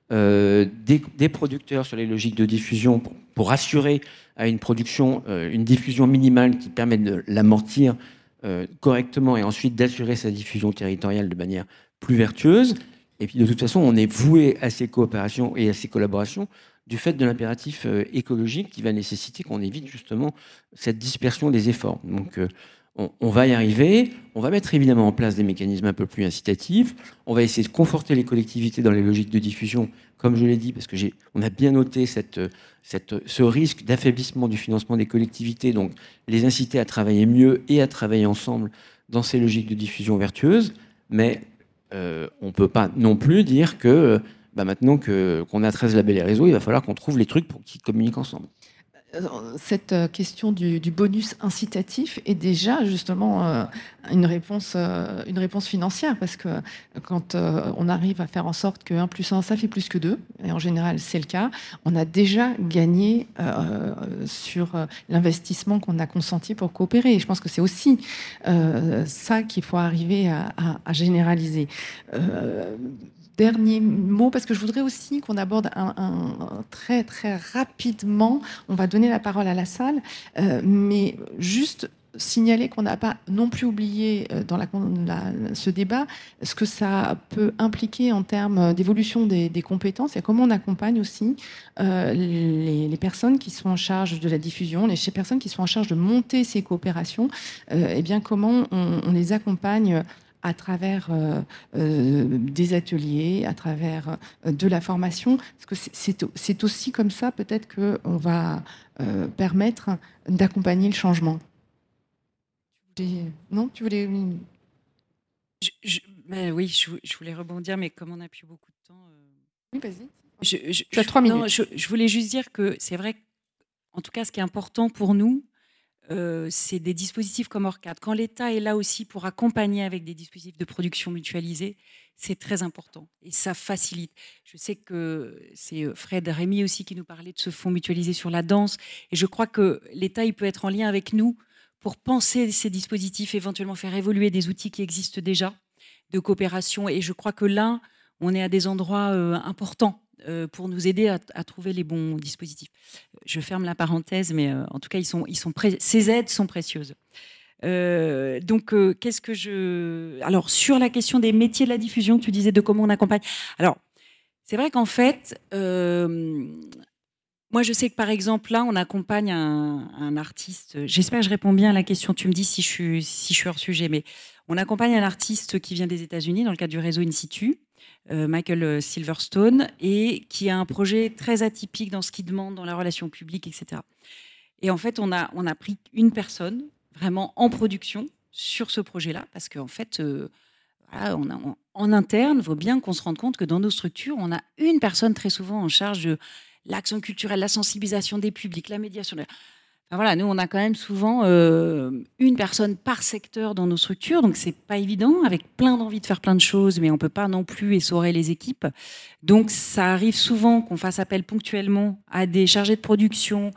des producteurs sur les logiques de diffusion pour assurer à une production une diffusion minimale qui permet de l'amortir correctement et ensuite d'assurer sa diffusion territoriale de manière plus vertueuse. Et puis de toute façon, on est voué à ces coopérations et à ces collaborations du fait de l'impératif écologique qui va nécessiter qu'on évite justement cette dispersion des efforts. Donc on va y arriver, on va mettre évidemment en place des mécanismes un peu plus incitatifs, on va essayer de conforter les collectivités dans les logiques de diffusion, comme je l'ai dit, parce qu'on a bien noté ce risque d'affaiblissement du financement des collectivités, donc les inciter à travailler mieux et à travailler ensemble dans ces logiques de diffusion vertueuses, mais on ne peut pas non plus dire que maintenant qu'on a 13 labels et réseaux, il va falloir qu'on trouve les trucs pour qu'ils communiquent ensemble. Cette question du bonus incitatif est déjà justement une réponse financière, parce que quand on arrive à faire en sorte que 1 + 1, ça fait plus que 2, et en général c'est le cas, on a déjà gagné sur l'investissement qu'on a consenti pour coopérer. Et je pense que c'est aussi ça qu'il faut arriver à généraliser. Dernier mot, parce que je voudrais aussi qu'on aborde très très rapidement, on va donner la parole à la salle, mais juste signaler qu'on n'a pas non plus oublié dans ce débat ce que ça peut impliquer en termes d'évolution des compétences et comment on accompagne aussi les personnes qui sont en charge de la diffusion, les personnes qui sont en charge de monter ces coopérations, et bien comment on les accompagne à travers des ateliers, à travers de la formation, parce que c'est aussi comme ça peut-être qu'on va permettre d'accompagner le changement. Non, tu voulais... Oui, je voulais rebondir, mais comme on n'a plus beaucoup de temps... Oui, vas-y. Tu as 3 minutes. Non, je voulais juste dire que c'est vrai, en tout cas, ce qui est important pour nous, c'est des dispositifs comme ORCAD. Quand l'État est là aussi pour accompagner avec des dispositifs de production mutualisés, c'est très important et ça facilite. Je sais que c'est Fred Rémy aussi qui nous parlait de ce fonds mutualisé sur la danse, et je crois que l'État il peut être en lien avec nous pour penser ces dispositifs, éventuellement faire évoluer des outils qui existent déjà de coopération, et je crois que là, on est à des endroits importants pour nous aider à trouver les bons dispositifs. Je ferme la parenthèse, mais en tout cas, ces aides sont précieuses. Donc, qu'est-ce que je... Alors, sur la question des métiers de la diffusion, tu disais de comment on accompagne. Alors, c'est vrai qu'en fait, moi, je sais que par exemple, là, on accompagne un artiste. J'espère que je réponds bien à la question. Tu me dis si je suis hors sujet, mais on accompagne un artiste qui vient des États-Unis dans le cadre du réseau In Situ, Michael Silverstone, et qui a un projet très atypique dans ce qu'il demande, dans la relation publique, etc. Et en fait, on a pris une personne vraiment en production sur ce projet-là, parce qu'en fait, voilà, en interne, il faut bien qu'on se rende compte que dans nos structures, on a une personne très souvent en charge de l'action culturelle, la sensibilisation des publics, la médiation. Enfin, voilà, nous, on a quand même souvent une personne par secteur dans nos structures, donc c'est pas évident, avec plein d'envie de faire plein de choses, mais on peut pas non plus essorer les équipes. Donc ça arrive souvent qu'on fasse appel ponctuellement à des chargés de production,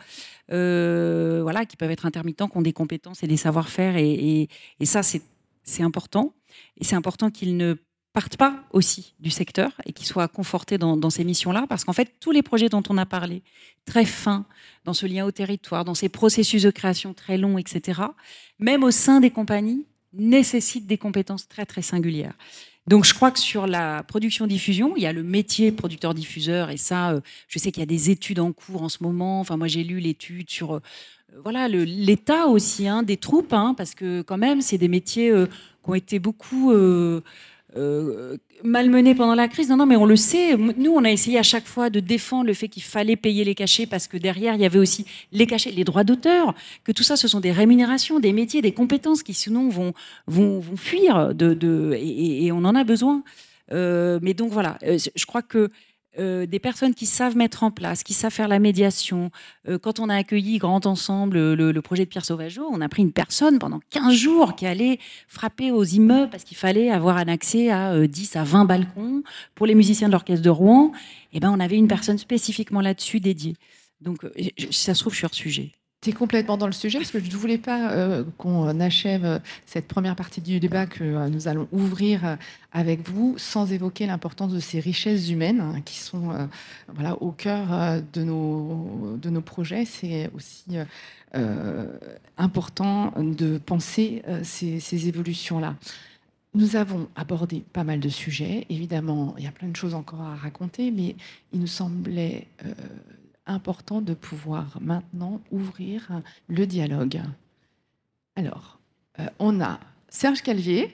voilà, qui peuvent être intermittents, qui ont des compétences et des savoir-faire. Et ça, c'est important. Et c'est important qu'ils ne partent pas aussi du secteur et qu'ils soient confortés dans ces missions-là. Parce qu'en fait, tous les projets dont on a parlé, très fins, dans ce lien au territoire, dans ces processus de création très longs, etc., même au sein des compagnies, nécessitent des compétences très, très singulières. Donc, je crois que sur la production-diffusion, il y a le métier producteur-diffuseur, et ça, je sais qu'il y a des études en cours en ce moment. Enfin, moi, j'ai lu l'étude sur voilà, l'état aussi des troupes, parce que quand même, c'est des métiers qui ont été beaucoup malmenés pendant la crise. Non, mais on le sait. Nous, on a essayé à chaque fois de défendre le fait qu'il fallait payer les cachets parce que derrière, il y avait aussi les cachets, les droits d'auteur, que tout ça, ce sont des rémunérations, des métiers, des compétences qui sinon vont fuir et on en a besoin. Mais donc voilà, je crois que des personnes qui savent mettre en place, qui savent faire la médiation. Quand on a accueilli Grand Ensemble, le projet de Pierre Sauvageau, on a pris une personne pendant 15 jours qui allait frapper aux immeubles parce qu'il fallait avoir un accès à 10 à 20 balcons. Pour les musiciens de l'Orchestre de Rouen, on avait une personne spécifiquement là-dessus dédiée. Donc, si ça se trouve, je suis hors sujet. Tu es complètement dans le sujet parce que je ne voulais pas qu'on achève cette première partie du débat que nous allons ouvrir avec vous sans évoquer l'importance de ces richesses humaines qui sont au cœur de nos projets. C'est aussi important de penser ces évolutions-là. Nous avons abordé pas mal de sujets. Évidemment, il y a plein de choses encore à raconter, mais il nous semblait important de pouvoir maintenant ouvrir le dialogue. Alors, on a Serge Calvier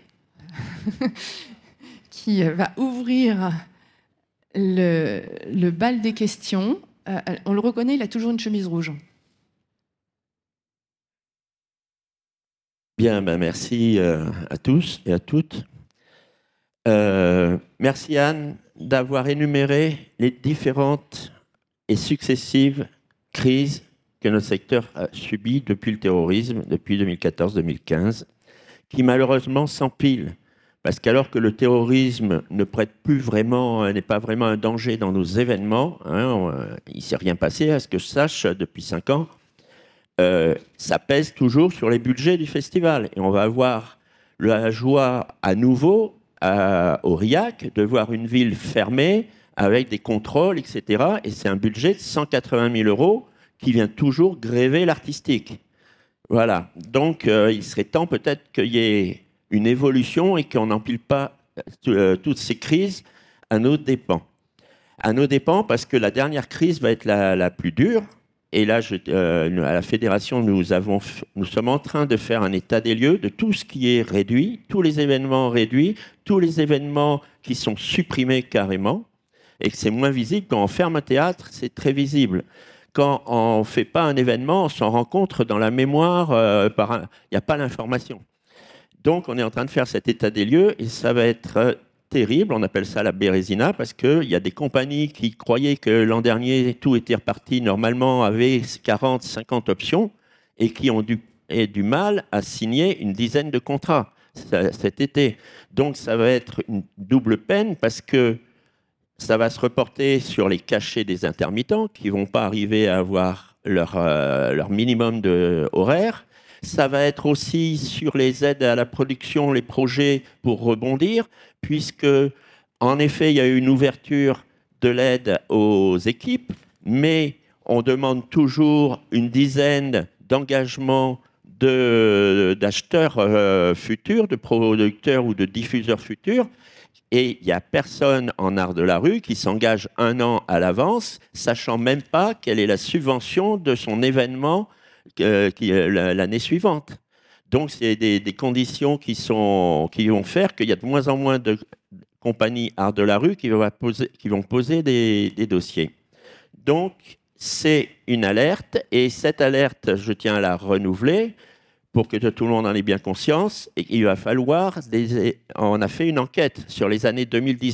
qui va ouvrir le bal des questions. On le reconnaît, il a toujours une chemise rouge. Bien, merci à tous et à toutes. Merci Anne d'avoir énuméré les différentes et successives crises que notre secteur a subies depuis le terrorisme, depuis 2014-2015, qui malheureusement s'empilent. Parce qu'alors que le terrorisme ne prête plus vraiment, n'est pas vraiment un danger dans nos événements, il ne s'est rien passé, à ce que je sache, depuis 5 ans, ça pèse toujours sur les budgets du festival. Et on va avoir la joie à nouveau, à Aurillac, de voir une ville fermée, avec des contrôles, etc. Et c'est un budget de 180 000 € qui vient toujours gréver l'artistique. Voilà. Donc, il serait temps peut-être qu'il y ait une évolution et qu'on n'empile pas toutes ces crises à nos dépens. À nos dépens parce que la dernière crise va être la plus dure. Et là, à la Fédération, nous sommes en train de faire un état des lieux de tout ce qui est réduit, tous les événements réduits, tous les événements qui sont supprimés carrément. Et que c'est moins visible. Quand on ferme un théâtre, c'est très visible. Quand on ne fait pas un événement, on s'en rend compte dans la mémoire, il n'y a pas l'information. Donc, on est en train de faire cet état des lieux et ça va être terrible. On appelle ça la Bérésina parce qu'il y a des compagnies qui croyaient que l'an dernier, tout était reparti normalement, avaient 40, 50 options et qui ont du mal à signer une dizaine de contrats cet été. Donc, ça va être une double peine parce que ça va se reporter sur les cachets des intermittents qui ne vont pas arriver à avoir leur minimum horaire. Ça va être aussi sur les aides à la production, les projets pour rebondir, puisque, en effet, il y a eu une ouverture de l'aide aux équipes, mais on demande toujours une dizaine d'engagements d'acheteurs futurs, de producteurs ou de diffuseurs futurs. Et il n'y a personne en art de la rue qui s'engage 1 an à l'avance, sachant même pas quelle est la subvention de son événement l'année suivante. Donc, c'est des conditions qui vont faire qu'il y a de moins en moins de compagnies art de la rue qui vont poser des dossiers. Donc, c'est une alerte. Et cette alerte, je tiens à la renouveler pour que tout le monde en ait bien conscience, et il va falloir... On a fait une enquête sur les années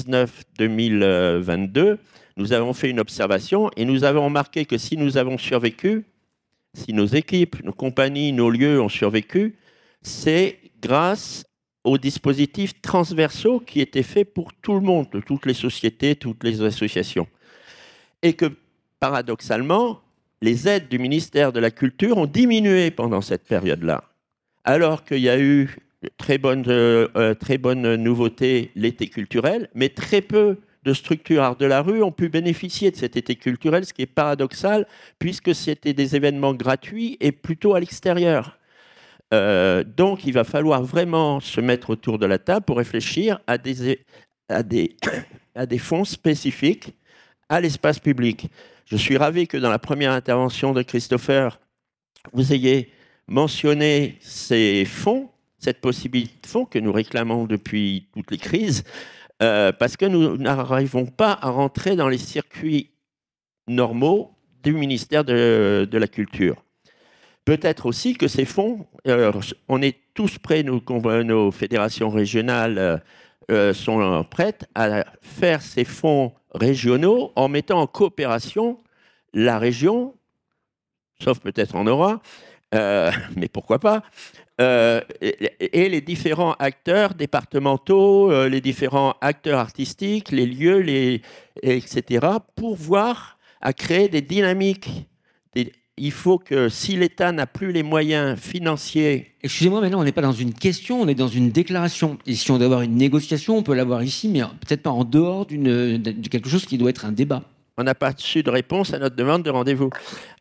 2019-2022. Nous avons fait une observation et nous avons remarqué que si nous avons survécu, si nos équipes, nos compagnies, nos lieux ont survécu, c'est grâce aux dispositifs transversaux qui étaient faits pour tout le monde, de toutes les sociétés, toutes les associations. Et que, paradoxalement, les aides du ministère de la Culture ont diminué pendant cette période-là, alors qu'il y a eu très bonne nouveauté, l'été culturel, mais très peu de structures art de la rue ont pu bénéficier de cet été culturel, ce qui est paradoxal, puisque c'était des événements gratuits et plutôt à l'extérieur. Donc, il va falloir vraiment se mettre autour de la table pour réfléchir à des fonds spécifiques à l'espace public. Je suis ravi que dans la première intervention de Christopher, vous ayez mentionné ces fonds, cette possibilité de fonds que nous réclamons depuis toutes les crises, parce que nous n'arrivons pas à rentrer dans les circuits normaux du ministère de la Culture. Peut-être aussi que ces fonds, on est tous prêts, nos fédérations régionales sont prêtes à faire ces fonds régionaux en mettant en coopération la région, sauf peut-être en aura, mais pourquoi pas, et les différents acteurs départementaux, les différents acteurs artistiques, les lieux, etc., pour voir à créer des dynamiques. Il faut que si l'État n'a plus les moyens financiers... Excusez-moi, mais là, on n'est pas dans une question, on est dans une déclaration. Et si on doit avoir une négociation, on peut l'avoir ici, mais peut-être pas en dehors de quelque chose qui doit être un débat. On n'a pas reçu de réponse à notre demande de rendez-vous.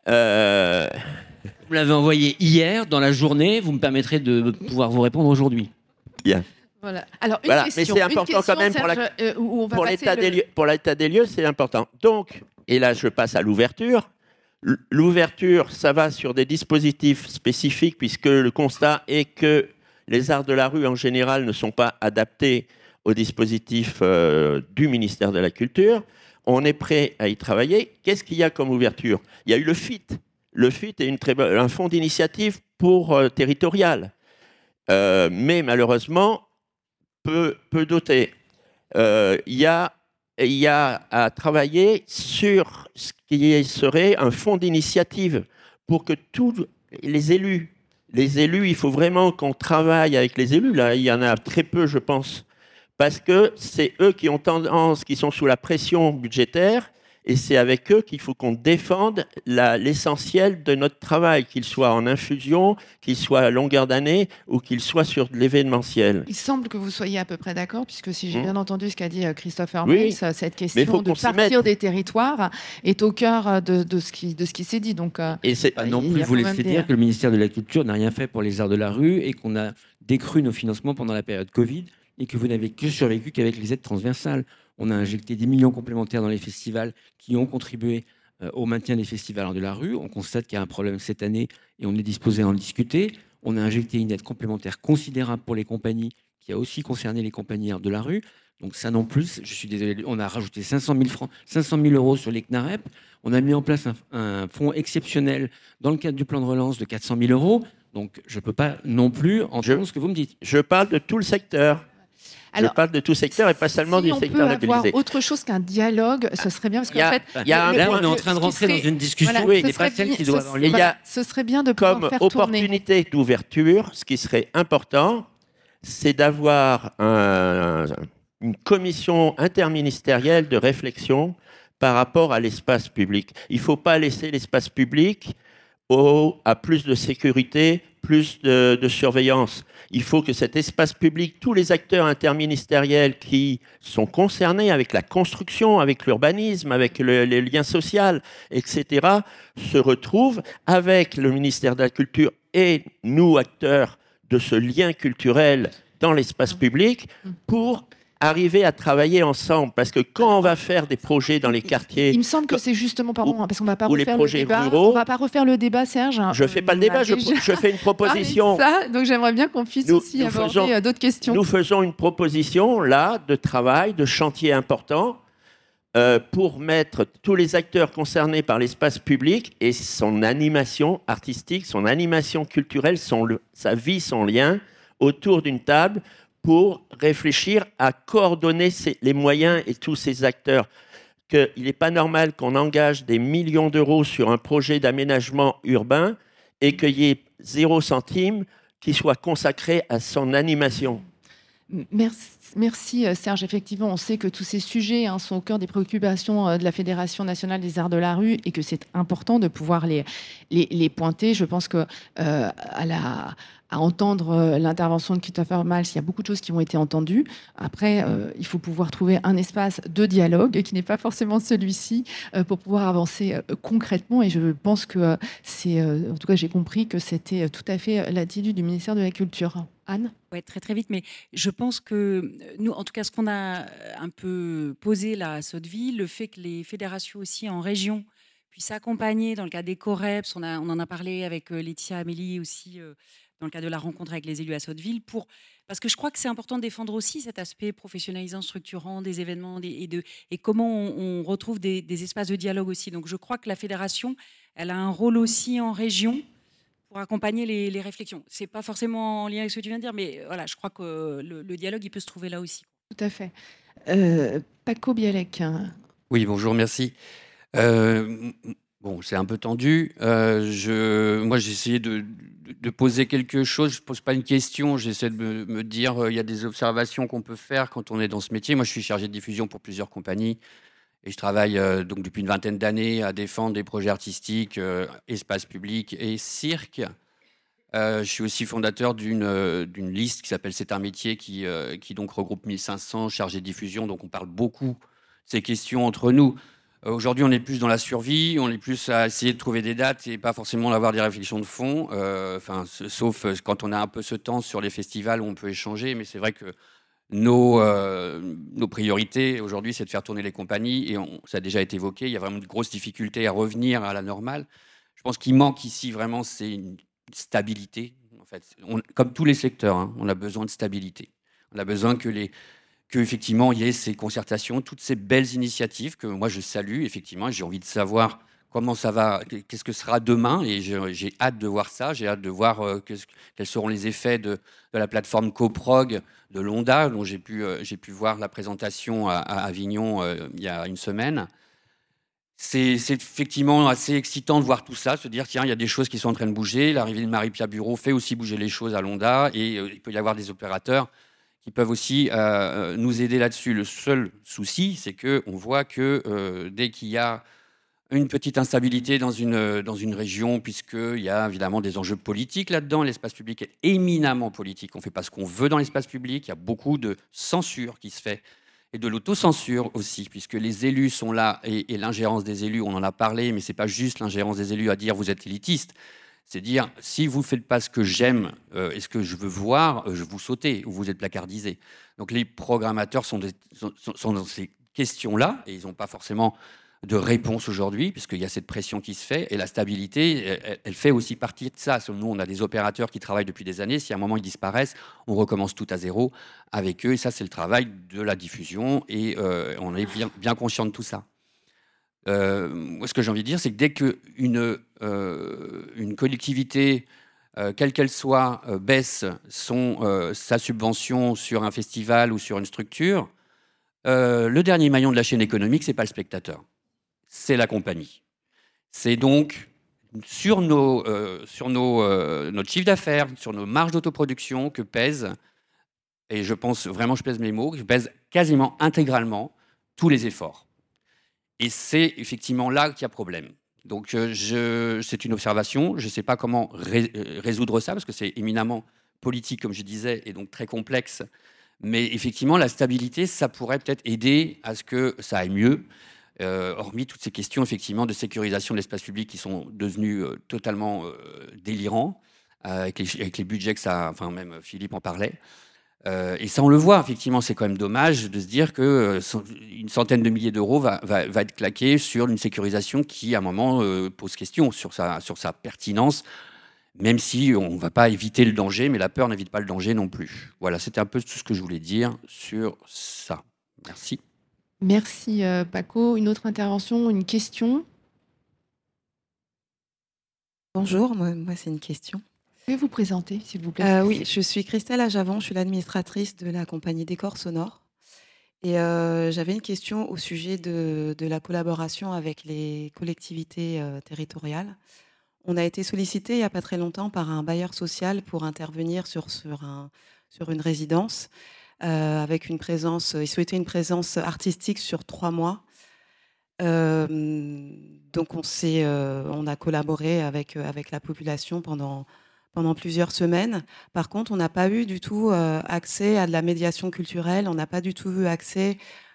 Vous l'avez envoyé hier, dans la journée, vous me permettrez de pouvoir vous répondre aujourd'hui. Bien. Voilà. Alors, Mais c'est important quand même pour l'état des lieux, c'est important. Donc, et là, je passe à l'ouverture. L'ouverture, ça va sur des dispositifs spécifiques, puisque le constat est que les arts de la rue, en général, ne sont pas adaptés aux dispositifs du ministère de la Culture. On est prêt à y travailler. Qu'est-ce qu'il y a comme ouverture ? Il y a eu le FIT. Le FIT est un fonds d'initiative territorial, mais malheureusement, peu doté. Il y a à travailler sur ce qui serait un fonds d'initiative pour que tous les élus, il faut vraiment qu'on travaille avec les élus. Là, il y en a très peu, je pense, parce que c'est eux qui sont sous la pression budgétaire, et c'est avec eux qu'il faut qu'on défende l'essentiel de notre travail, qu'il soit en infusion, qu'il soit à longueur d'année ou qu'il soit sur de l'événementiel. Il semble que vous soyez à peu près d'accord, puisque si j'ai bien entendu ce qu'a dit Christopher Oui. Mills, cette question de partir des territoires est au cœur de ce qui s'est dit. Donc, et c'est pas non plus vous laisser dire que le ministère de la Culture n'a rien fait pour les arts de la rue et qu'on a décru nos financements pendant la période Covid et que vous n'avez que survécu qu'avec les aides transversales. On a injecté 10 millions complémentaires dans les festivals qui ont contribué au maintien des festivals arts de la rue. On constate qu'il y a un problème cette année et on est disposé à en discuter. On a injecté une aide complémentaire considérable pour les compagnies qui a aussi concerné les compagnies arts de la rue. Donc ça non plus, je suis désolé, on a rajouté 500 000 euros sur les CNAREP. On a mis en place un fonds exceptionnel dans le cadre du plan de relance de 400 000 euros. Donc je ne peux pas non plus entendre ce que vous me dites. Je parle de tout le secteur. Alors, je parle de tout secteur et pas seulement du secteur labellisé. Si on peut avoir autre chose qu'un dialogue, ce serait bien, parce qu'en fait... Là, on est en train de rentrer dans une discussion qui n'est pas celle qui doit avoir lieu. Ce serait bien de pouvoir faire tourner. Comme opportunité d'ouverture, ce qui serait important, c'est d'avoir une commission interministérielle de réflexion par rapport à l'espace public. Il ne faut pas laisser l'espace public à plus de sécurité, plus de surveillance. Il faut que cet espace public, tous les acteurs interministériels qui sont concernés avec la construction, avec l'urbanisme, avec les liens sociaux, etc., se retrouvent avec le ministère de la Culture et nous, acteurs de ce lien culturel dans l'espace public, pour arriver à travailler ensemble, parce que quand on va faire des projets dans les quartiers... Il me semble que c'est justement, pardon, parce qu'on ne va pas refaire le débat. Ruraux, on ne va pas refaire le débat, Serge. Je ne fais pas le débat, je fais une proposition. Ça, donc j'aimerais bien qu'on puisse aussi aborder d'autres questions. Nous faisons une proposition, là, de travail, de chantier important, pour mettre tous les acteurs concernés par l'espace public et son animation artistique, son animation culturelle, sa vie, son lien, autour d'une table, pour réfléchir à coordonner les moyens et tous ces acteurs. Il n'est pas normal qu'on engage des millions d'euros sur un projet d'aménagement urbain et qu'il y ait 0 centime qui soit consacré à son animation. Merci, Serge. Effectivement, on sait que tous ces sujets sont au cœur des préoccupations de la Fédération nationale des arts de la rue et que c'est important de pouvoir les pointer. Je pense que à entendre l'intervention de Christopher Miles, il y a beaucoup de choses qui ont été entendues. Après, il faut pouvoir trouver un espace de dialogue qui n'est pas forcément celui-ci pour pouvoir avancer concrètement. Et je pense que en tout cas, j'ai compris que c'était tout à fait l'attitude du ministère de la Culture. Anne ? Ouais, très très vite, mais je pense que nous, en tout cas, ce qu'on a un peu posé là à Sotteville, le fait que les fédérations aussi en région puissent accompagner dans le cadre des COREPS, on en a parlé avec Laetitia Amélie aussi dans le cadre de la rencontre avec les élus à Sotteville, parce que je crois que c'est important de défendre aussi cet aspect professionnalisant, structurant des événements et comment on retrouve des espaces de dialogue aussi. Donc je crois que la fédération, elle a un rôle aussi en région pour accompagner les réflexions. C'est pas forcément en lien avec ce que tu viens de dire, mais voilà, je crois que le dialogue, il peut se trouver là aussi. Tout à fait. Paco Bialek. Oui, bonjour, merci. Bon, c'est un peu tendu. Moi, j'ai essayé de poser quelque chose. Je ne pose pas une question. J'essaie de me dire, il y a des observations qu'on peut faire quand on est dans ce métier. Moi, je suis chargé de diffusion pour plusieurs compagnies. Et je travaille donc depuis une vingtaine d'années à défendre des projets artistiques, espaces publics et cirque. Je suis aussi fondateur d'une liste qui s'appelle C'est un métier qui donc regroupe 1500 chargés de diffusion. Donc on parle beaucoup de ces questions entre nous. Aujourd'hui, on est plus dans la survie, on est plus à essayer de trouver des dates et pas forcément d'avoir des réflexions de fond. Sauf quand on a un peu ce temps sur les festivals où on peut échanger. Mais c'est vrai que nos priorités aujourd'hui, c'est de faire tourner les compagnies et ça a déjà été évoqué. Il y a vraiment de grosses difficultés à revenir à la normale. Je pense qu'il manque ici vraiment, c'est une stabilité. En fait, comme tous les secteurs, on a besoin de stabilité. On a besoin qu'effectivement, il y ait ces concertations, toutes ces belles initiatives que moi je salue. Effectivement, j'ai envie de savoir comment ça va, qu'est-ce que sera demain, et j'ai hâte de voir ça. J'ai hâte de voir quels seront les effets de la plateforme Coprog de l'ONDA, dont j'ai pu voir la présentation à Avignon il y a une semaine. C'est effectivement assez excitant de voir tout ça, se dire tiens, il y a des choses qui sont en train de bouger. L'arrivée de Marie-Pia Bureau fait aussi bouger les choses à l'ONDA, et il peut y avoir des opérateurs qui peuvent aussi nous aider là-dessus. Le seul souci, c'est qu'on voit que dès qu'il y a une petite instabilité dans une région, puisqu'il y a évidemment des enjeux politiques là-dedans. L'espace public est éminemment politique. On ne fait pas ce qu'on veut dans l'espace public. Il y a beaucoup de censure qui se fait et de l'autocensure aussi, puisque les élus sont là et l'ingérence des élus, on en a parlé, mais ce n'est pas juste l'ingérence des élus à dire vous êtes élitiste. C'est dire si vous ne faites pas ce que j'aime et ce que je veux voir, je vous sautez ou vous êtes placardisé. Donc les programmateurs sont dans ces questions-là et ils n'ont pas forcément de réponse aujourd'hui, puisqu'il y a cette pression qui se fait, et la stabilité, elle fait aussi partie de ça. Nous, on a des opérateurs qui travaillent depuis des années. Si à un moment ils disparaissent, on recommence tout à zéro avec eux, et ça, c'est le travail de la diffusion, et on est bien conscient de tout ça. Moi, ce que j'ai envie de dire, c'est que dès qu'une collectivité, quelle qu'elle soit, baisse sa subvention sur un festival ou sur une structure, le dernier maillon de la chaîne économique, c'est pas le spectateur, c'est la compagnie. C'est donc sur notre chiffre d'affaires, sur nos marges d'autoproduction que pèse, et je pense vraiment, je pèse mes mots, que pèse quasiment intégralement tous les efforts. Et c'est effectivement là qu'il y a problème. Donc c'est une observation, je ne sais pas comment résoudre ça, parce que c'est éminemment politique, comme je disais, et donc très complexe. Mais effectivement, la stabilité, ça pourrait peut-être aider à ce que ça aille mieux. Hormis toutes ces questions effectivement de sécurisation de l'espace public qui sont devenues totalement délirants avec les budgets que ça, enfin même Philippe en parlait. Et ça, on le voit effectivement, c'est quand même dommage de se dire que une centaine de milliers d'euros va être claqué sur une sécurisation qui, à un moment, pose question sur sa pertinence, même si on ne va pas éviter le danger, mais la peur n'évite pas le danger non plus. Voilà, c'était un peu tout ce que je voulais dire sur ça. Merci. Merci Paco. Une autre intervention, une question? Bonjour, moi c'est une question. Pouvez vous présenter, s'il vous plaît? Oui, je suis Christelle Ajavon, je suis l'administratrice de la compagnie Décor Sonore. Et j'avais une question au sujet de la collaboration avec les collectivités territoriales. On a été sollicité il n'y a pas très longtemps par un bailleur social pour intervenir sur une résidence. avec une présence. Ils souhaitaient une présence artistique sur 3 mois. Donc on a collaboré avec la population pendant plusieurs semaines. Par contre, on n'a pas eu du tout accès à de la médiation culturelle. On n'a pas du tout eu accès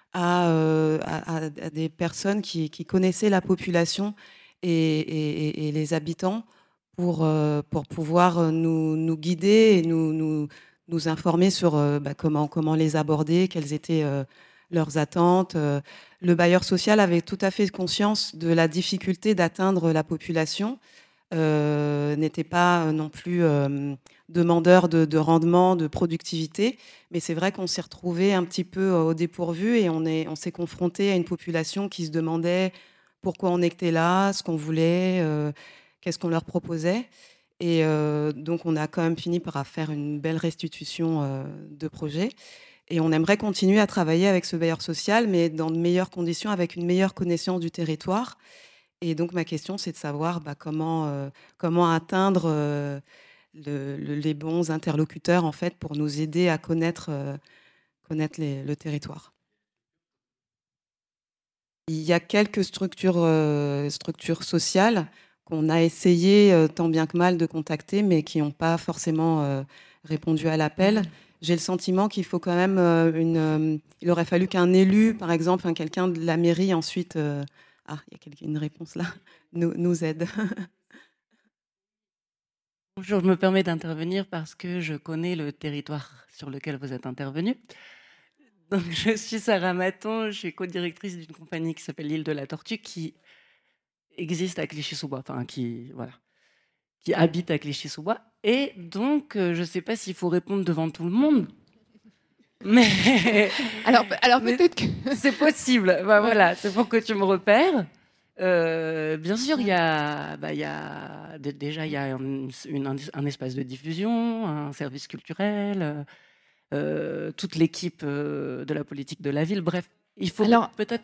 à des personnes qui connaissaient la population et les habitants pour pouvoir nous guider et nous informer sur comment les aborder, quelles étaient leurs attentes. Le bailleur social avait tout à fait conscience de la difficulté d'atteindre la population, n'était pas non plus demandeur de rendement, de productivité, mais c'est vrai qu'on s'est retrouvé un petit peu au dépourvu et on s'est confronté à une population qui se demandait pourquoi on était là, ce qu'on voulait, qu'est-ce qu'on leur proposait. Et donc on a quand même fini par faire une belle restitution de projet. Et on aimerait continuer à travailler avec ce bailleur social, mais dans de meilleures conditions, avec une meilleure connaissance du territoire. Et donc ma question, c'est de savoir comment atteindre les bons interlocuteurs en fait, pour nous aider à connaître le territoire. Il y a quelques structures sociales qu'on a essayé tant bien que mal de contacter, mais qui n'ont pas forcément répondu à l'appel. J'ai le sentiment qu'il faut quand même il aurait fallu qu'un élu, par exemple, quelqu'un de la mairie ensuite, il y a une réponse là, nous aide. Bonjour, je me permets d'intervenir parce que je connais le territoire sur lequel vous êtes intervenu. Donc, je suis Sarah Maton, je suis co-directrice d'une compagnie qui s'appelle l'Île de la Tortue, qui existe à Clichy-sous-Bois, qui habite à Clichy-sous-Bois. Et donc, je ne sais pas s'il faut répondre devant tout le monde, mais alors peut-être que c'est possible. Voilà, c'est pour que tu me repères. Bien sûr, il y a un espace de diffusion, un service culturel, toute l'équipe de la politique de la ville. Bref, il faut peut-être...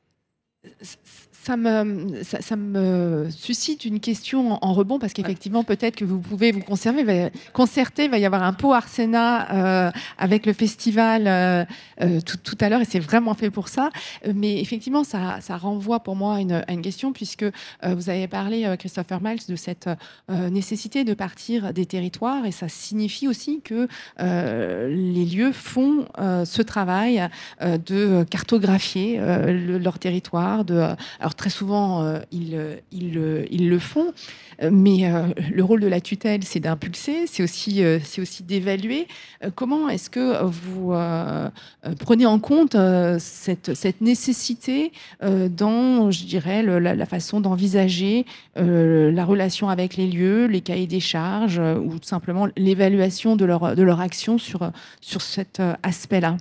Ça me suscite une question en rebond, parce qu'effectivement, peut-être que vous pouvez vous concerter. Il va y avoir un pot Arsena avec le festival tout à l'heure, et c'est vraiment fait pour ça. Mais effectivement, ça renvoie pour moi à une question, puisque vous avez parlé, Christopher Miles, de cette nécessité de partir des territoires, et ça signifie aussi que les lieux font ce travail de cartographier leur territoire. Alors très souvent, ils le font, mais le rôle de la tutelle, c'est d'impulser, c'est aussi d'évaluer. Comment est-ce que vous prenez en compte cette nécessité dans, je dirais, la façon d'envisager la relation avec les lieux, les cahiers des charges, ou tout simplement l'évaluation de leur action sur cet aspect-là?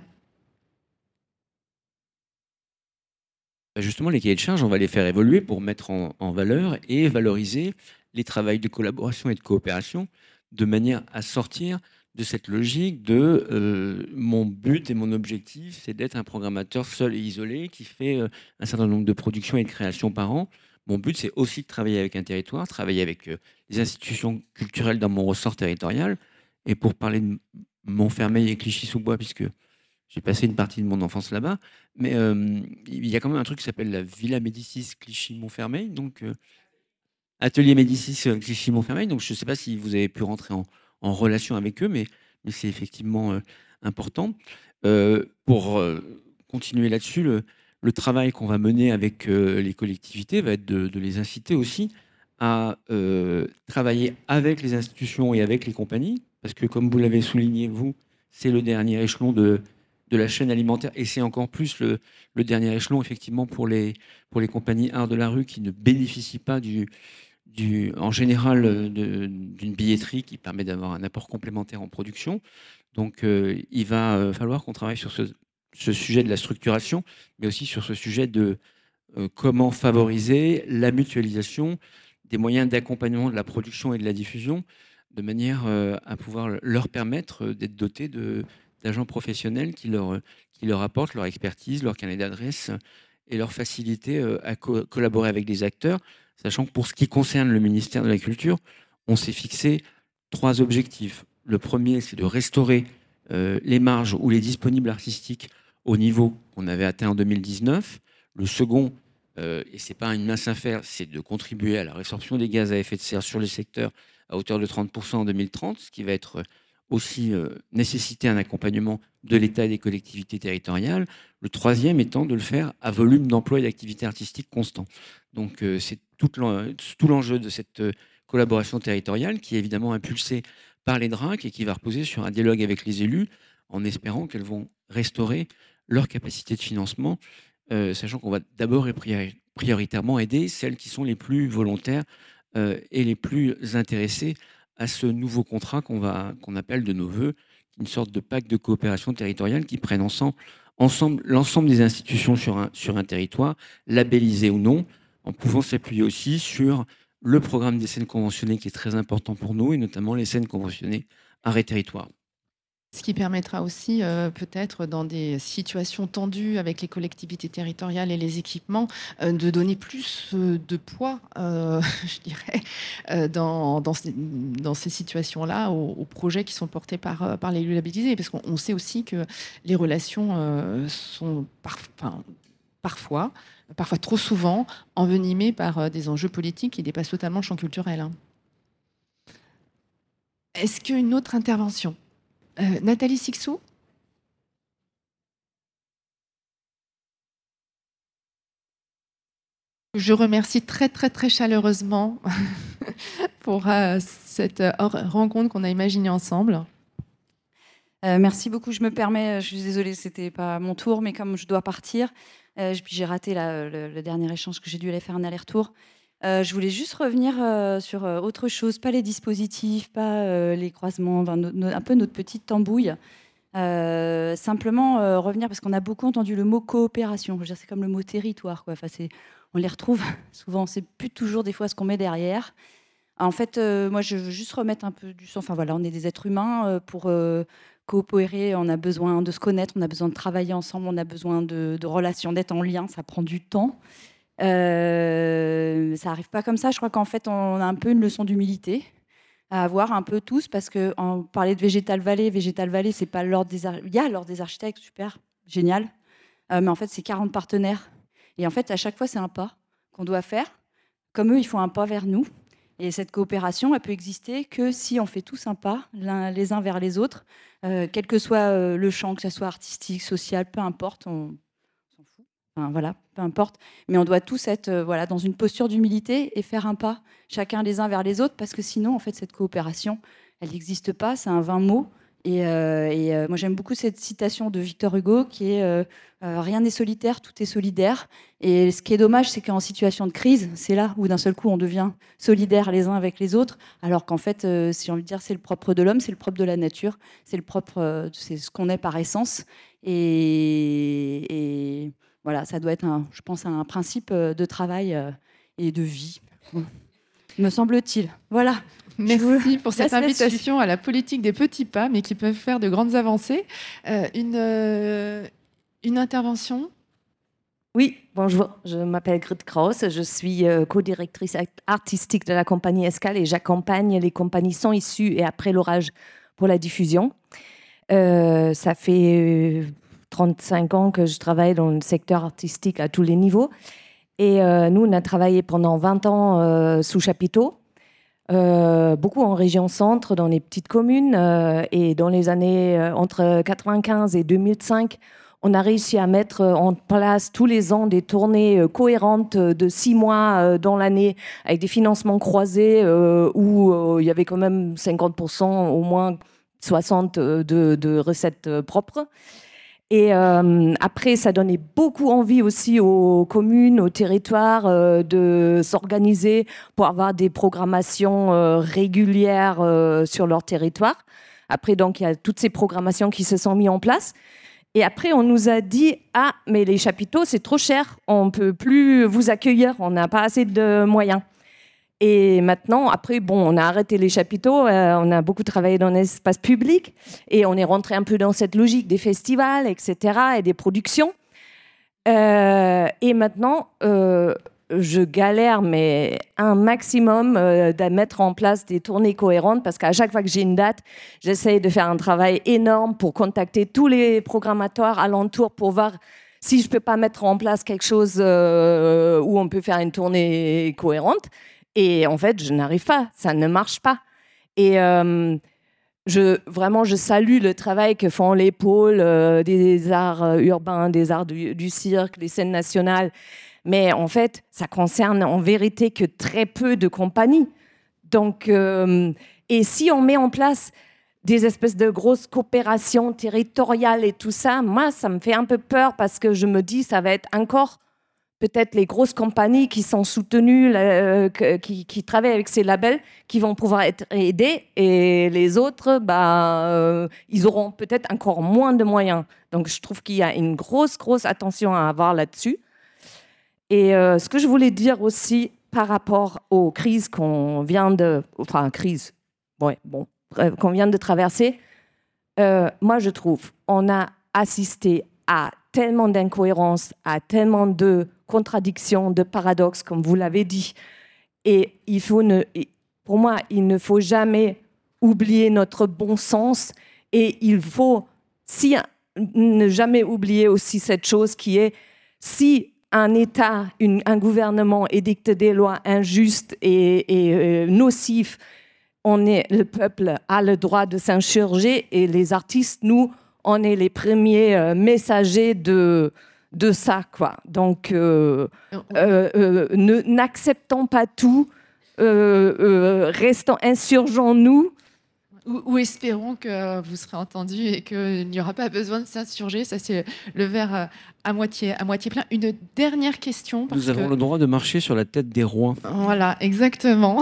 Justement, les cahiers de charges, on va les faire évoluer pour mettre en valeur et valoriser les travaux de collaboration et de coopération, de manière à sortir de cette logique de mon but et mon objectif, c'est d'être un programmateur seul et isolé qui fait un certain nombre de productions et de créations par an. Mon but, c'est aussi de travailler avec un territoire, travailler avec les institutions culturelles dans mon ressort territorial. Et pour parler de Montfermeil et Clichy-sous-Bois, puisque j'ai passé une partie de mon enfance là-bas, mais il y a quand même un truc qui s'appelle la Villa Médicis Clichy-Montfermeil, donc Atelier Médicis Clichy-Montfermeil. Donc je ne sais pas si vous avez pu rentrer en relation avec eux, mais c'est effectivement important. Pour continuer là-dessus, le travail qu'on va mener avec les collectivités va être de les inciter aussi à travailler avec les institutions et avec les compagnies, parce que comme vous l'avez souligné, vous, c'est le dernier échelon de la chaîne alimentaire, et c'est encore plus le dernier échelon effectivement pour les compagnies art de la rue qui ne bénéficient pas en général d'une billetterie qui permet d'avoir un apport complémentaire en production. Donc il va falloir qu'on travaille sur ce sujet de la structuration, mais aussi sur ce sujet de comment favoriser la mutualisation des moyens d'accompagnement de la production et de la diffusion, de manière à pouvoir leur permettre d'être dotés d'agents professionnels qui leur apportent leur expertise, leur carnet d'adresse et leur facilité à collaborer avec des acteurs, sachant que pour ce qui concerne le ministère de la Culture, on s'est fixé 3 objectifs. Le premier, c'est de restaurer les marges ou les disponibles artistiques au niveau qu'on avait atteint en 2019. Le second, et ce n'est pas une mince affaire, c'est de contribuer à la résorption des gaz à effet de serre sur les secteurs à hauteur de 30% en 2030, ce qui va être aussi nécessiter un accompagnement de l'État et des collectivités territoriales. Le troisième étant de le faire à volume d'emploi et d'activité artistique constant. Donc c'est tout l'enjeu de cette collaboration territoriale qui est évidemment impulsée par les DRAC et qui va reposer sur un dialogue avec les élus en espérant qu'elles vont restaurer leur capacité de financement, sachant qu'on va d'abord et prioritairement aider celles qui sont les plus volontaires et les plus intéressées à ce nouveau contrat qu'on appelle de nos voeux une sorte de pacte de coopération territoriale qui prenne ensemble l'ensemble des institutions sur un territoire, labellisé ou non, en pouvant s'appuyer aussi sur le programme des scènes conventionnées qui est très important pour nous, et notamment les scènes conventionnées arrêt territoire. Ce qui permettra aussi, peut-être dans des situations tendues avec les collectivités territoriales et les équipements, de donner plus de poids, je dirais, dans ces situations-là, aux projets qui sont portés par l'élu labellisé. Parce qu'on sait aussi que les relations sont parfois trop souvent, envenimées par des enjeux politiques qui dépassent totalement le champ culturel. Hein. Est-ce qu'une autre intervention ? Nathalie Sixou ? Je remercie très, très, très chaleureusement pour cette rencontre qu'on a imaginée ensemble. Merci beaucoup. Je me permets, je suis désolée, c'était pas mon tour, mais comme je dois partir, j'ai raté le dernier échange que j'ai dû aller faire un aller-retour. Je voulais juste revenir sur autre chose, pas les dispositifs, pas les croisements, un peu notre petite tambouille. Simplement revenir, parce qu'on a beaucoup entendu le mot coopération. Je veux dire, c'est comme le mot territoire, quoi. Enfin, on les retrouve souvent, c'est plus toujours des fois ce qu'on met derrière. En fait, moi, je veux juste remettre un peu du sens. Enfin voilà, on est des êtres humains pour coopérer. On a besoin de se connaître, on a besoin de travailler ensemble, on a besoin de relations, d'être en lien. Ça prend du temps. Ça n'arrive pas comme ça. Je crois qu'en fait, on a un peu une leçon d'humilité à avoir un peu tous, parce qu'on parlait de Végétal Vallée. Végétal Vallée, c'est pas l'ordre des il y a l'ordre des architectes, super, génial. Mais en fait, c'est 40 partenaires. Et en fait, à chaque fois, c'est un pas qu'on doit faire. Comme eux, ils font un pas vers nous. Et cette coopération, elle peut exister que si on fait tous un pas, les uns vers les autres, quel que soit le champ, que ce soit artistique, social, peu importe, on s'en fout. Enfin, voilà, peu importe. Mais on doit tous être dans une posture d'humilité et faire un pas, chacun les uns vers les autres, parce que sinon, en fait, cette coopération, elle n'existe pas. C'est un vain mot. Et moi, j'aime beaucoup cette citation de Victor Hugo qui est rien n'est solitaire, tout est solidaire. Et ce qui est dommage, c'est qu'en situation de crise, c'est là où d'un seul coup, on devient solidaire les uns avec les autres, alors qu'en fait, si j'ai envie de dire, c'est le propre de l'homme, c'est le propre de la nature, c'est c'est ce qu'on est par essence. Et voilà, ça doit être, je pense, un principe de travail et de vie, me semble-t-il. Voilà. Merci pour cette invitation à la politique des petits pas, mais qui peuvent faire de grandes avancées. Une intervention ? Oui, bonjour, je m'appelle Grit Kraus, je suis co-directrice artistique de la compagnie Escale et j'accompagne les compagnies Sans Issue et Après l'orage pour la diffusion. Ça fait 35 ans que je travaille dans le secteur artistique à tous les niveaux. Et nous, on a travaillé pendant 20 ans sous chapiteau. Beaucoup en région centre, dans les petites communes, et dans les années entre 95 et 2005, on a réussi à mettre en place tous les ans des tournées cohérentes de 6 mois dans l'année, avec des financements croisés où il y avait quand même 50%, au moins 60% de recettes propres. Et après, ça donnait beaucoup envie aussi aux communes, aux territoires de s'organiser pour avoir des programmations régulières sur leur territoire. Après, donc, il y a toutes ces programmations qui se sont mises en place. Et après, on nous a dit « Ah, mais les chapiteaux, c'est trop cher, on ne peut plus vous accueillir, on n'a pas assez de moyens. » Et maintenant, après, on a arrêté les chapiteaux, on a beaucoup travaillé dans l'espace public et on est rentré un peu dans cette logique des festivals, etc., et des productions. Et maintenant, je galère, mais un maximum de mettre en place des tournées cohérentes parce qu'à chaque fois que j'ai une date, j'essaye de faire un travail énorme pour contacter tous les programmateurs alentours pour voir si je peux pas mettre en place quelque chose où on peut faire une tournée cohérente. Et en fait, je n'arrive pas, ça ne marche pas. Et je salue le travail que font les pôles des arts urbains, des arts du cirque, des scènes nationales. Mais en fait, ça concerne en vérité que très peu de compagnies. Donc, et si on met en place des espèces de grosses coopérations territoriales et tout ça, moi, ça me fait un peu peur parce que je me dis ça va être encore peut-être les grosses compagnies qui sont soutenues, qui travaillent avec ces labels, qui vont pouvoir être aidées, et les autres, ils auront peut-être encore moins de moyens. Donc, je trouve qu'il y a une grosse attention à avoir là-dessus. Et ce que je voulais dire aussi par rapport aux crises qu'on vient de traverser, moi, je trouve on a assisté à tellement d'incohérences, à tellement de contradictions, de paradoxes, comme vous l'avez dit. Et pour moi, il ne faut jamais oublier notre bon sens, et il faut ne jamais oublier aussi cette chose qui est, si un État, un gouvernement édicte des lois injustes et nocifs, le peuple a le droit de s'insurger, et les artistes, nous, on est les premiers messagers de ça, quoi. Donc, n'acceptons pas tout, restons, insurgeons-nous. Ou espérons que vous serez entendus et qu'il n'y aura pas besoin de s'insurger. Ça, c'est le verre à moitié plein. Une dernière question. Nous avons le droit de marcher sur la tête des rois. Voilà, exactement.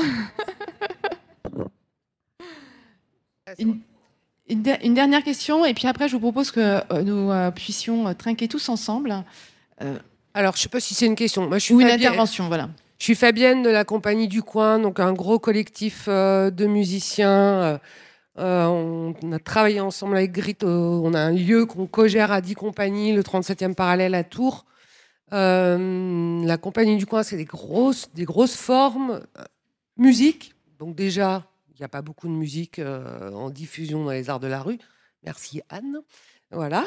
Une dernière question, et puis après, je vous propose que nous puissions trinquer tous ensemble. Alors, je ne sais pas si c'est une question. Moi, une intervention, voilà. Je suis Fabienne de la Compagnie du Coin, donc un gros collectif de musiciens. On a travaillé ensemble avec Grit. On a un lieu qu'on co-gère à 10 compagnies, le 37e parallèle à Tours. La Compagnie du Coin, c'est des grosses formes. Musique, donc déjà... Il n'y a pas beaucoup de musique en diffusion dans les arts de la rue. Merci Anne. Voilà.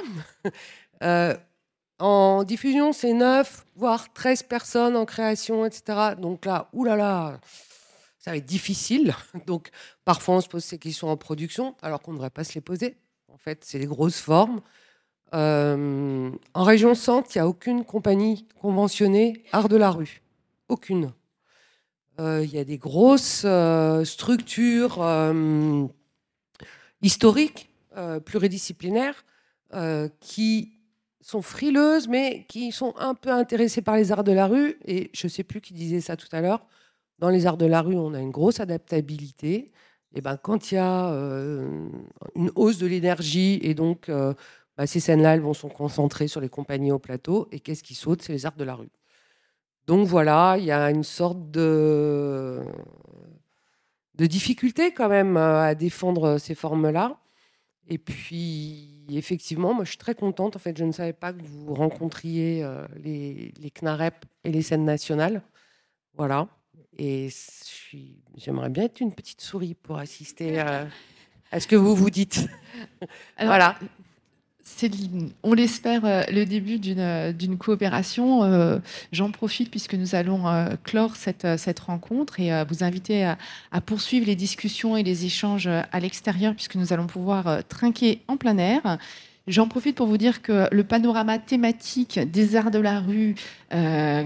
En diffusion, c'est 9, voire 13 personnes en création, etc. Donc là, oulala, ça va être difficile. Donc parfois, on se pose ces questions en production, alors qu'on ne devrait pas se les poser. En fait, c'est des grosses formes. En région Centre, il n'y a aucune compagnie conventionnée art de la rue. Aucune. Il y a des grosses structures historiques, pluridisciplinaires, qui sont frileuses, mais qui sont un peu intéressées par les arts de la rue. Et je ne sais plus qui disait ça tout à l'heure. Dans les arts de la rue, on a une grosse adaptabilité. Et quand il y a une hausse de l'énergie, et donc ces scènes-là, elles vont se concentrer sur les compagnies au plateau. Et qu'est-ce qui saute? C'est les arts de la rue. Donc voilà, il y a une sorte de difficulté quand même à défendre ces formes-là. Et puis, effectivement, moi je suis très contente. En fait, je ne savais pas que vous rencontriez les CNAREP et les scènes nationales. Voilà. Et j'aimerais bien être une petite souris pour assister à ce que vous vous dites. Alors, voilà. C'est, on l'espère, le début d'une coopération. J'en profite puisque nous allons clore cette rencontre et vous inviter à poursuivre les discussions et les échanges à l'extérieur, puisque nous allons pouvoir trinquer en plein air. J'en profite pour vous dire que le panorama thématique des arts de la rue a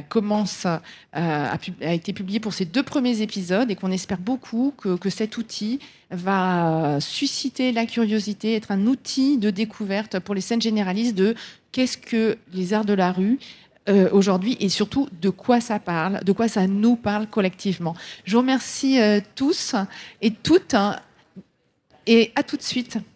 été publié pour ces 2 premiers épisodes, et qu'on espère beaucoup que cet outil va susciter la curiosité, être un outil de découverte pour les scènes généralistes de qu'est-ce que les arts de la rue aujourd'hui, et surtout de quoi ça parle, de quoi ça nous parle collectivement. Je vous remercie tous et toutes, et à tout de suite.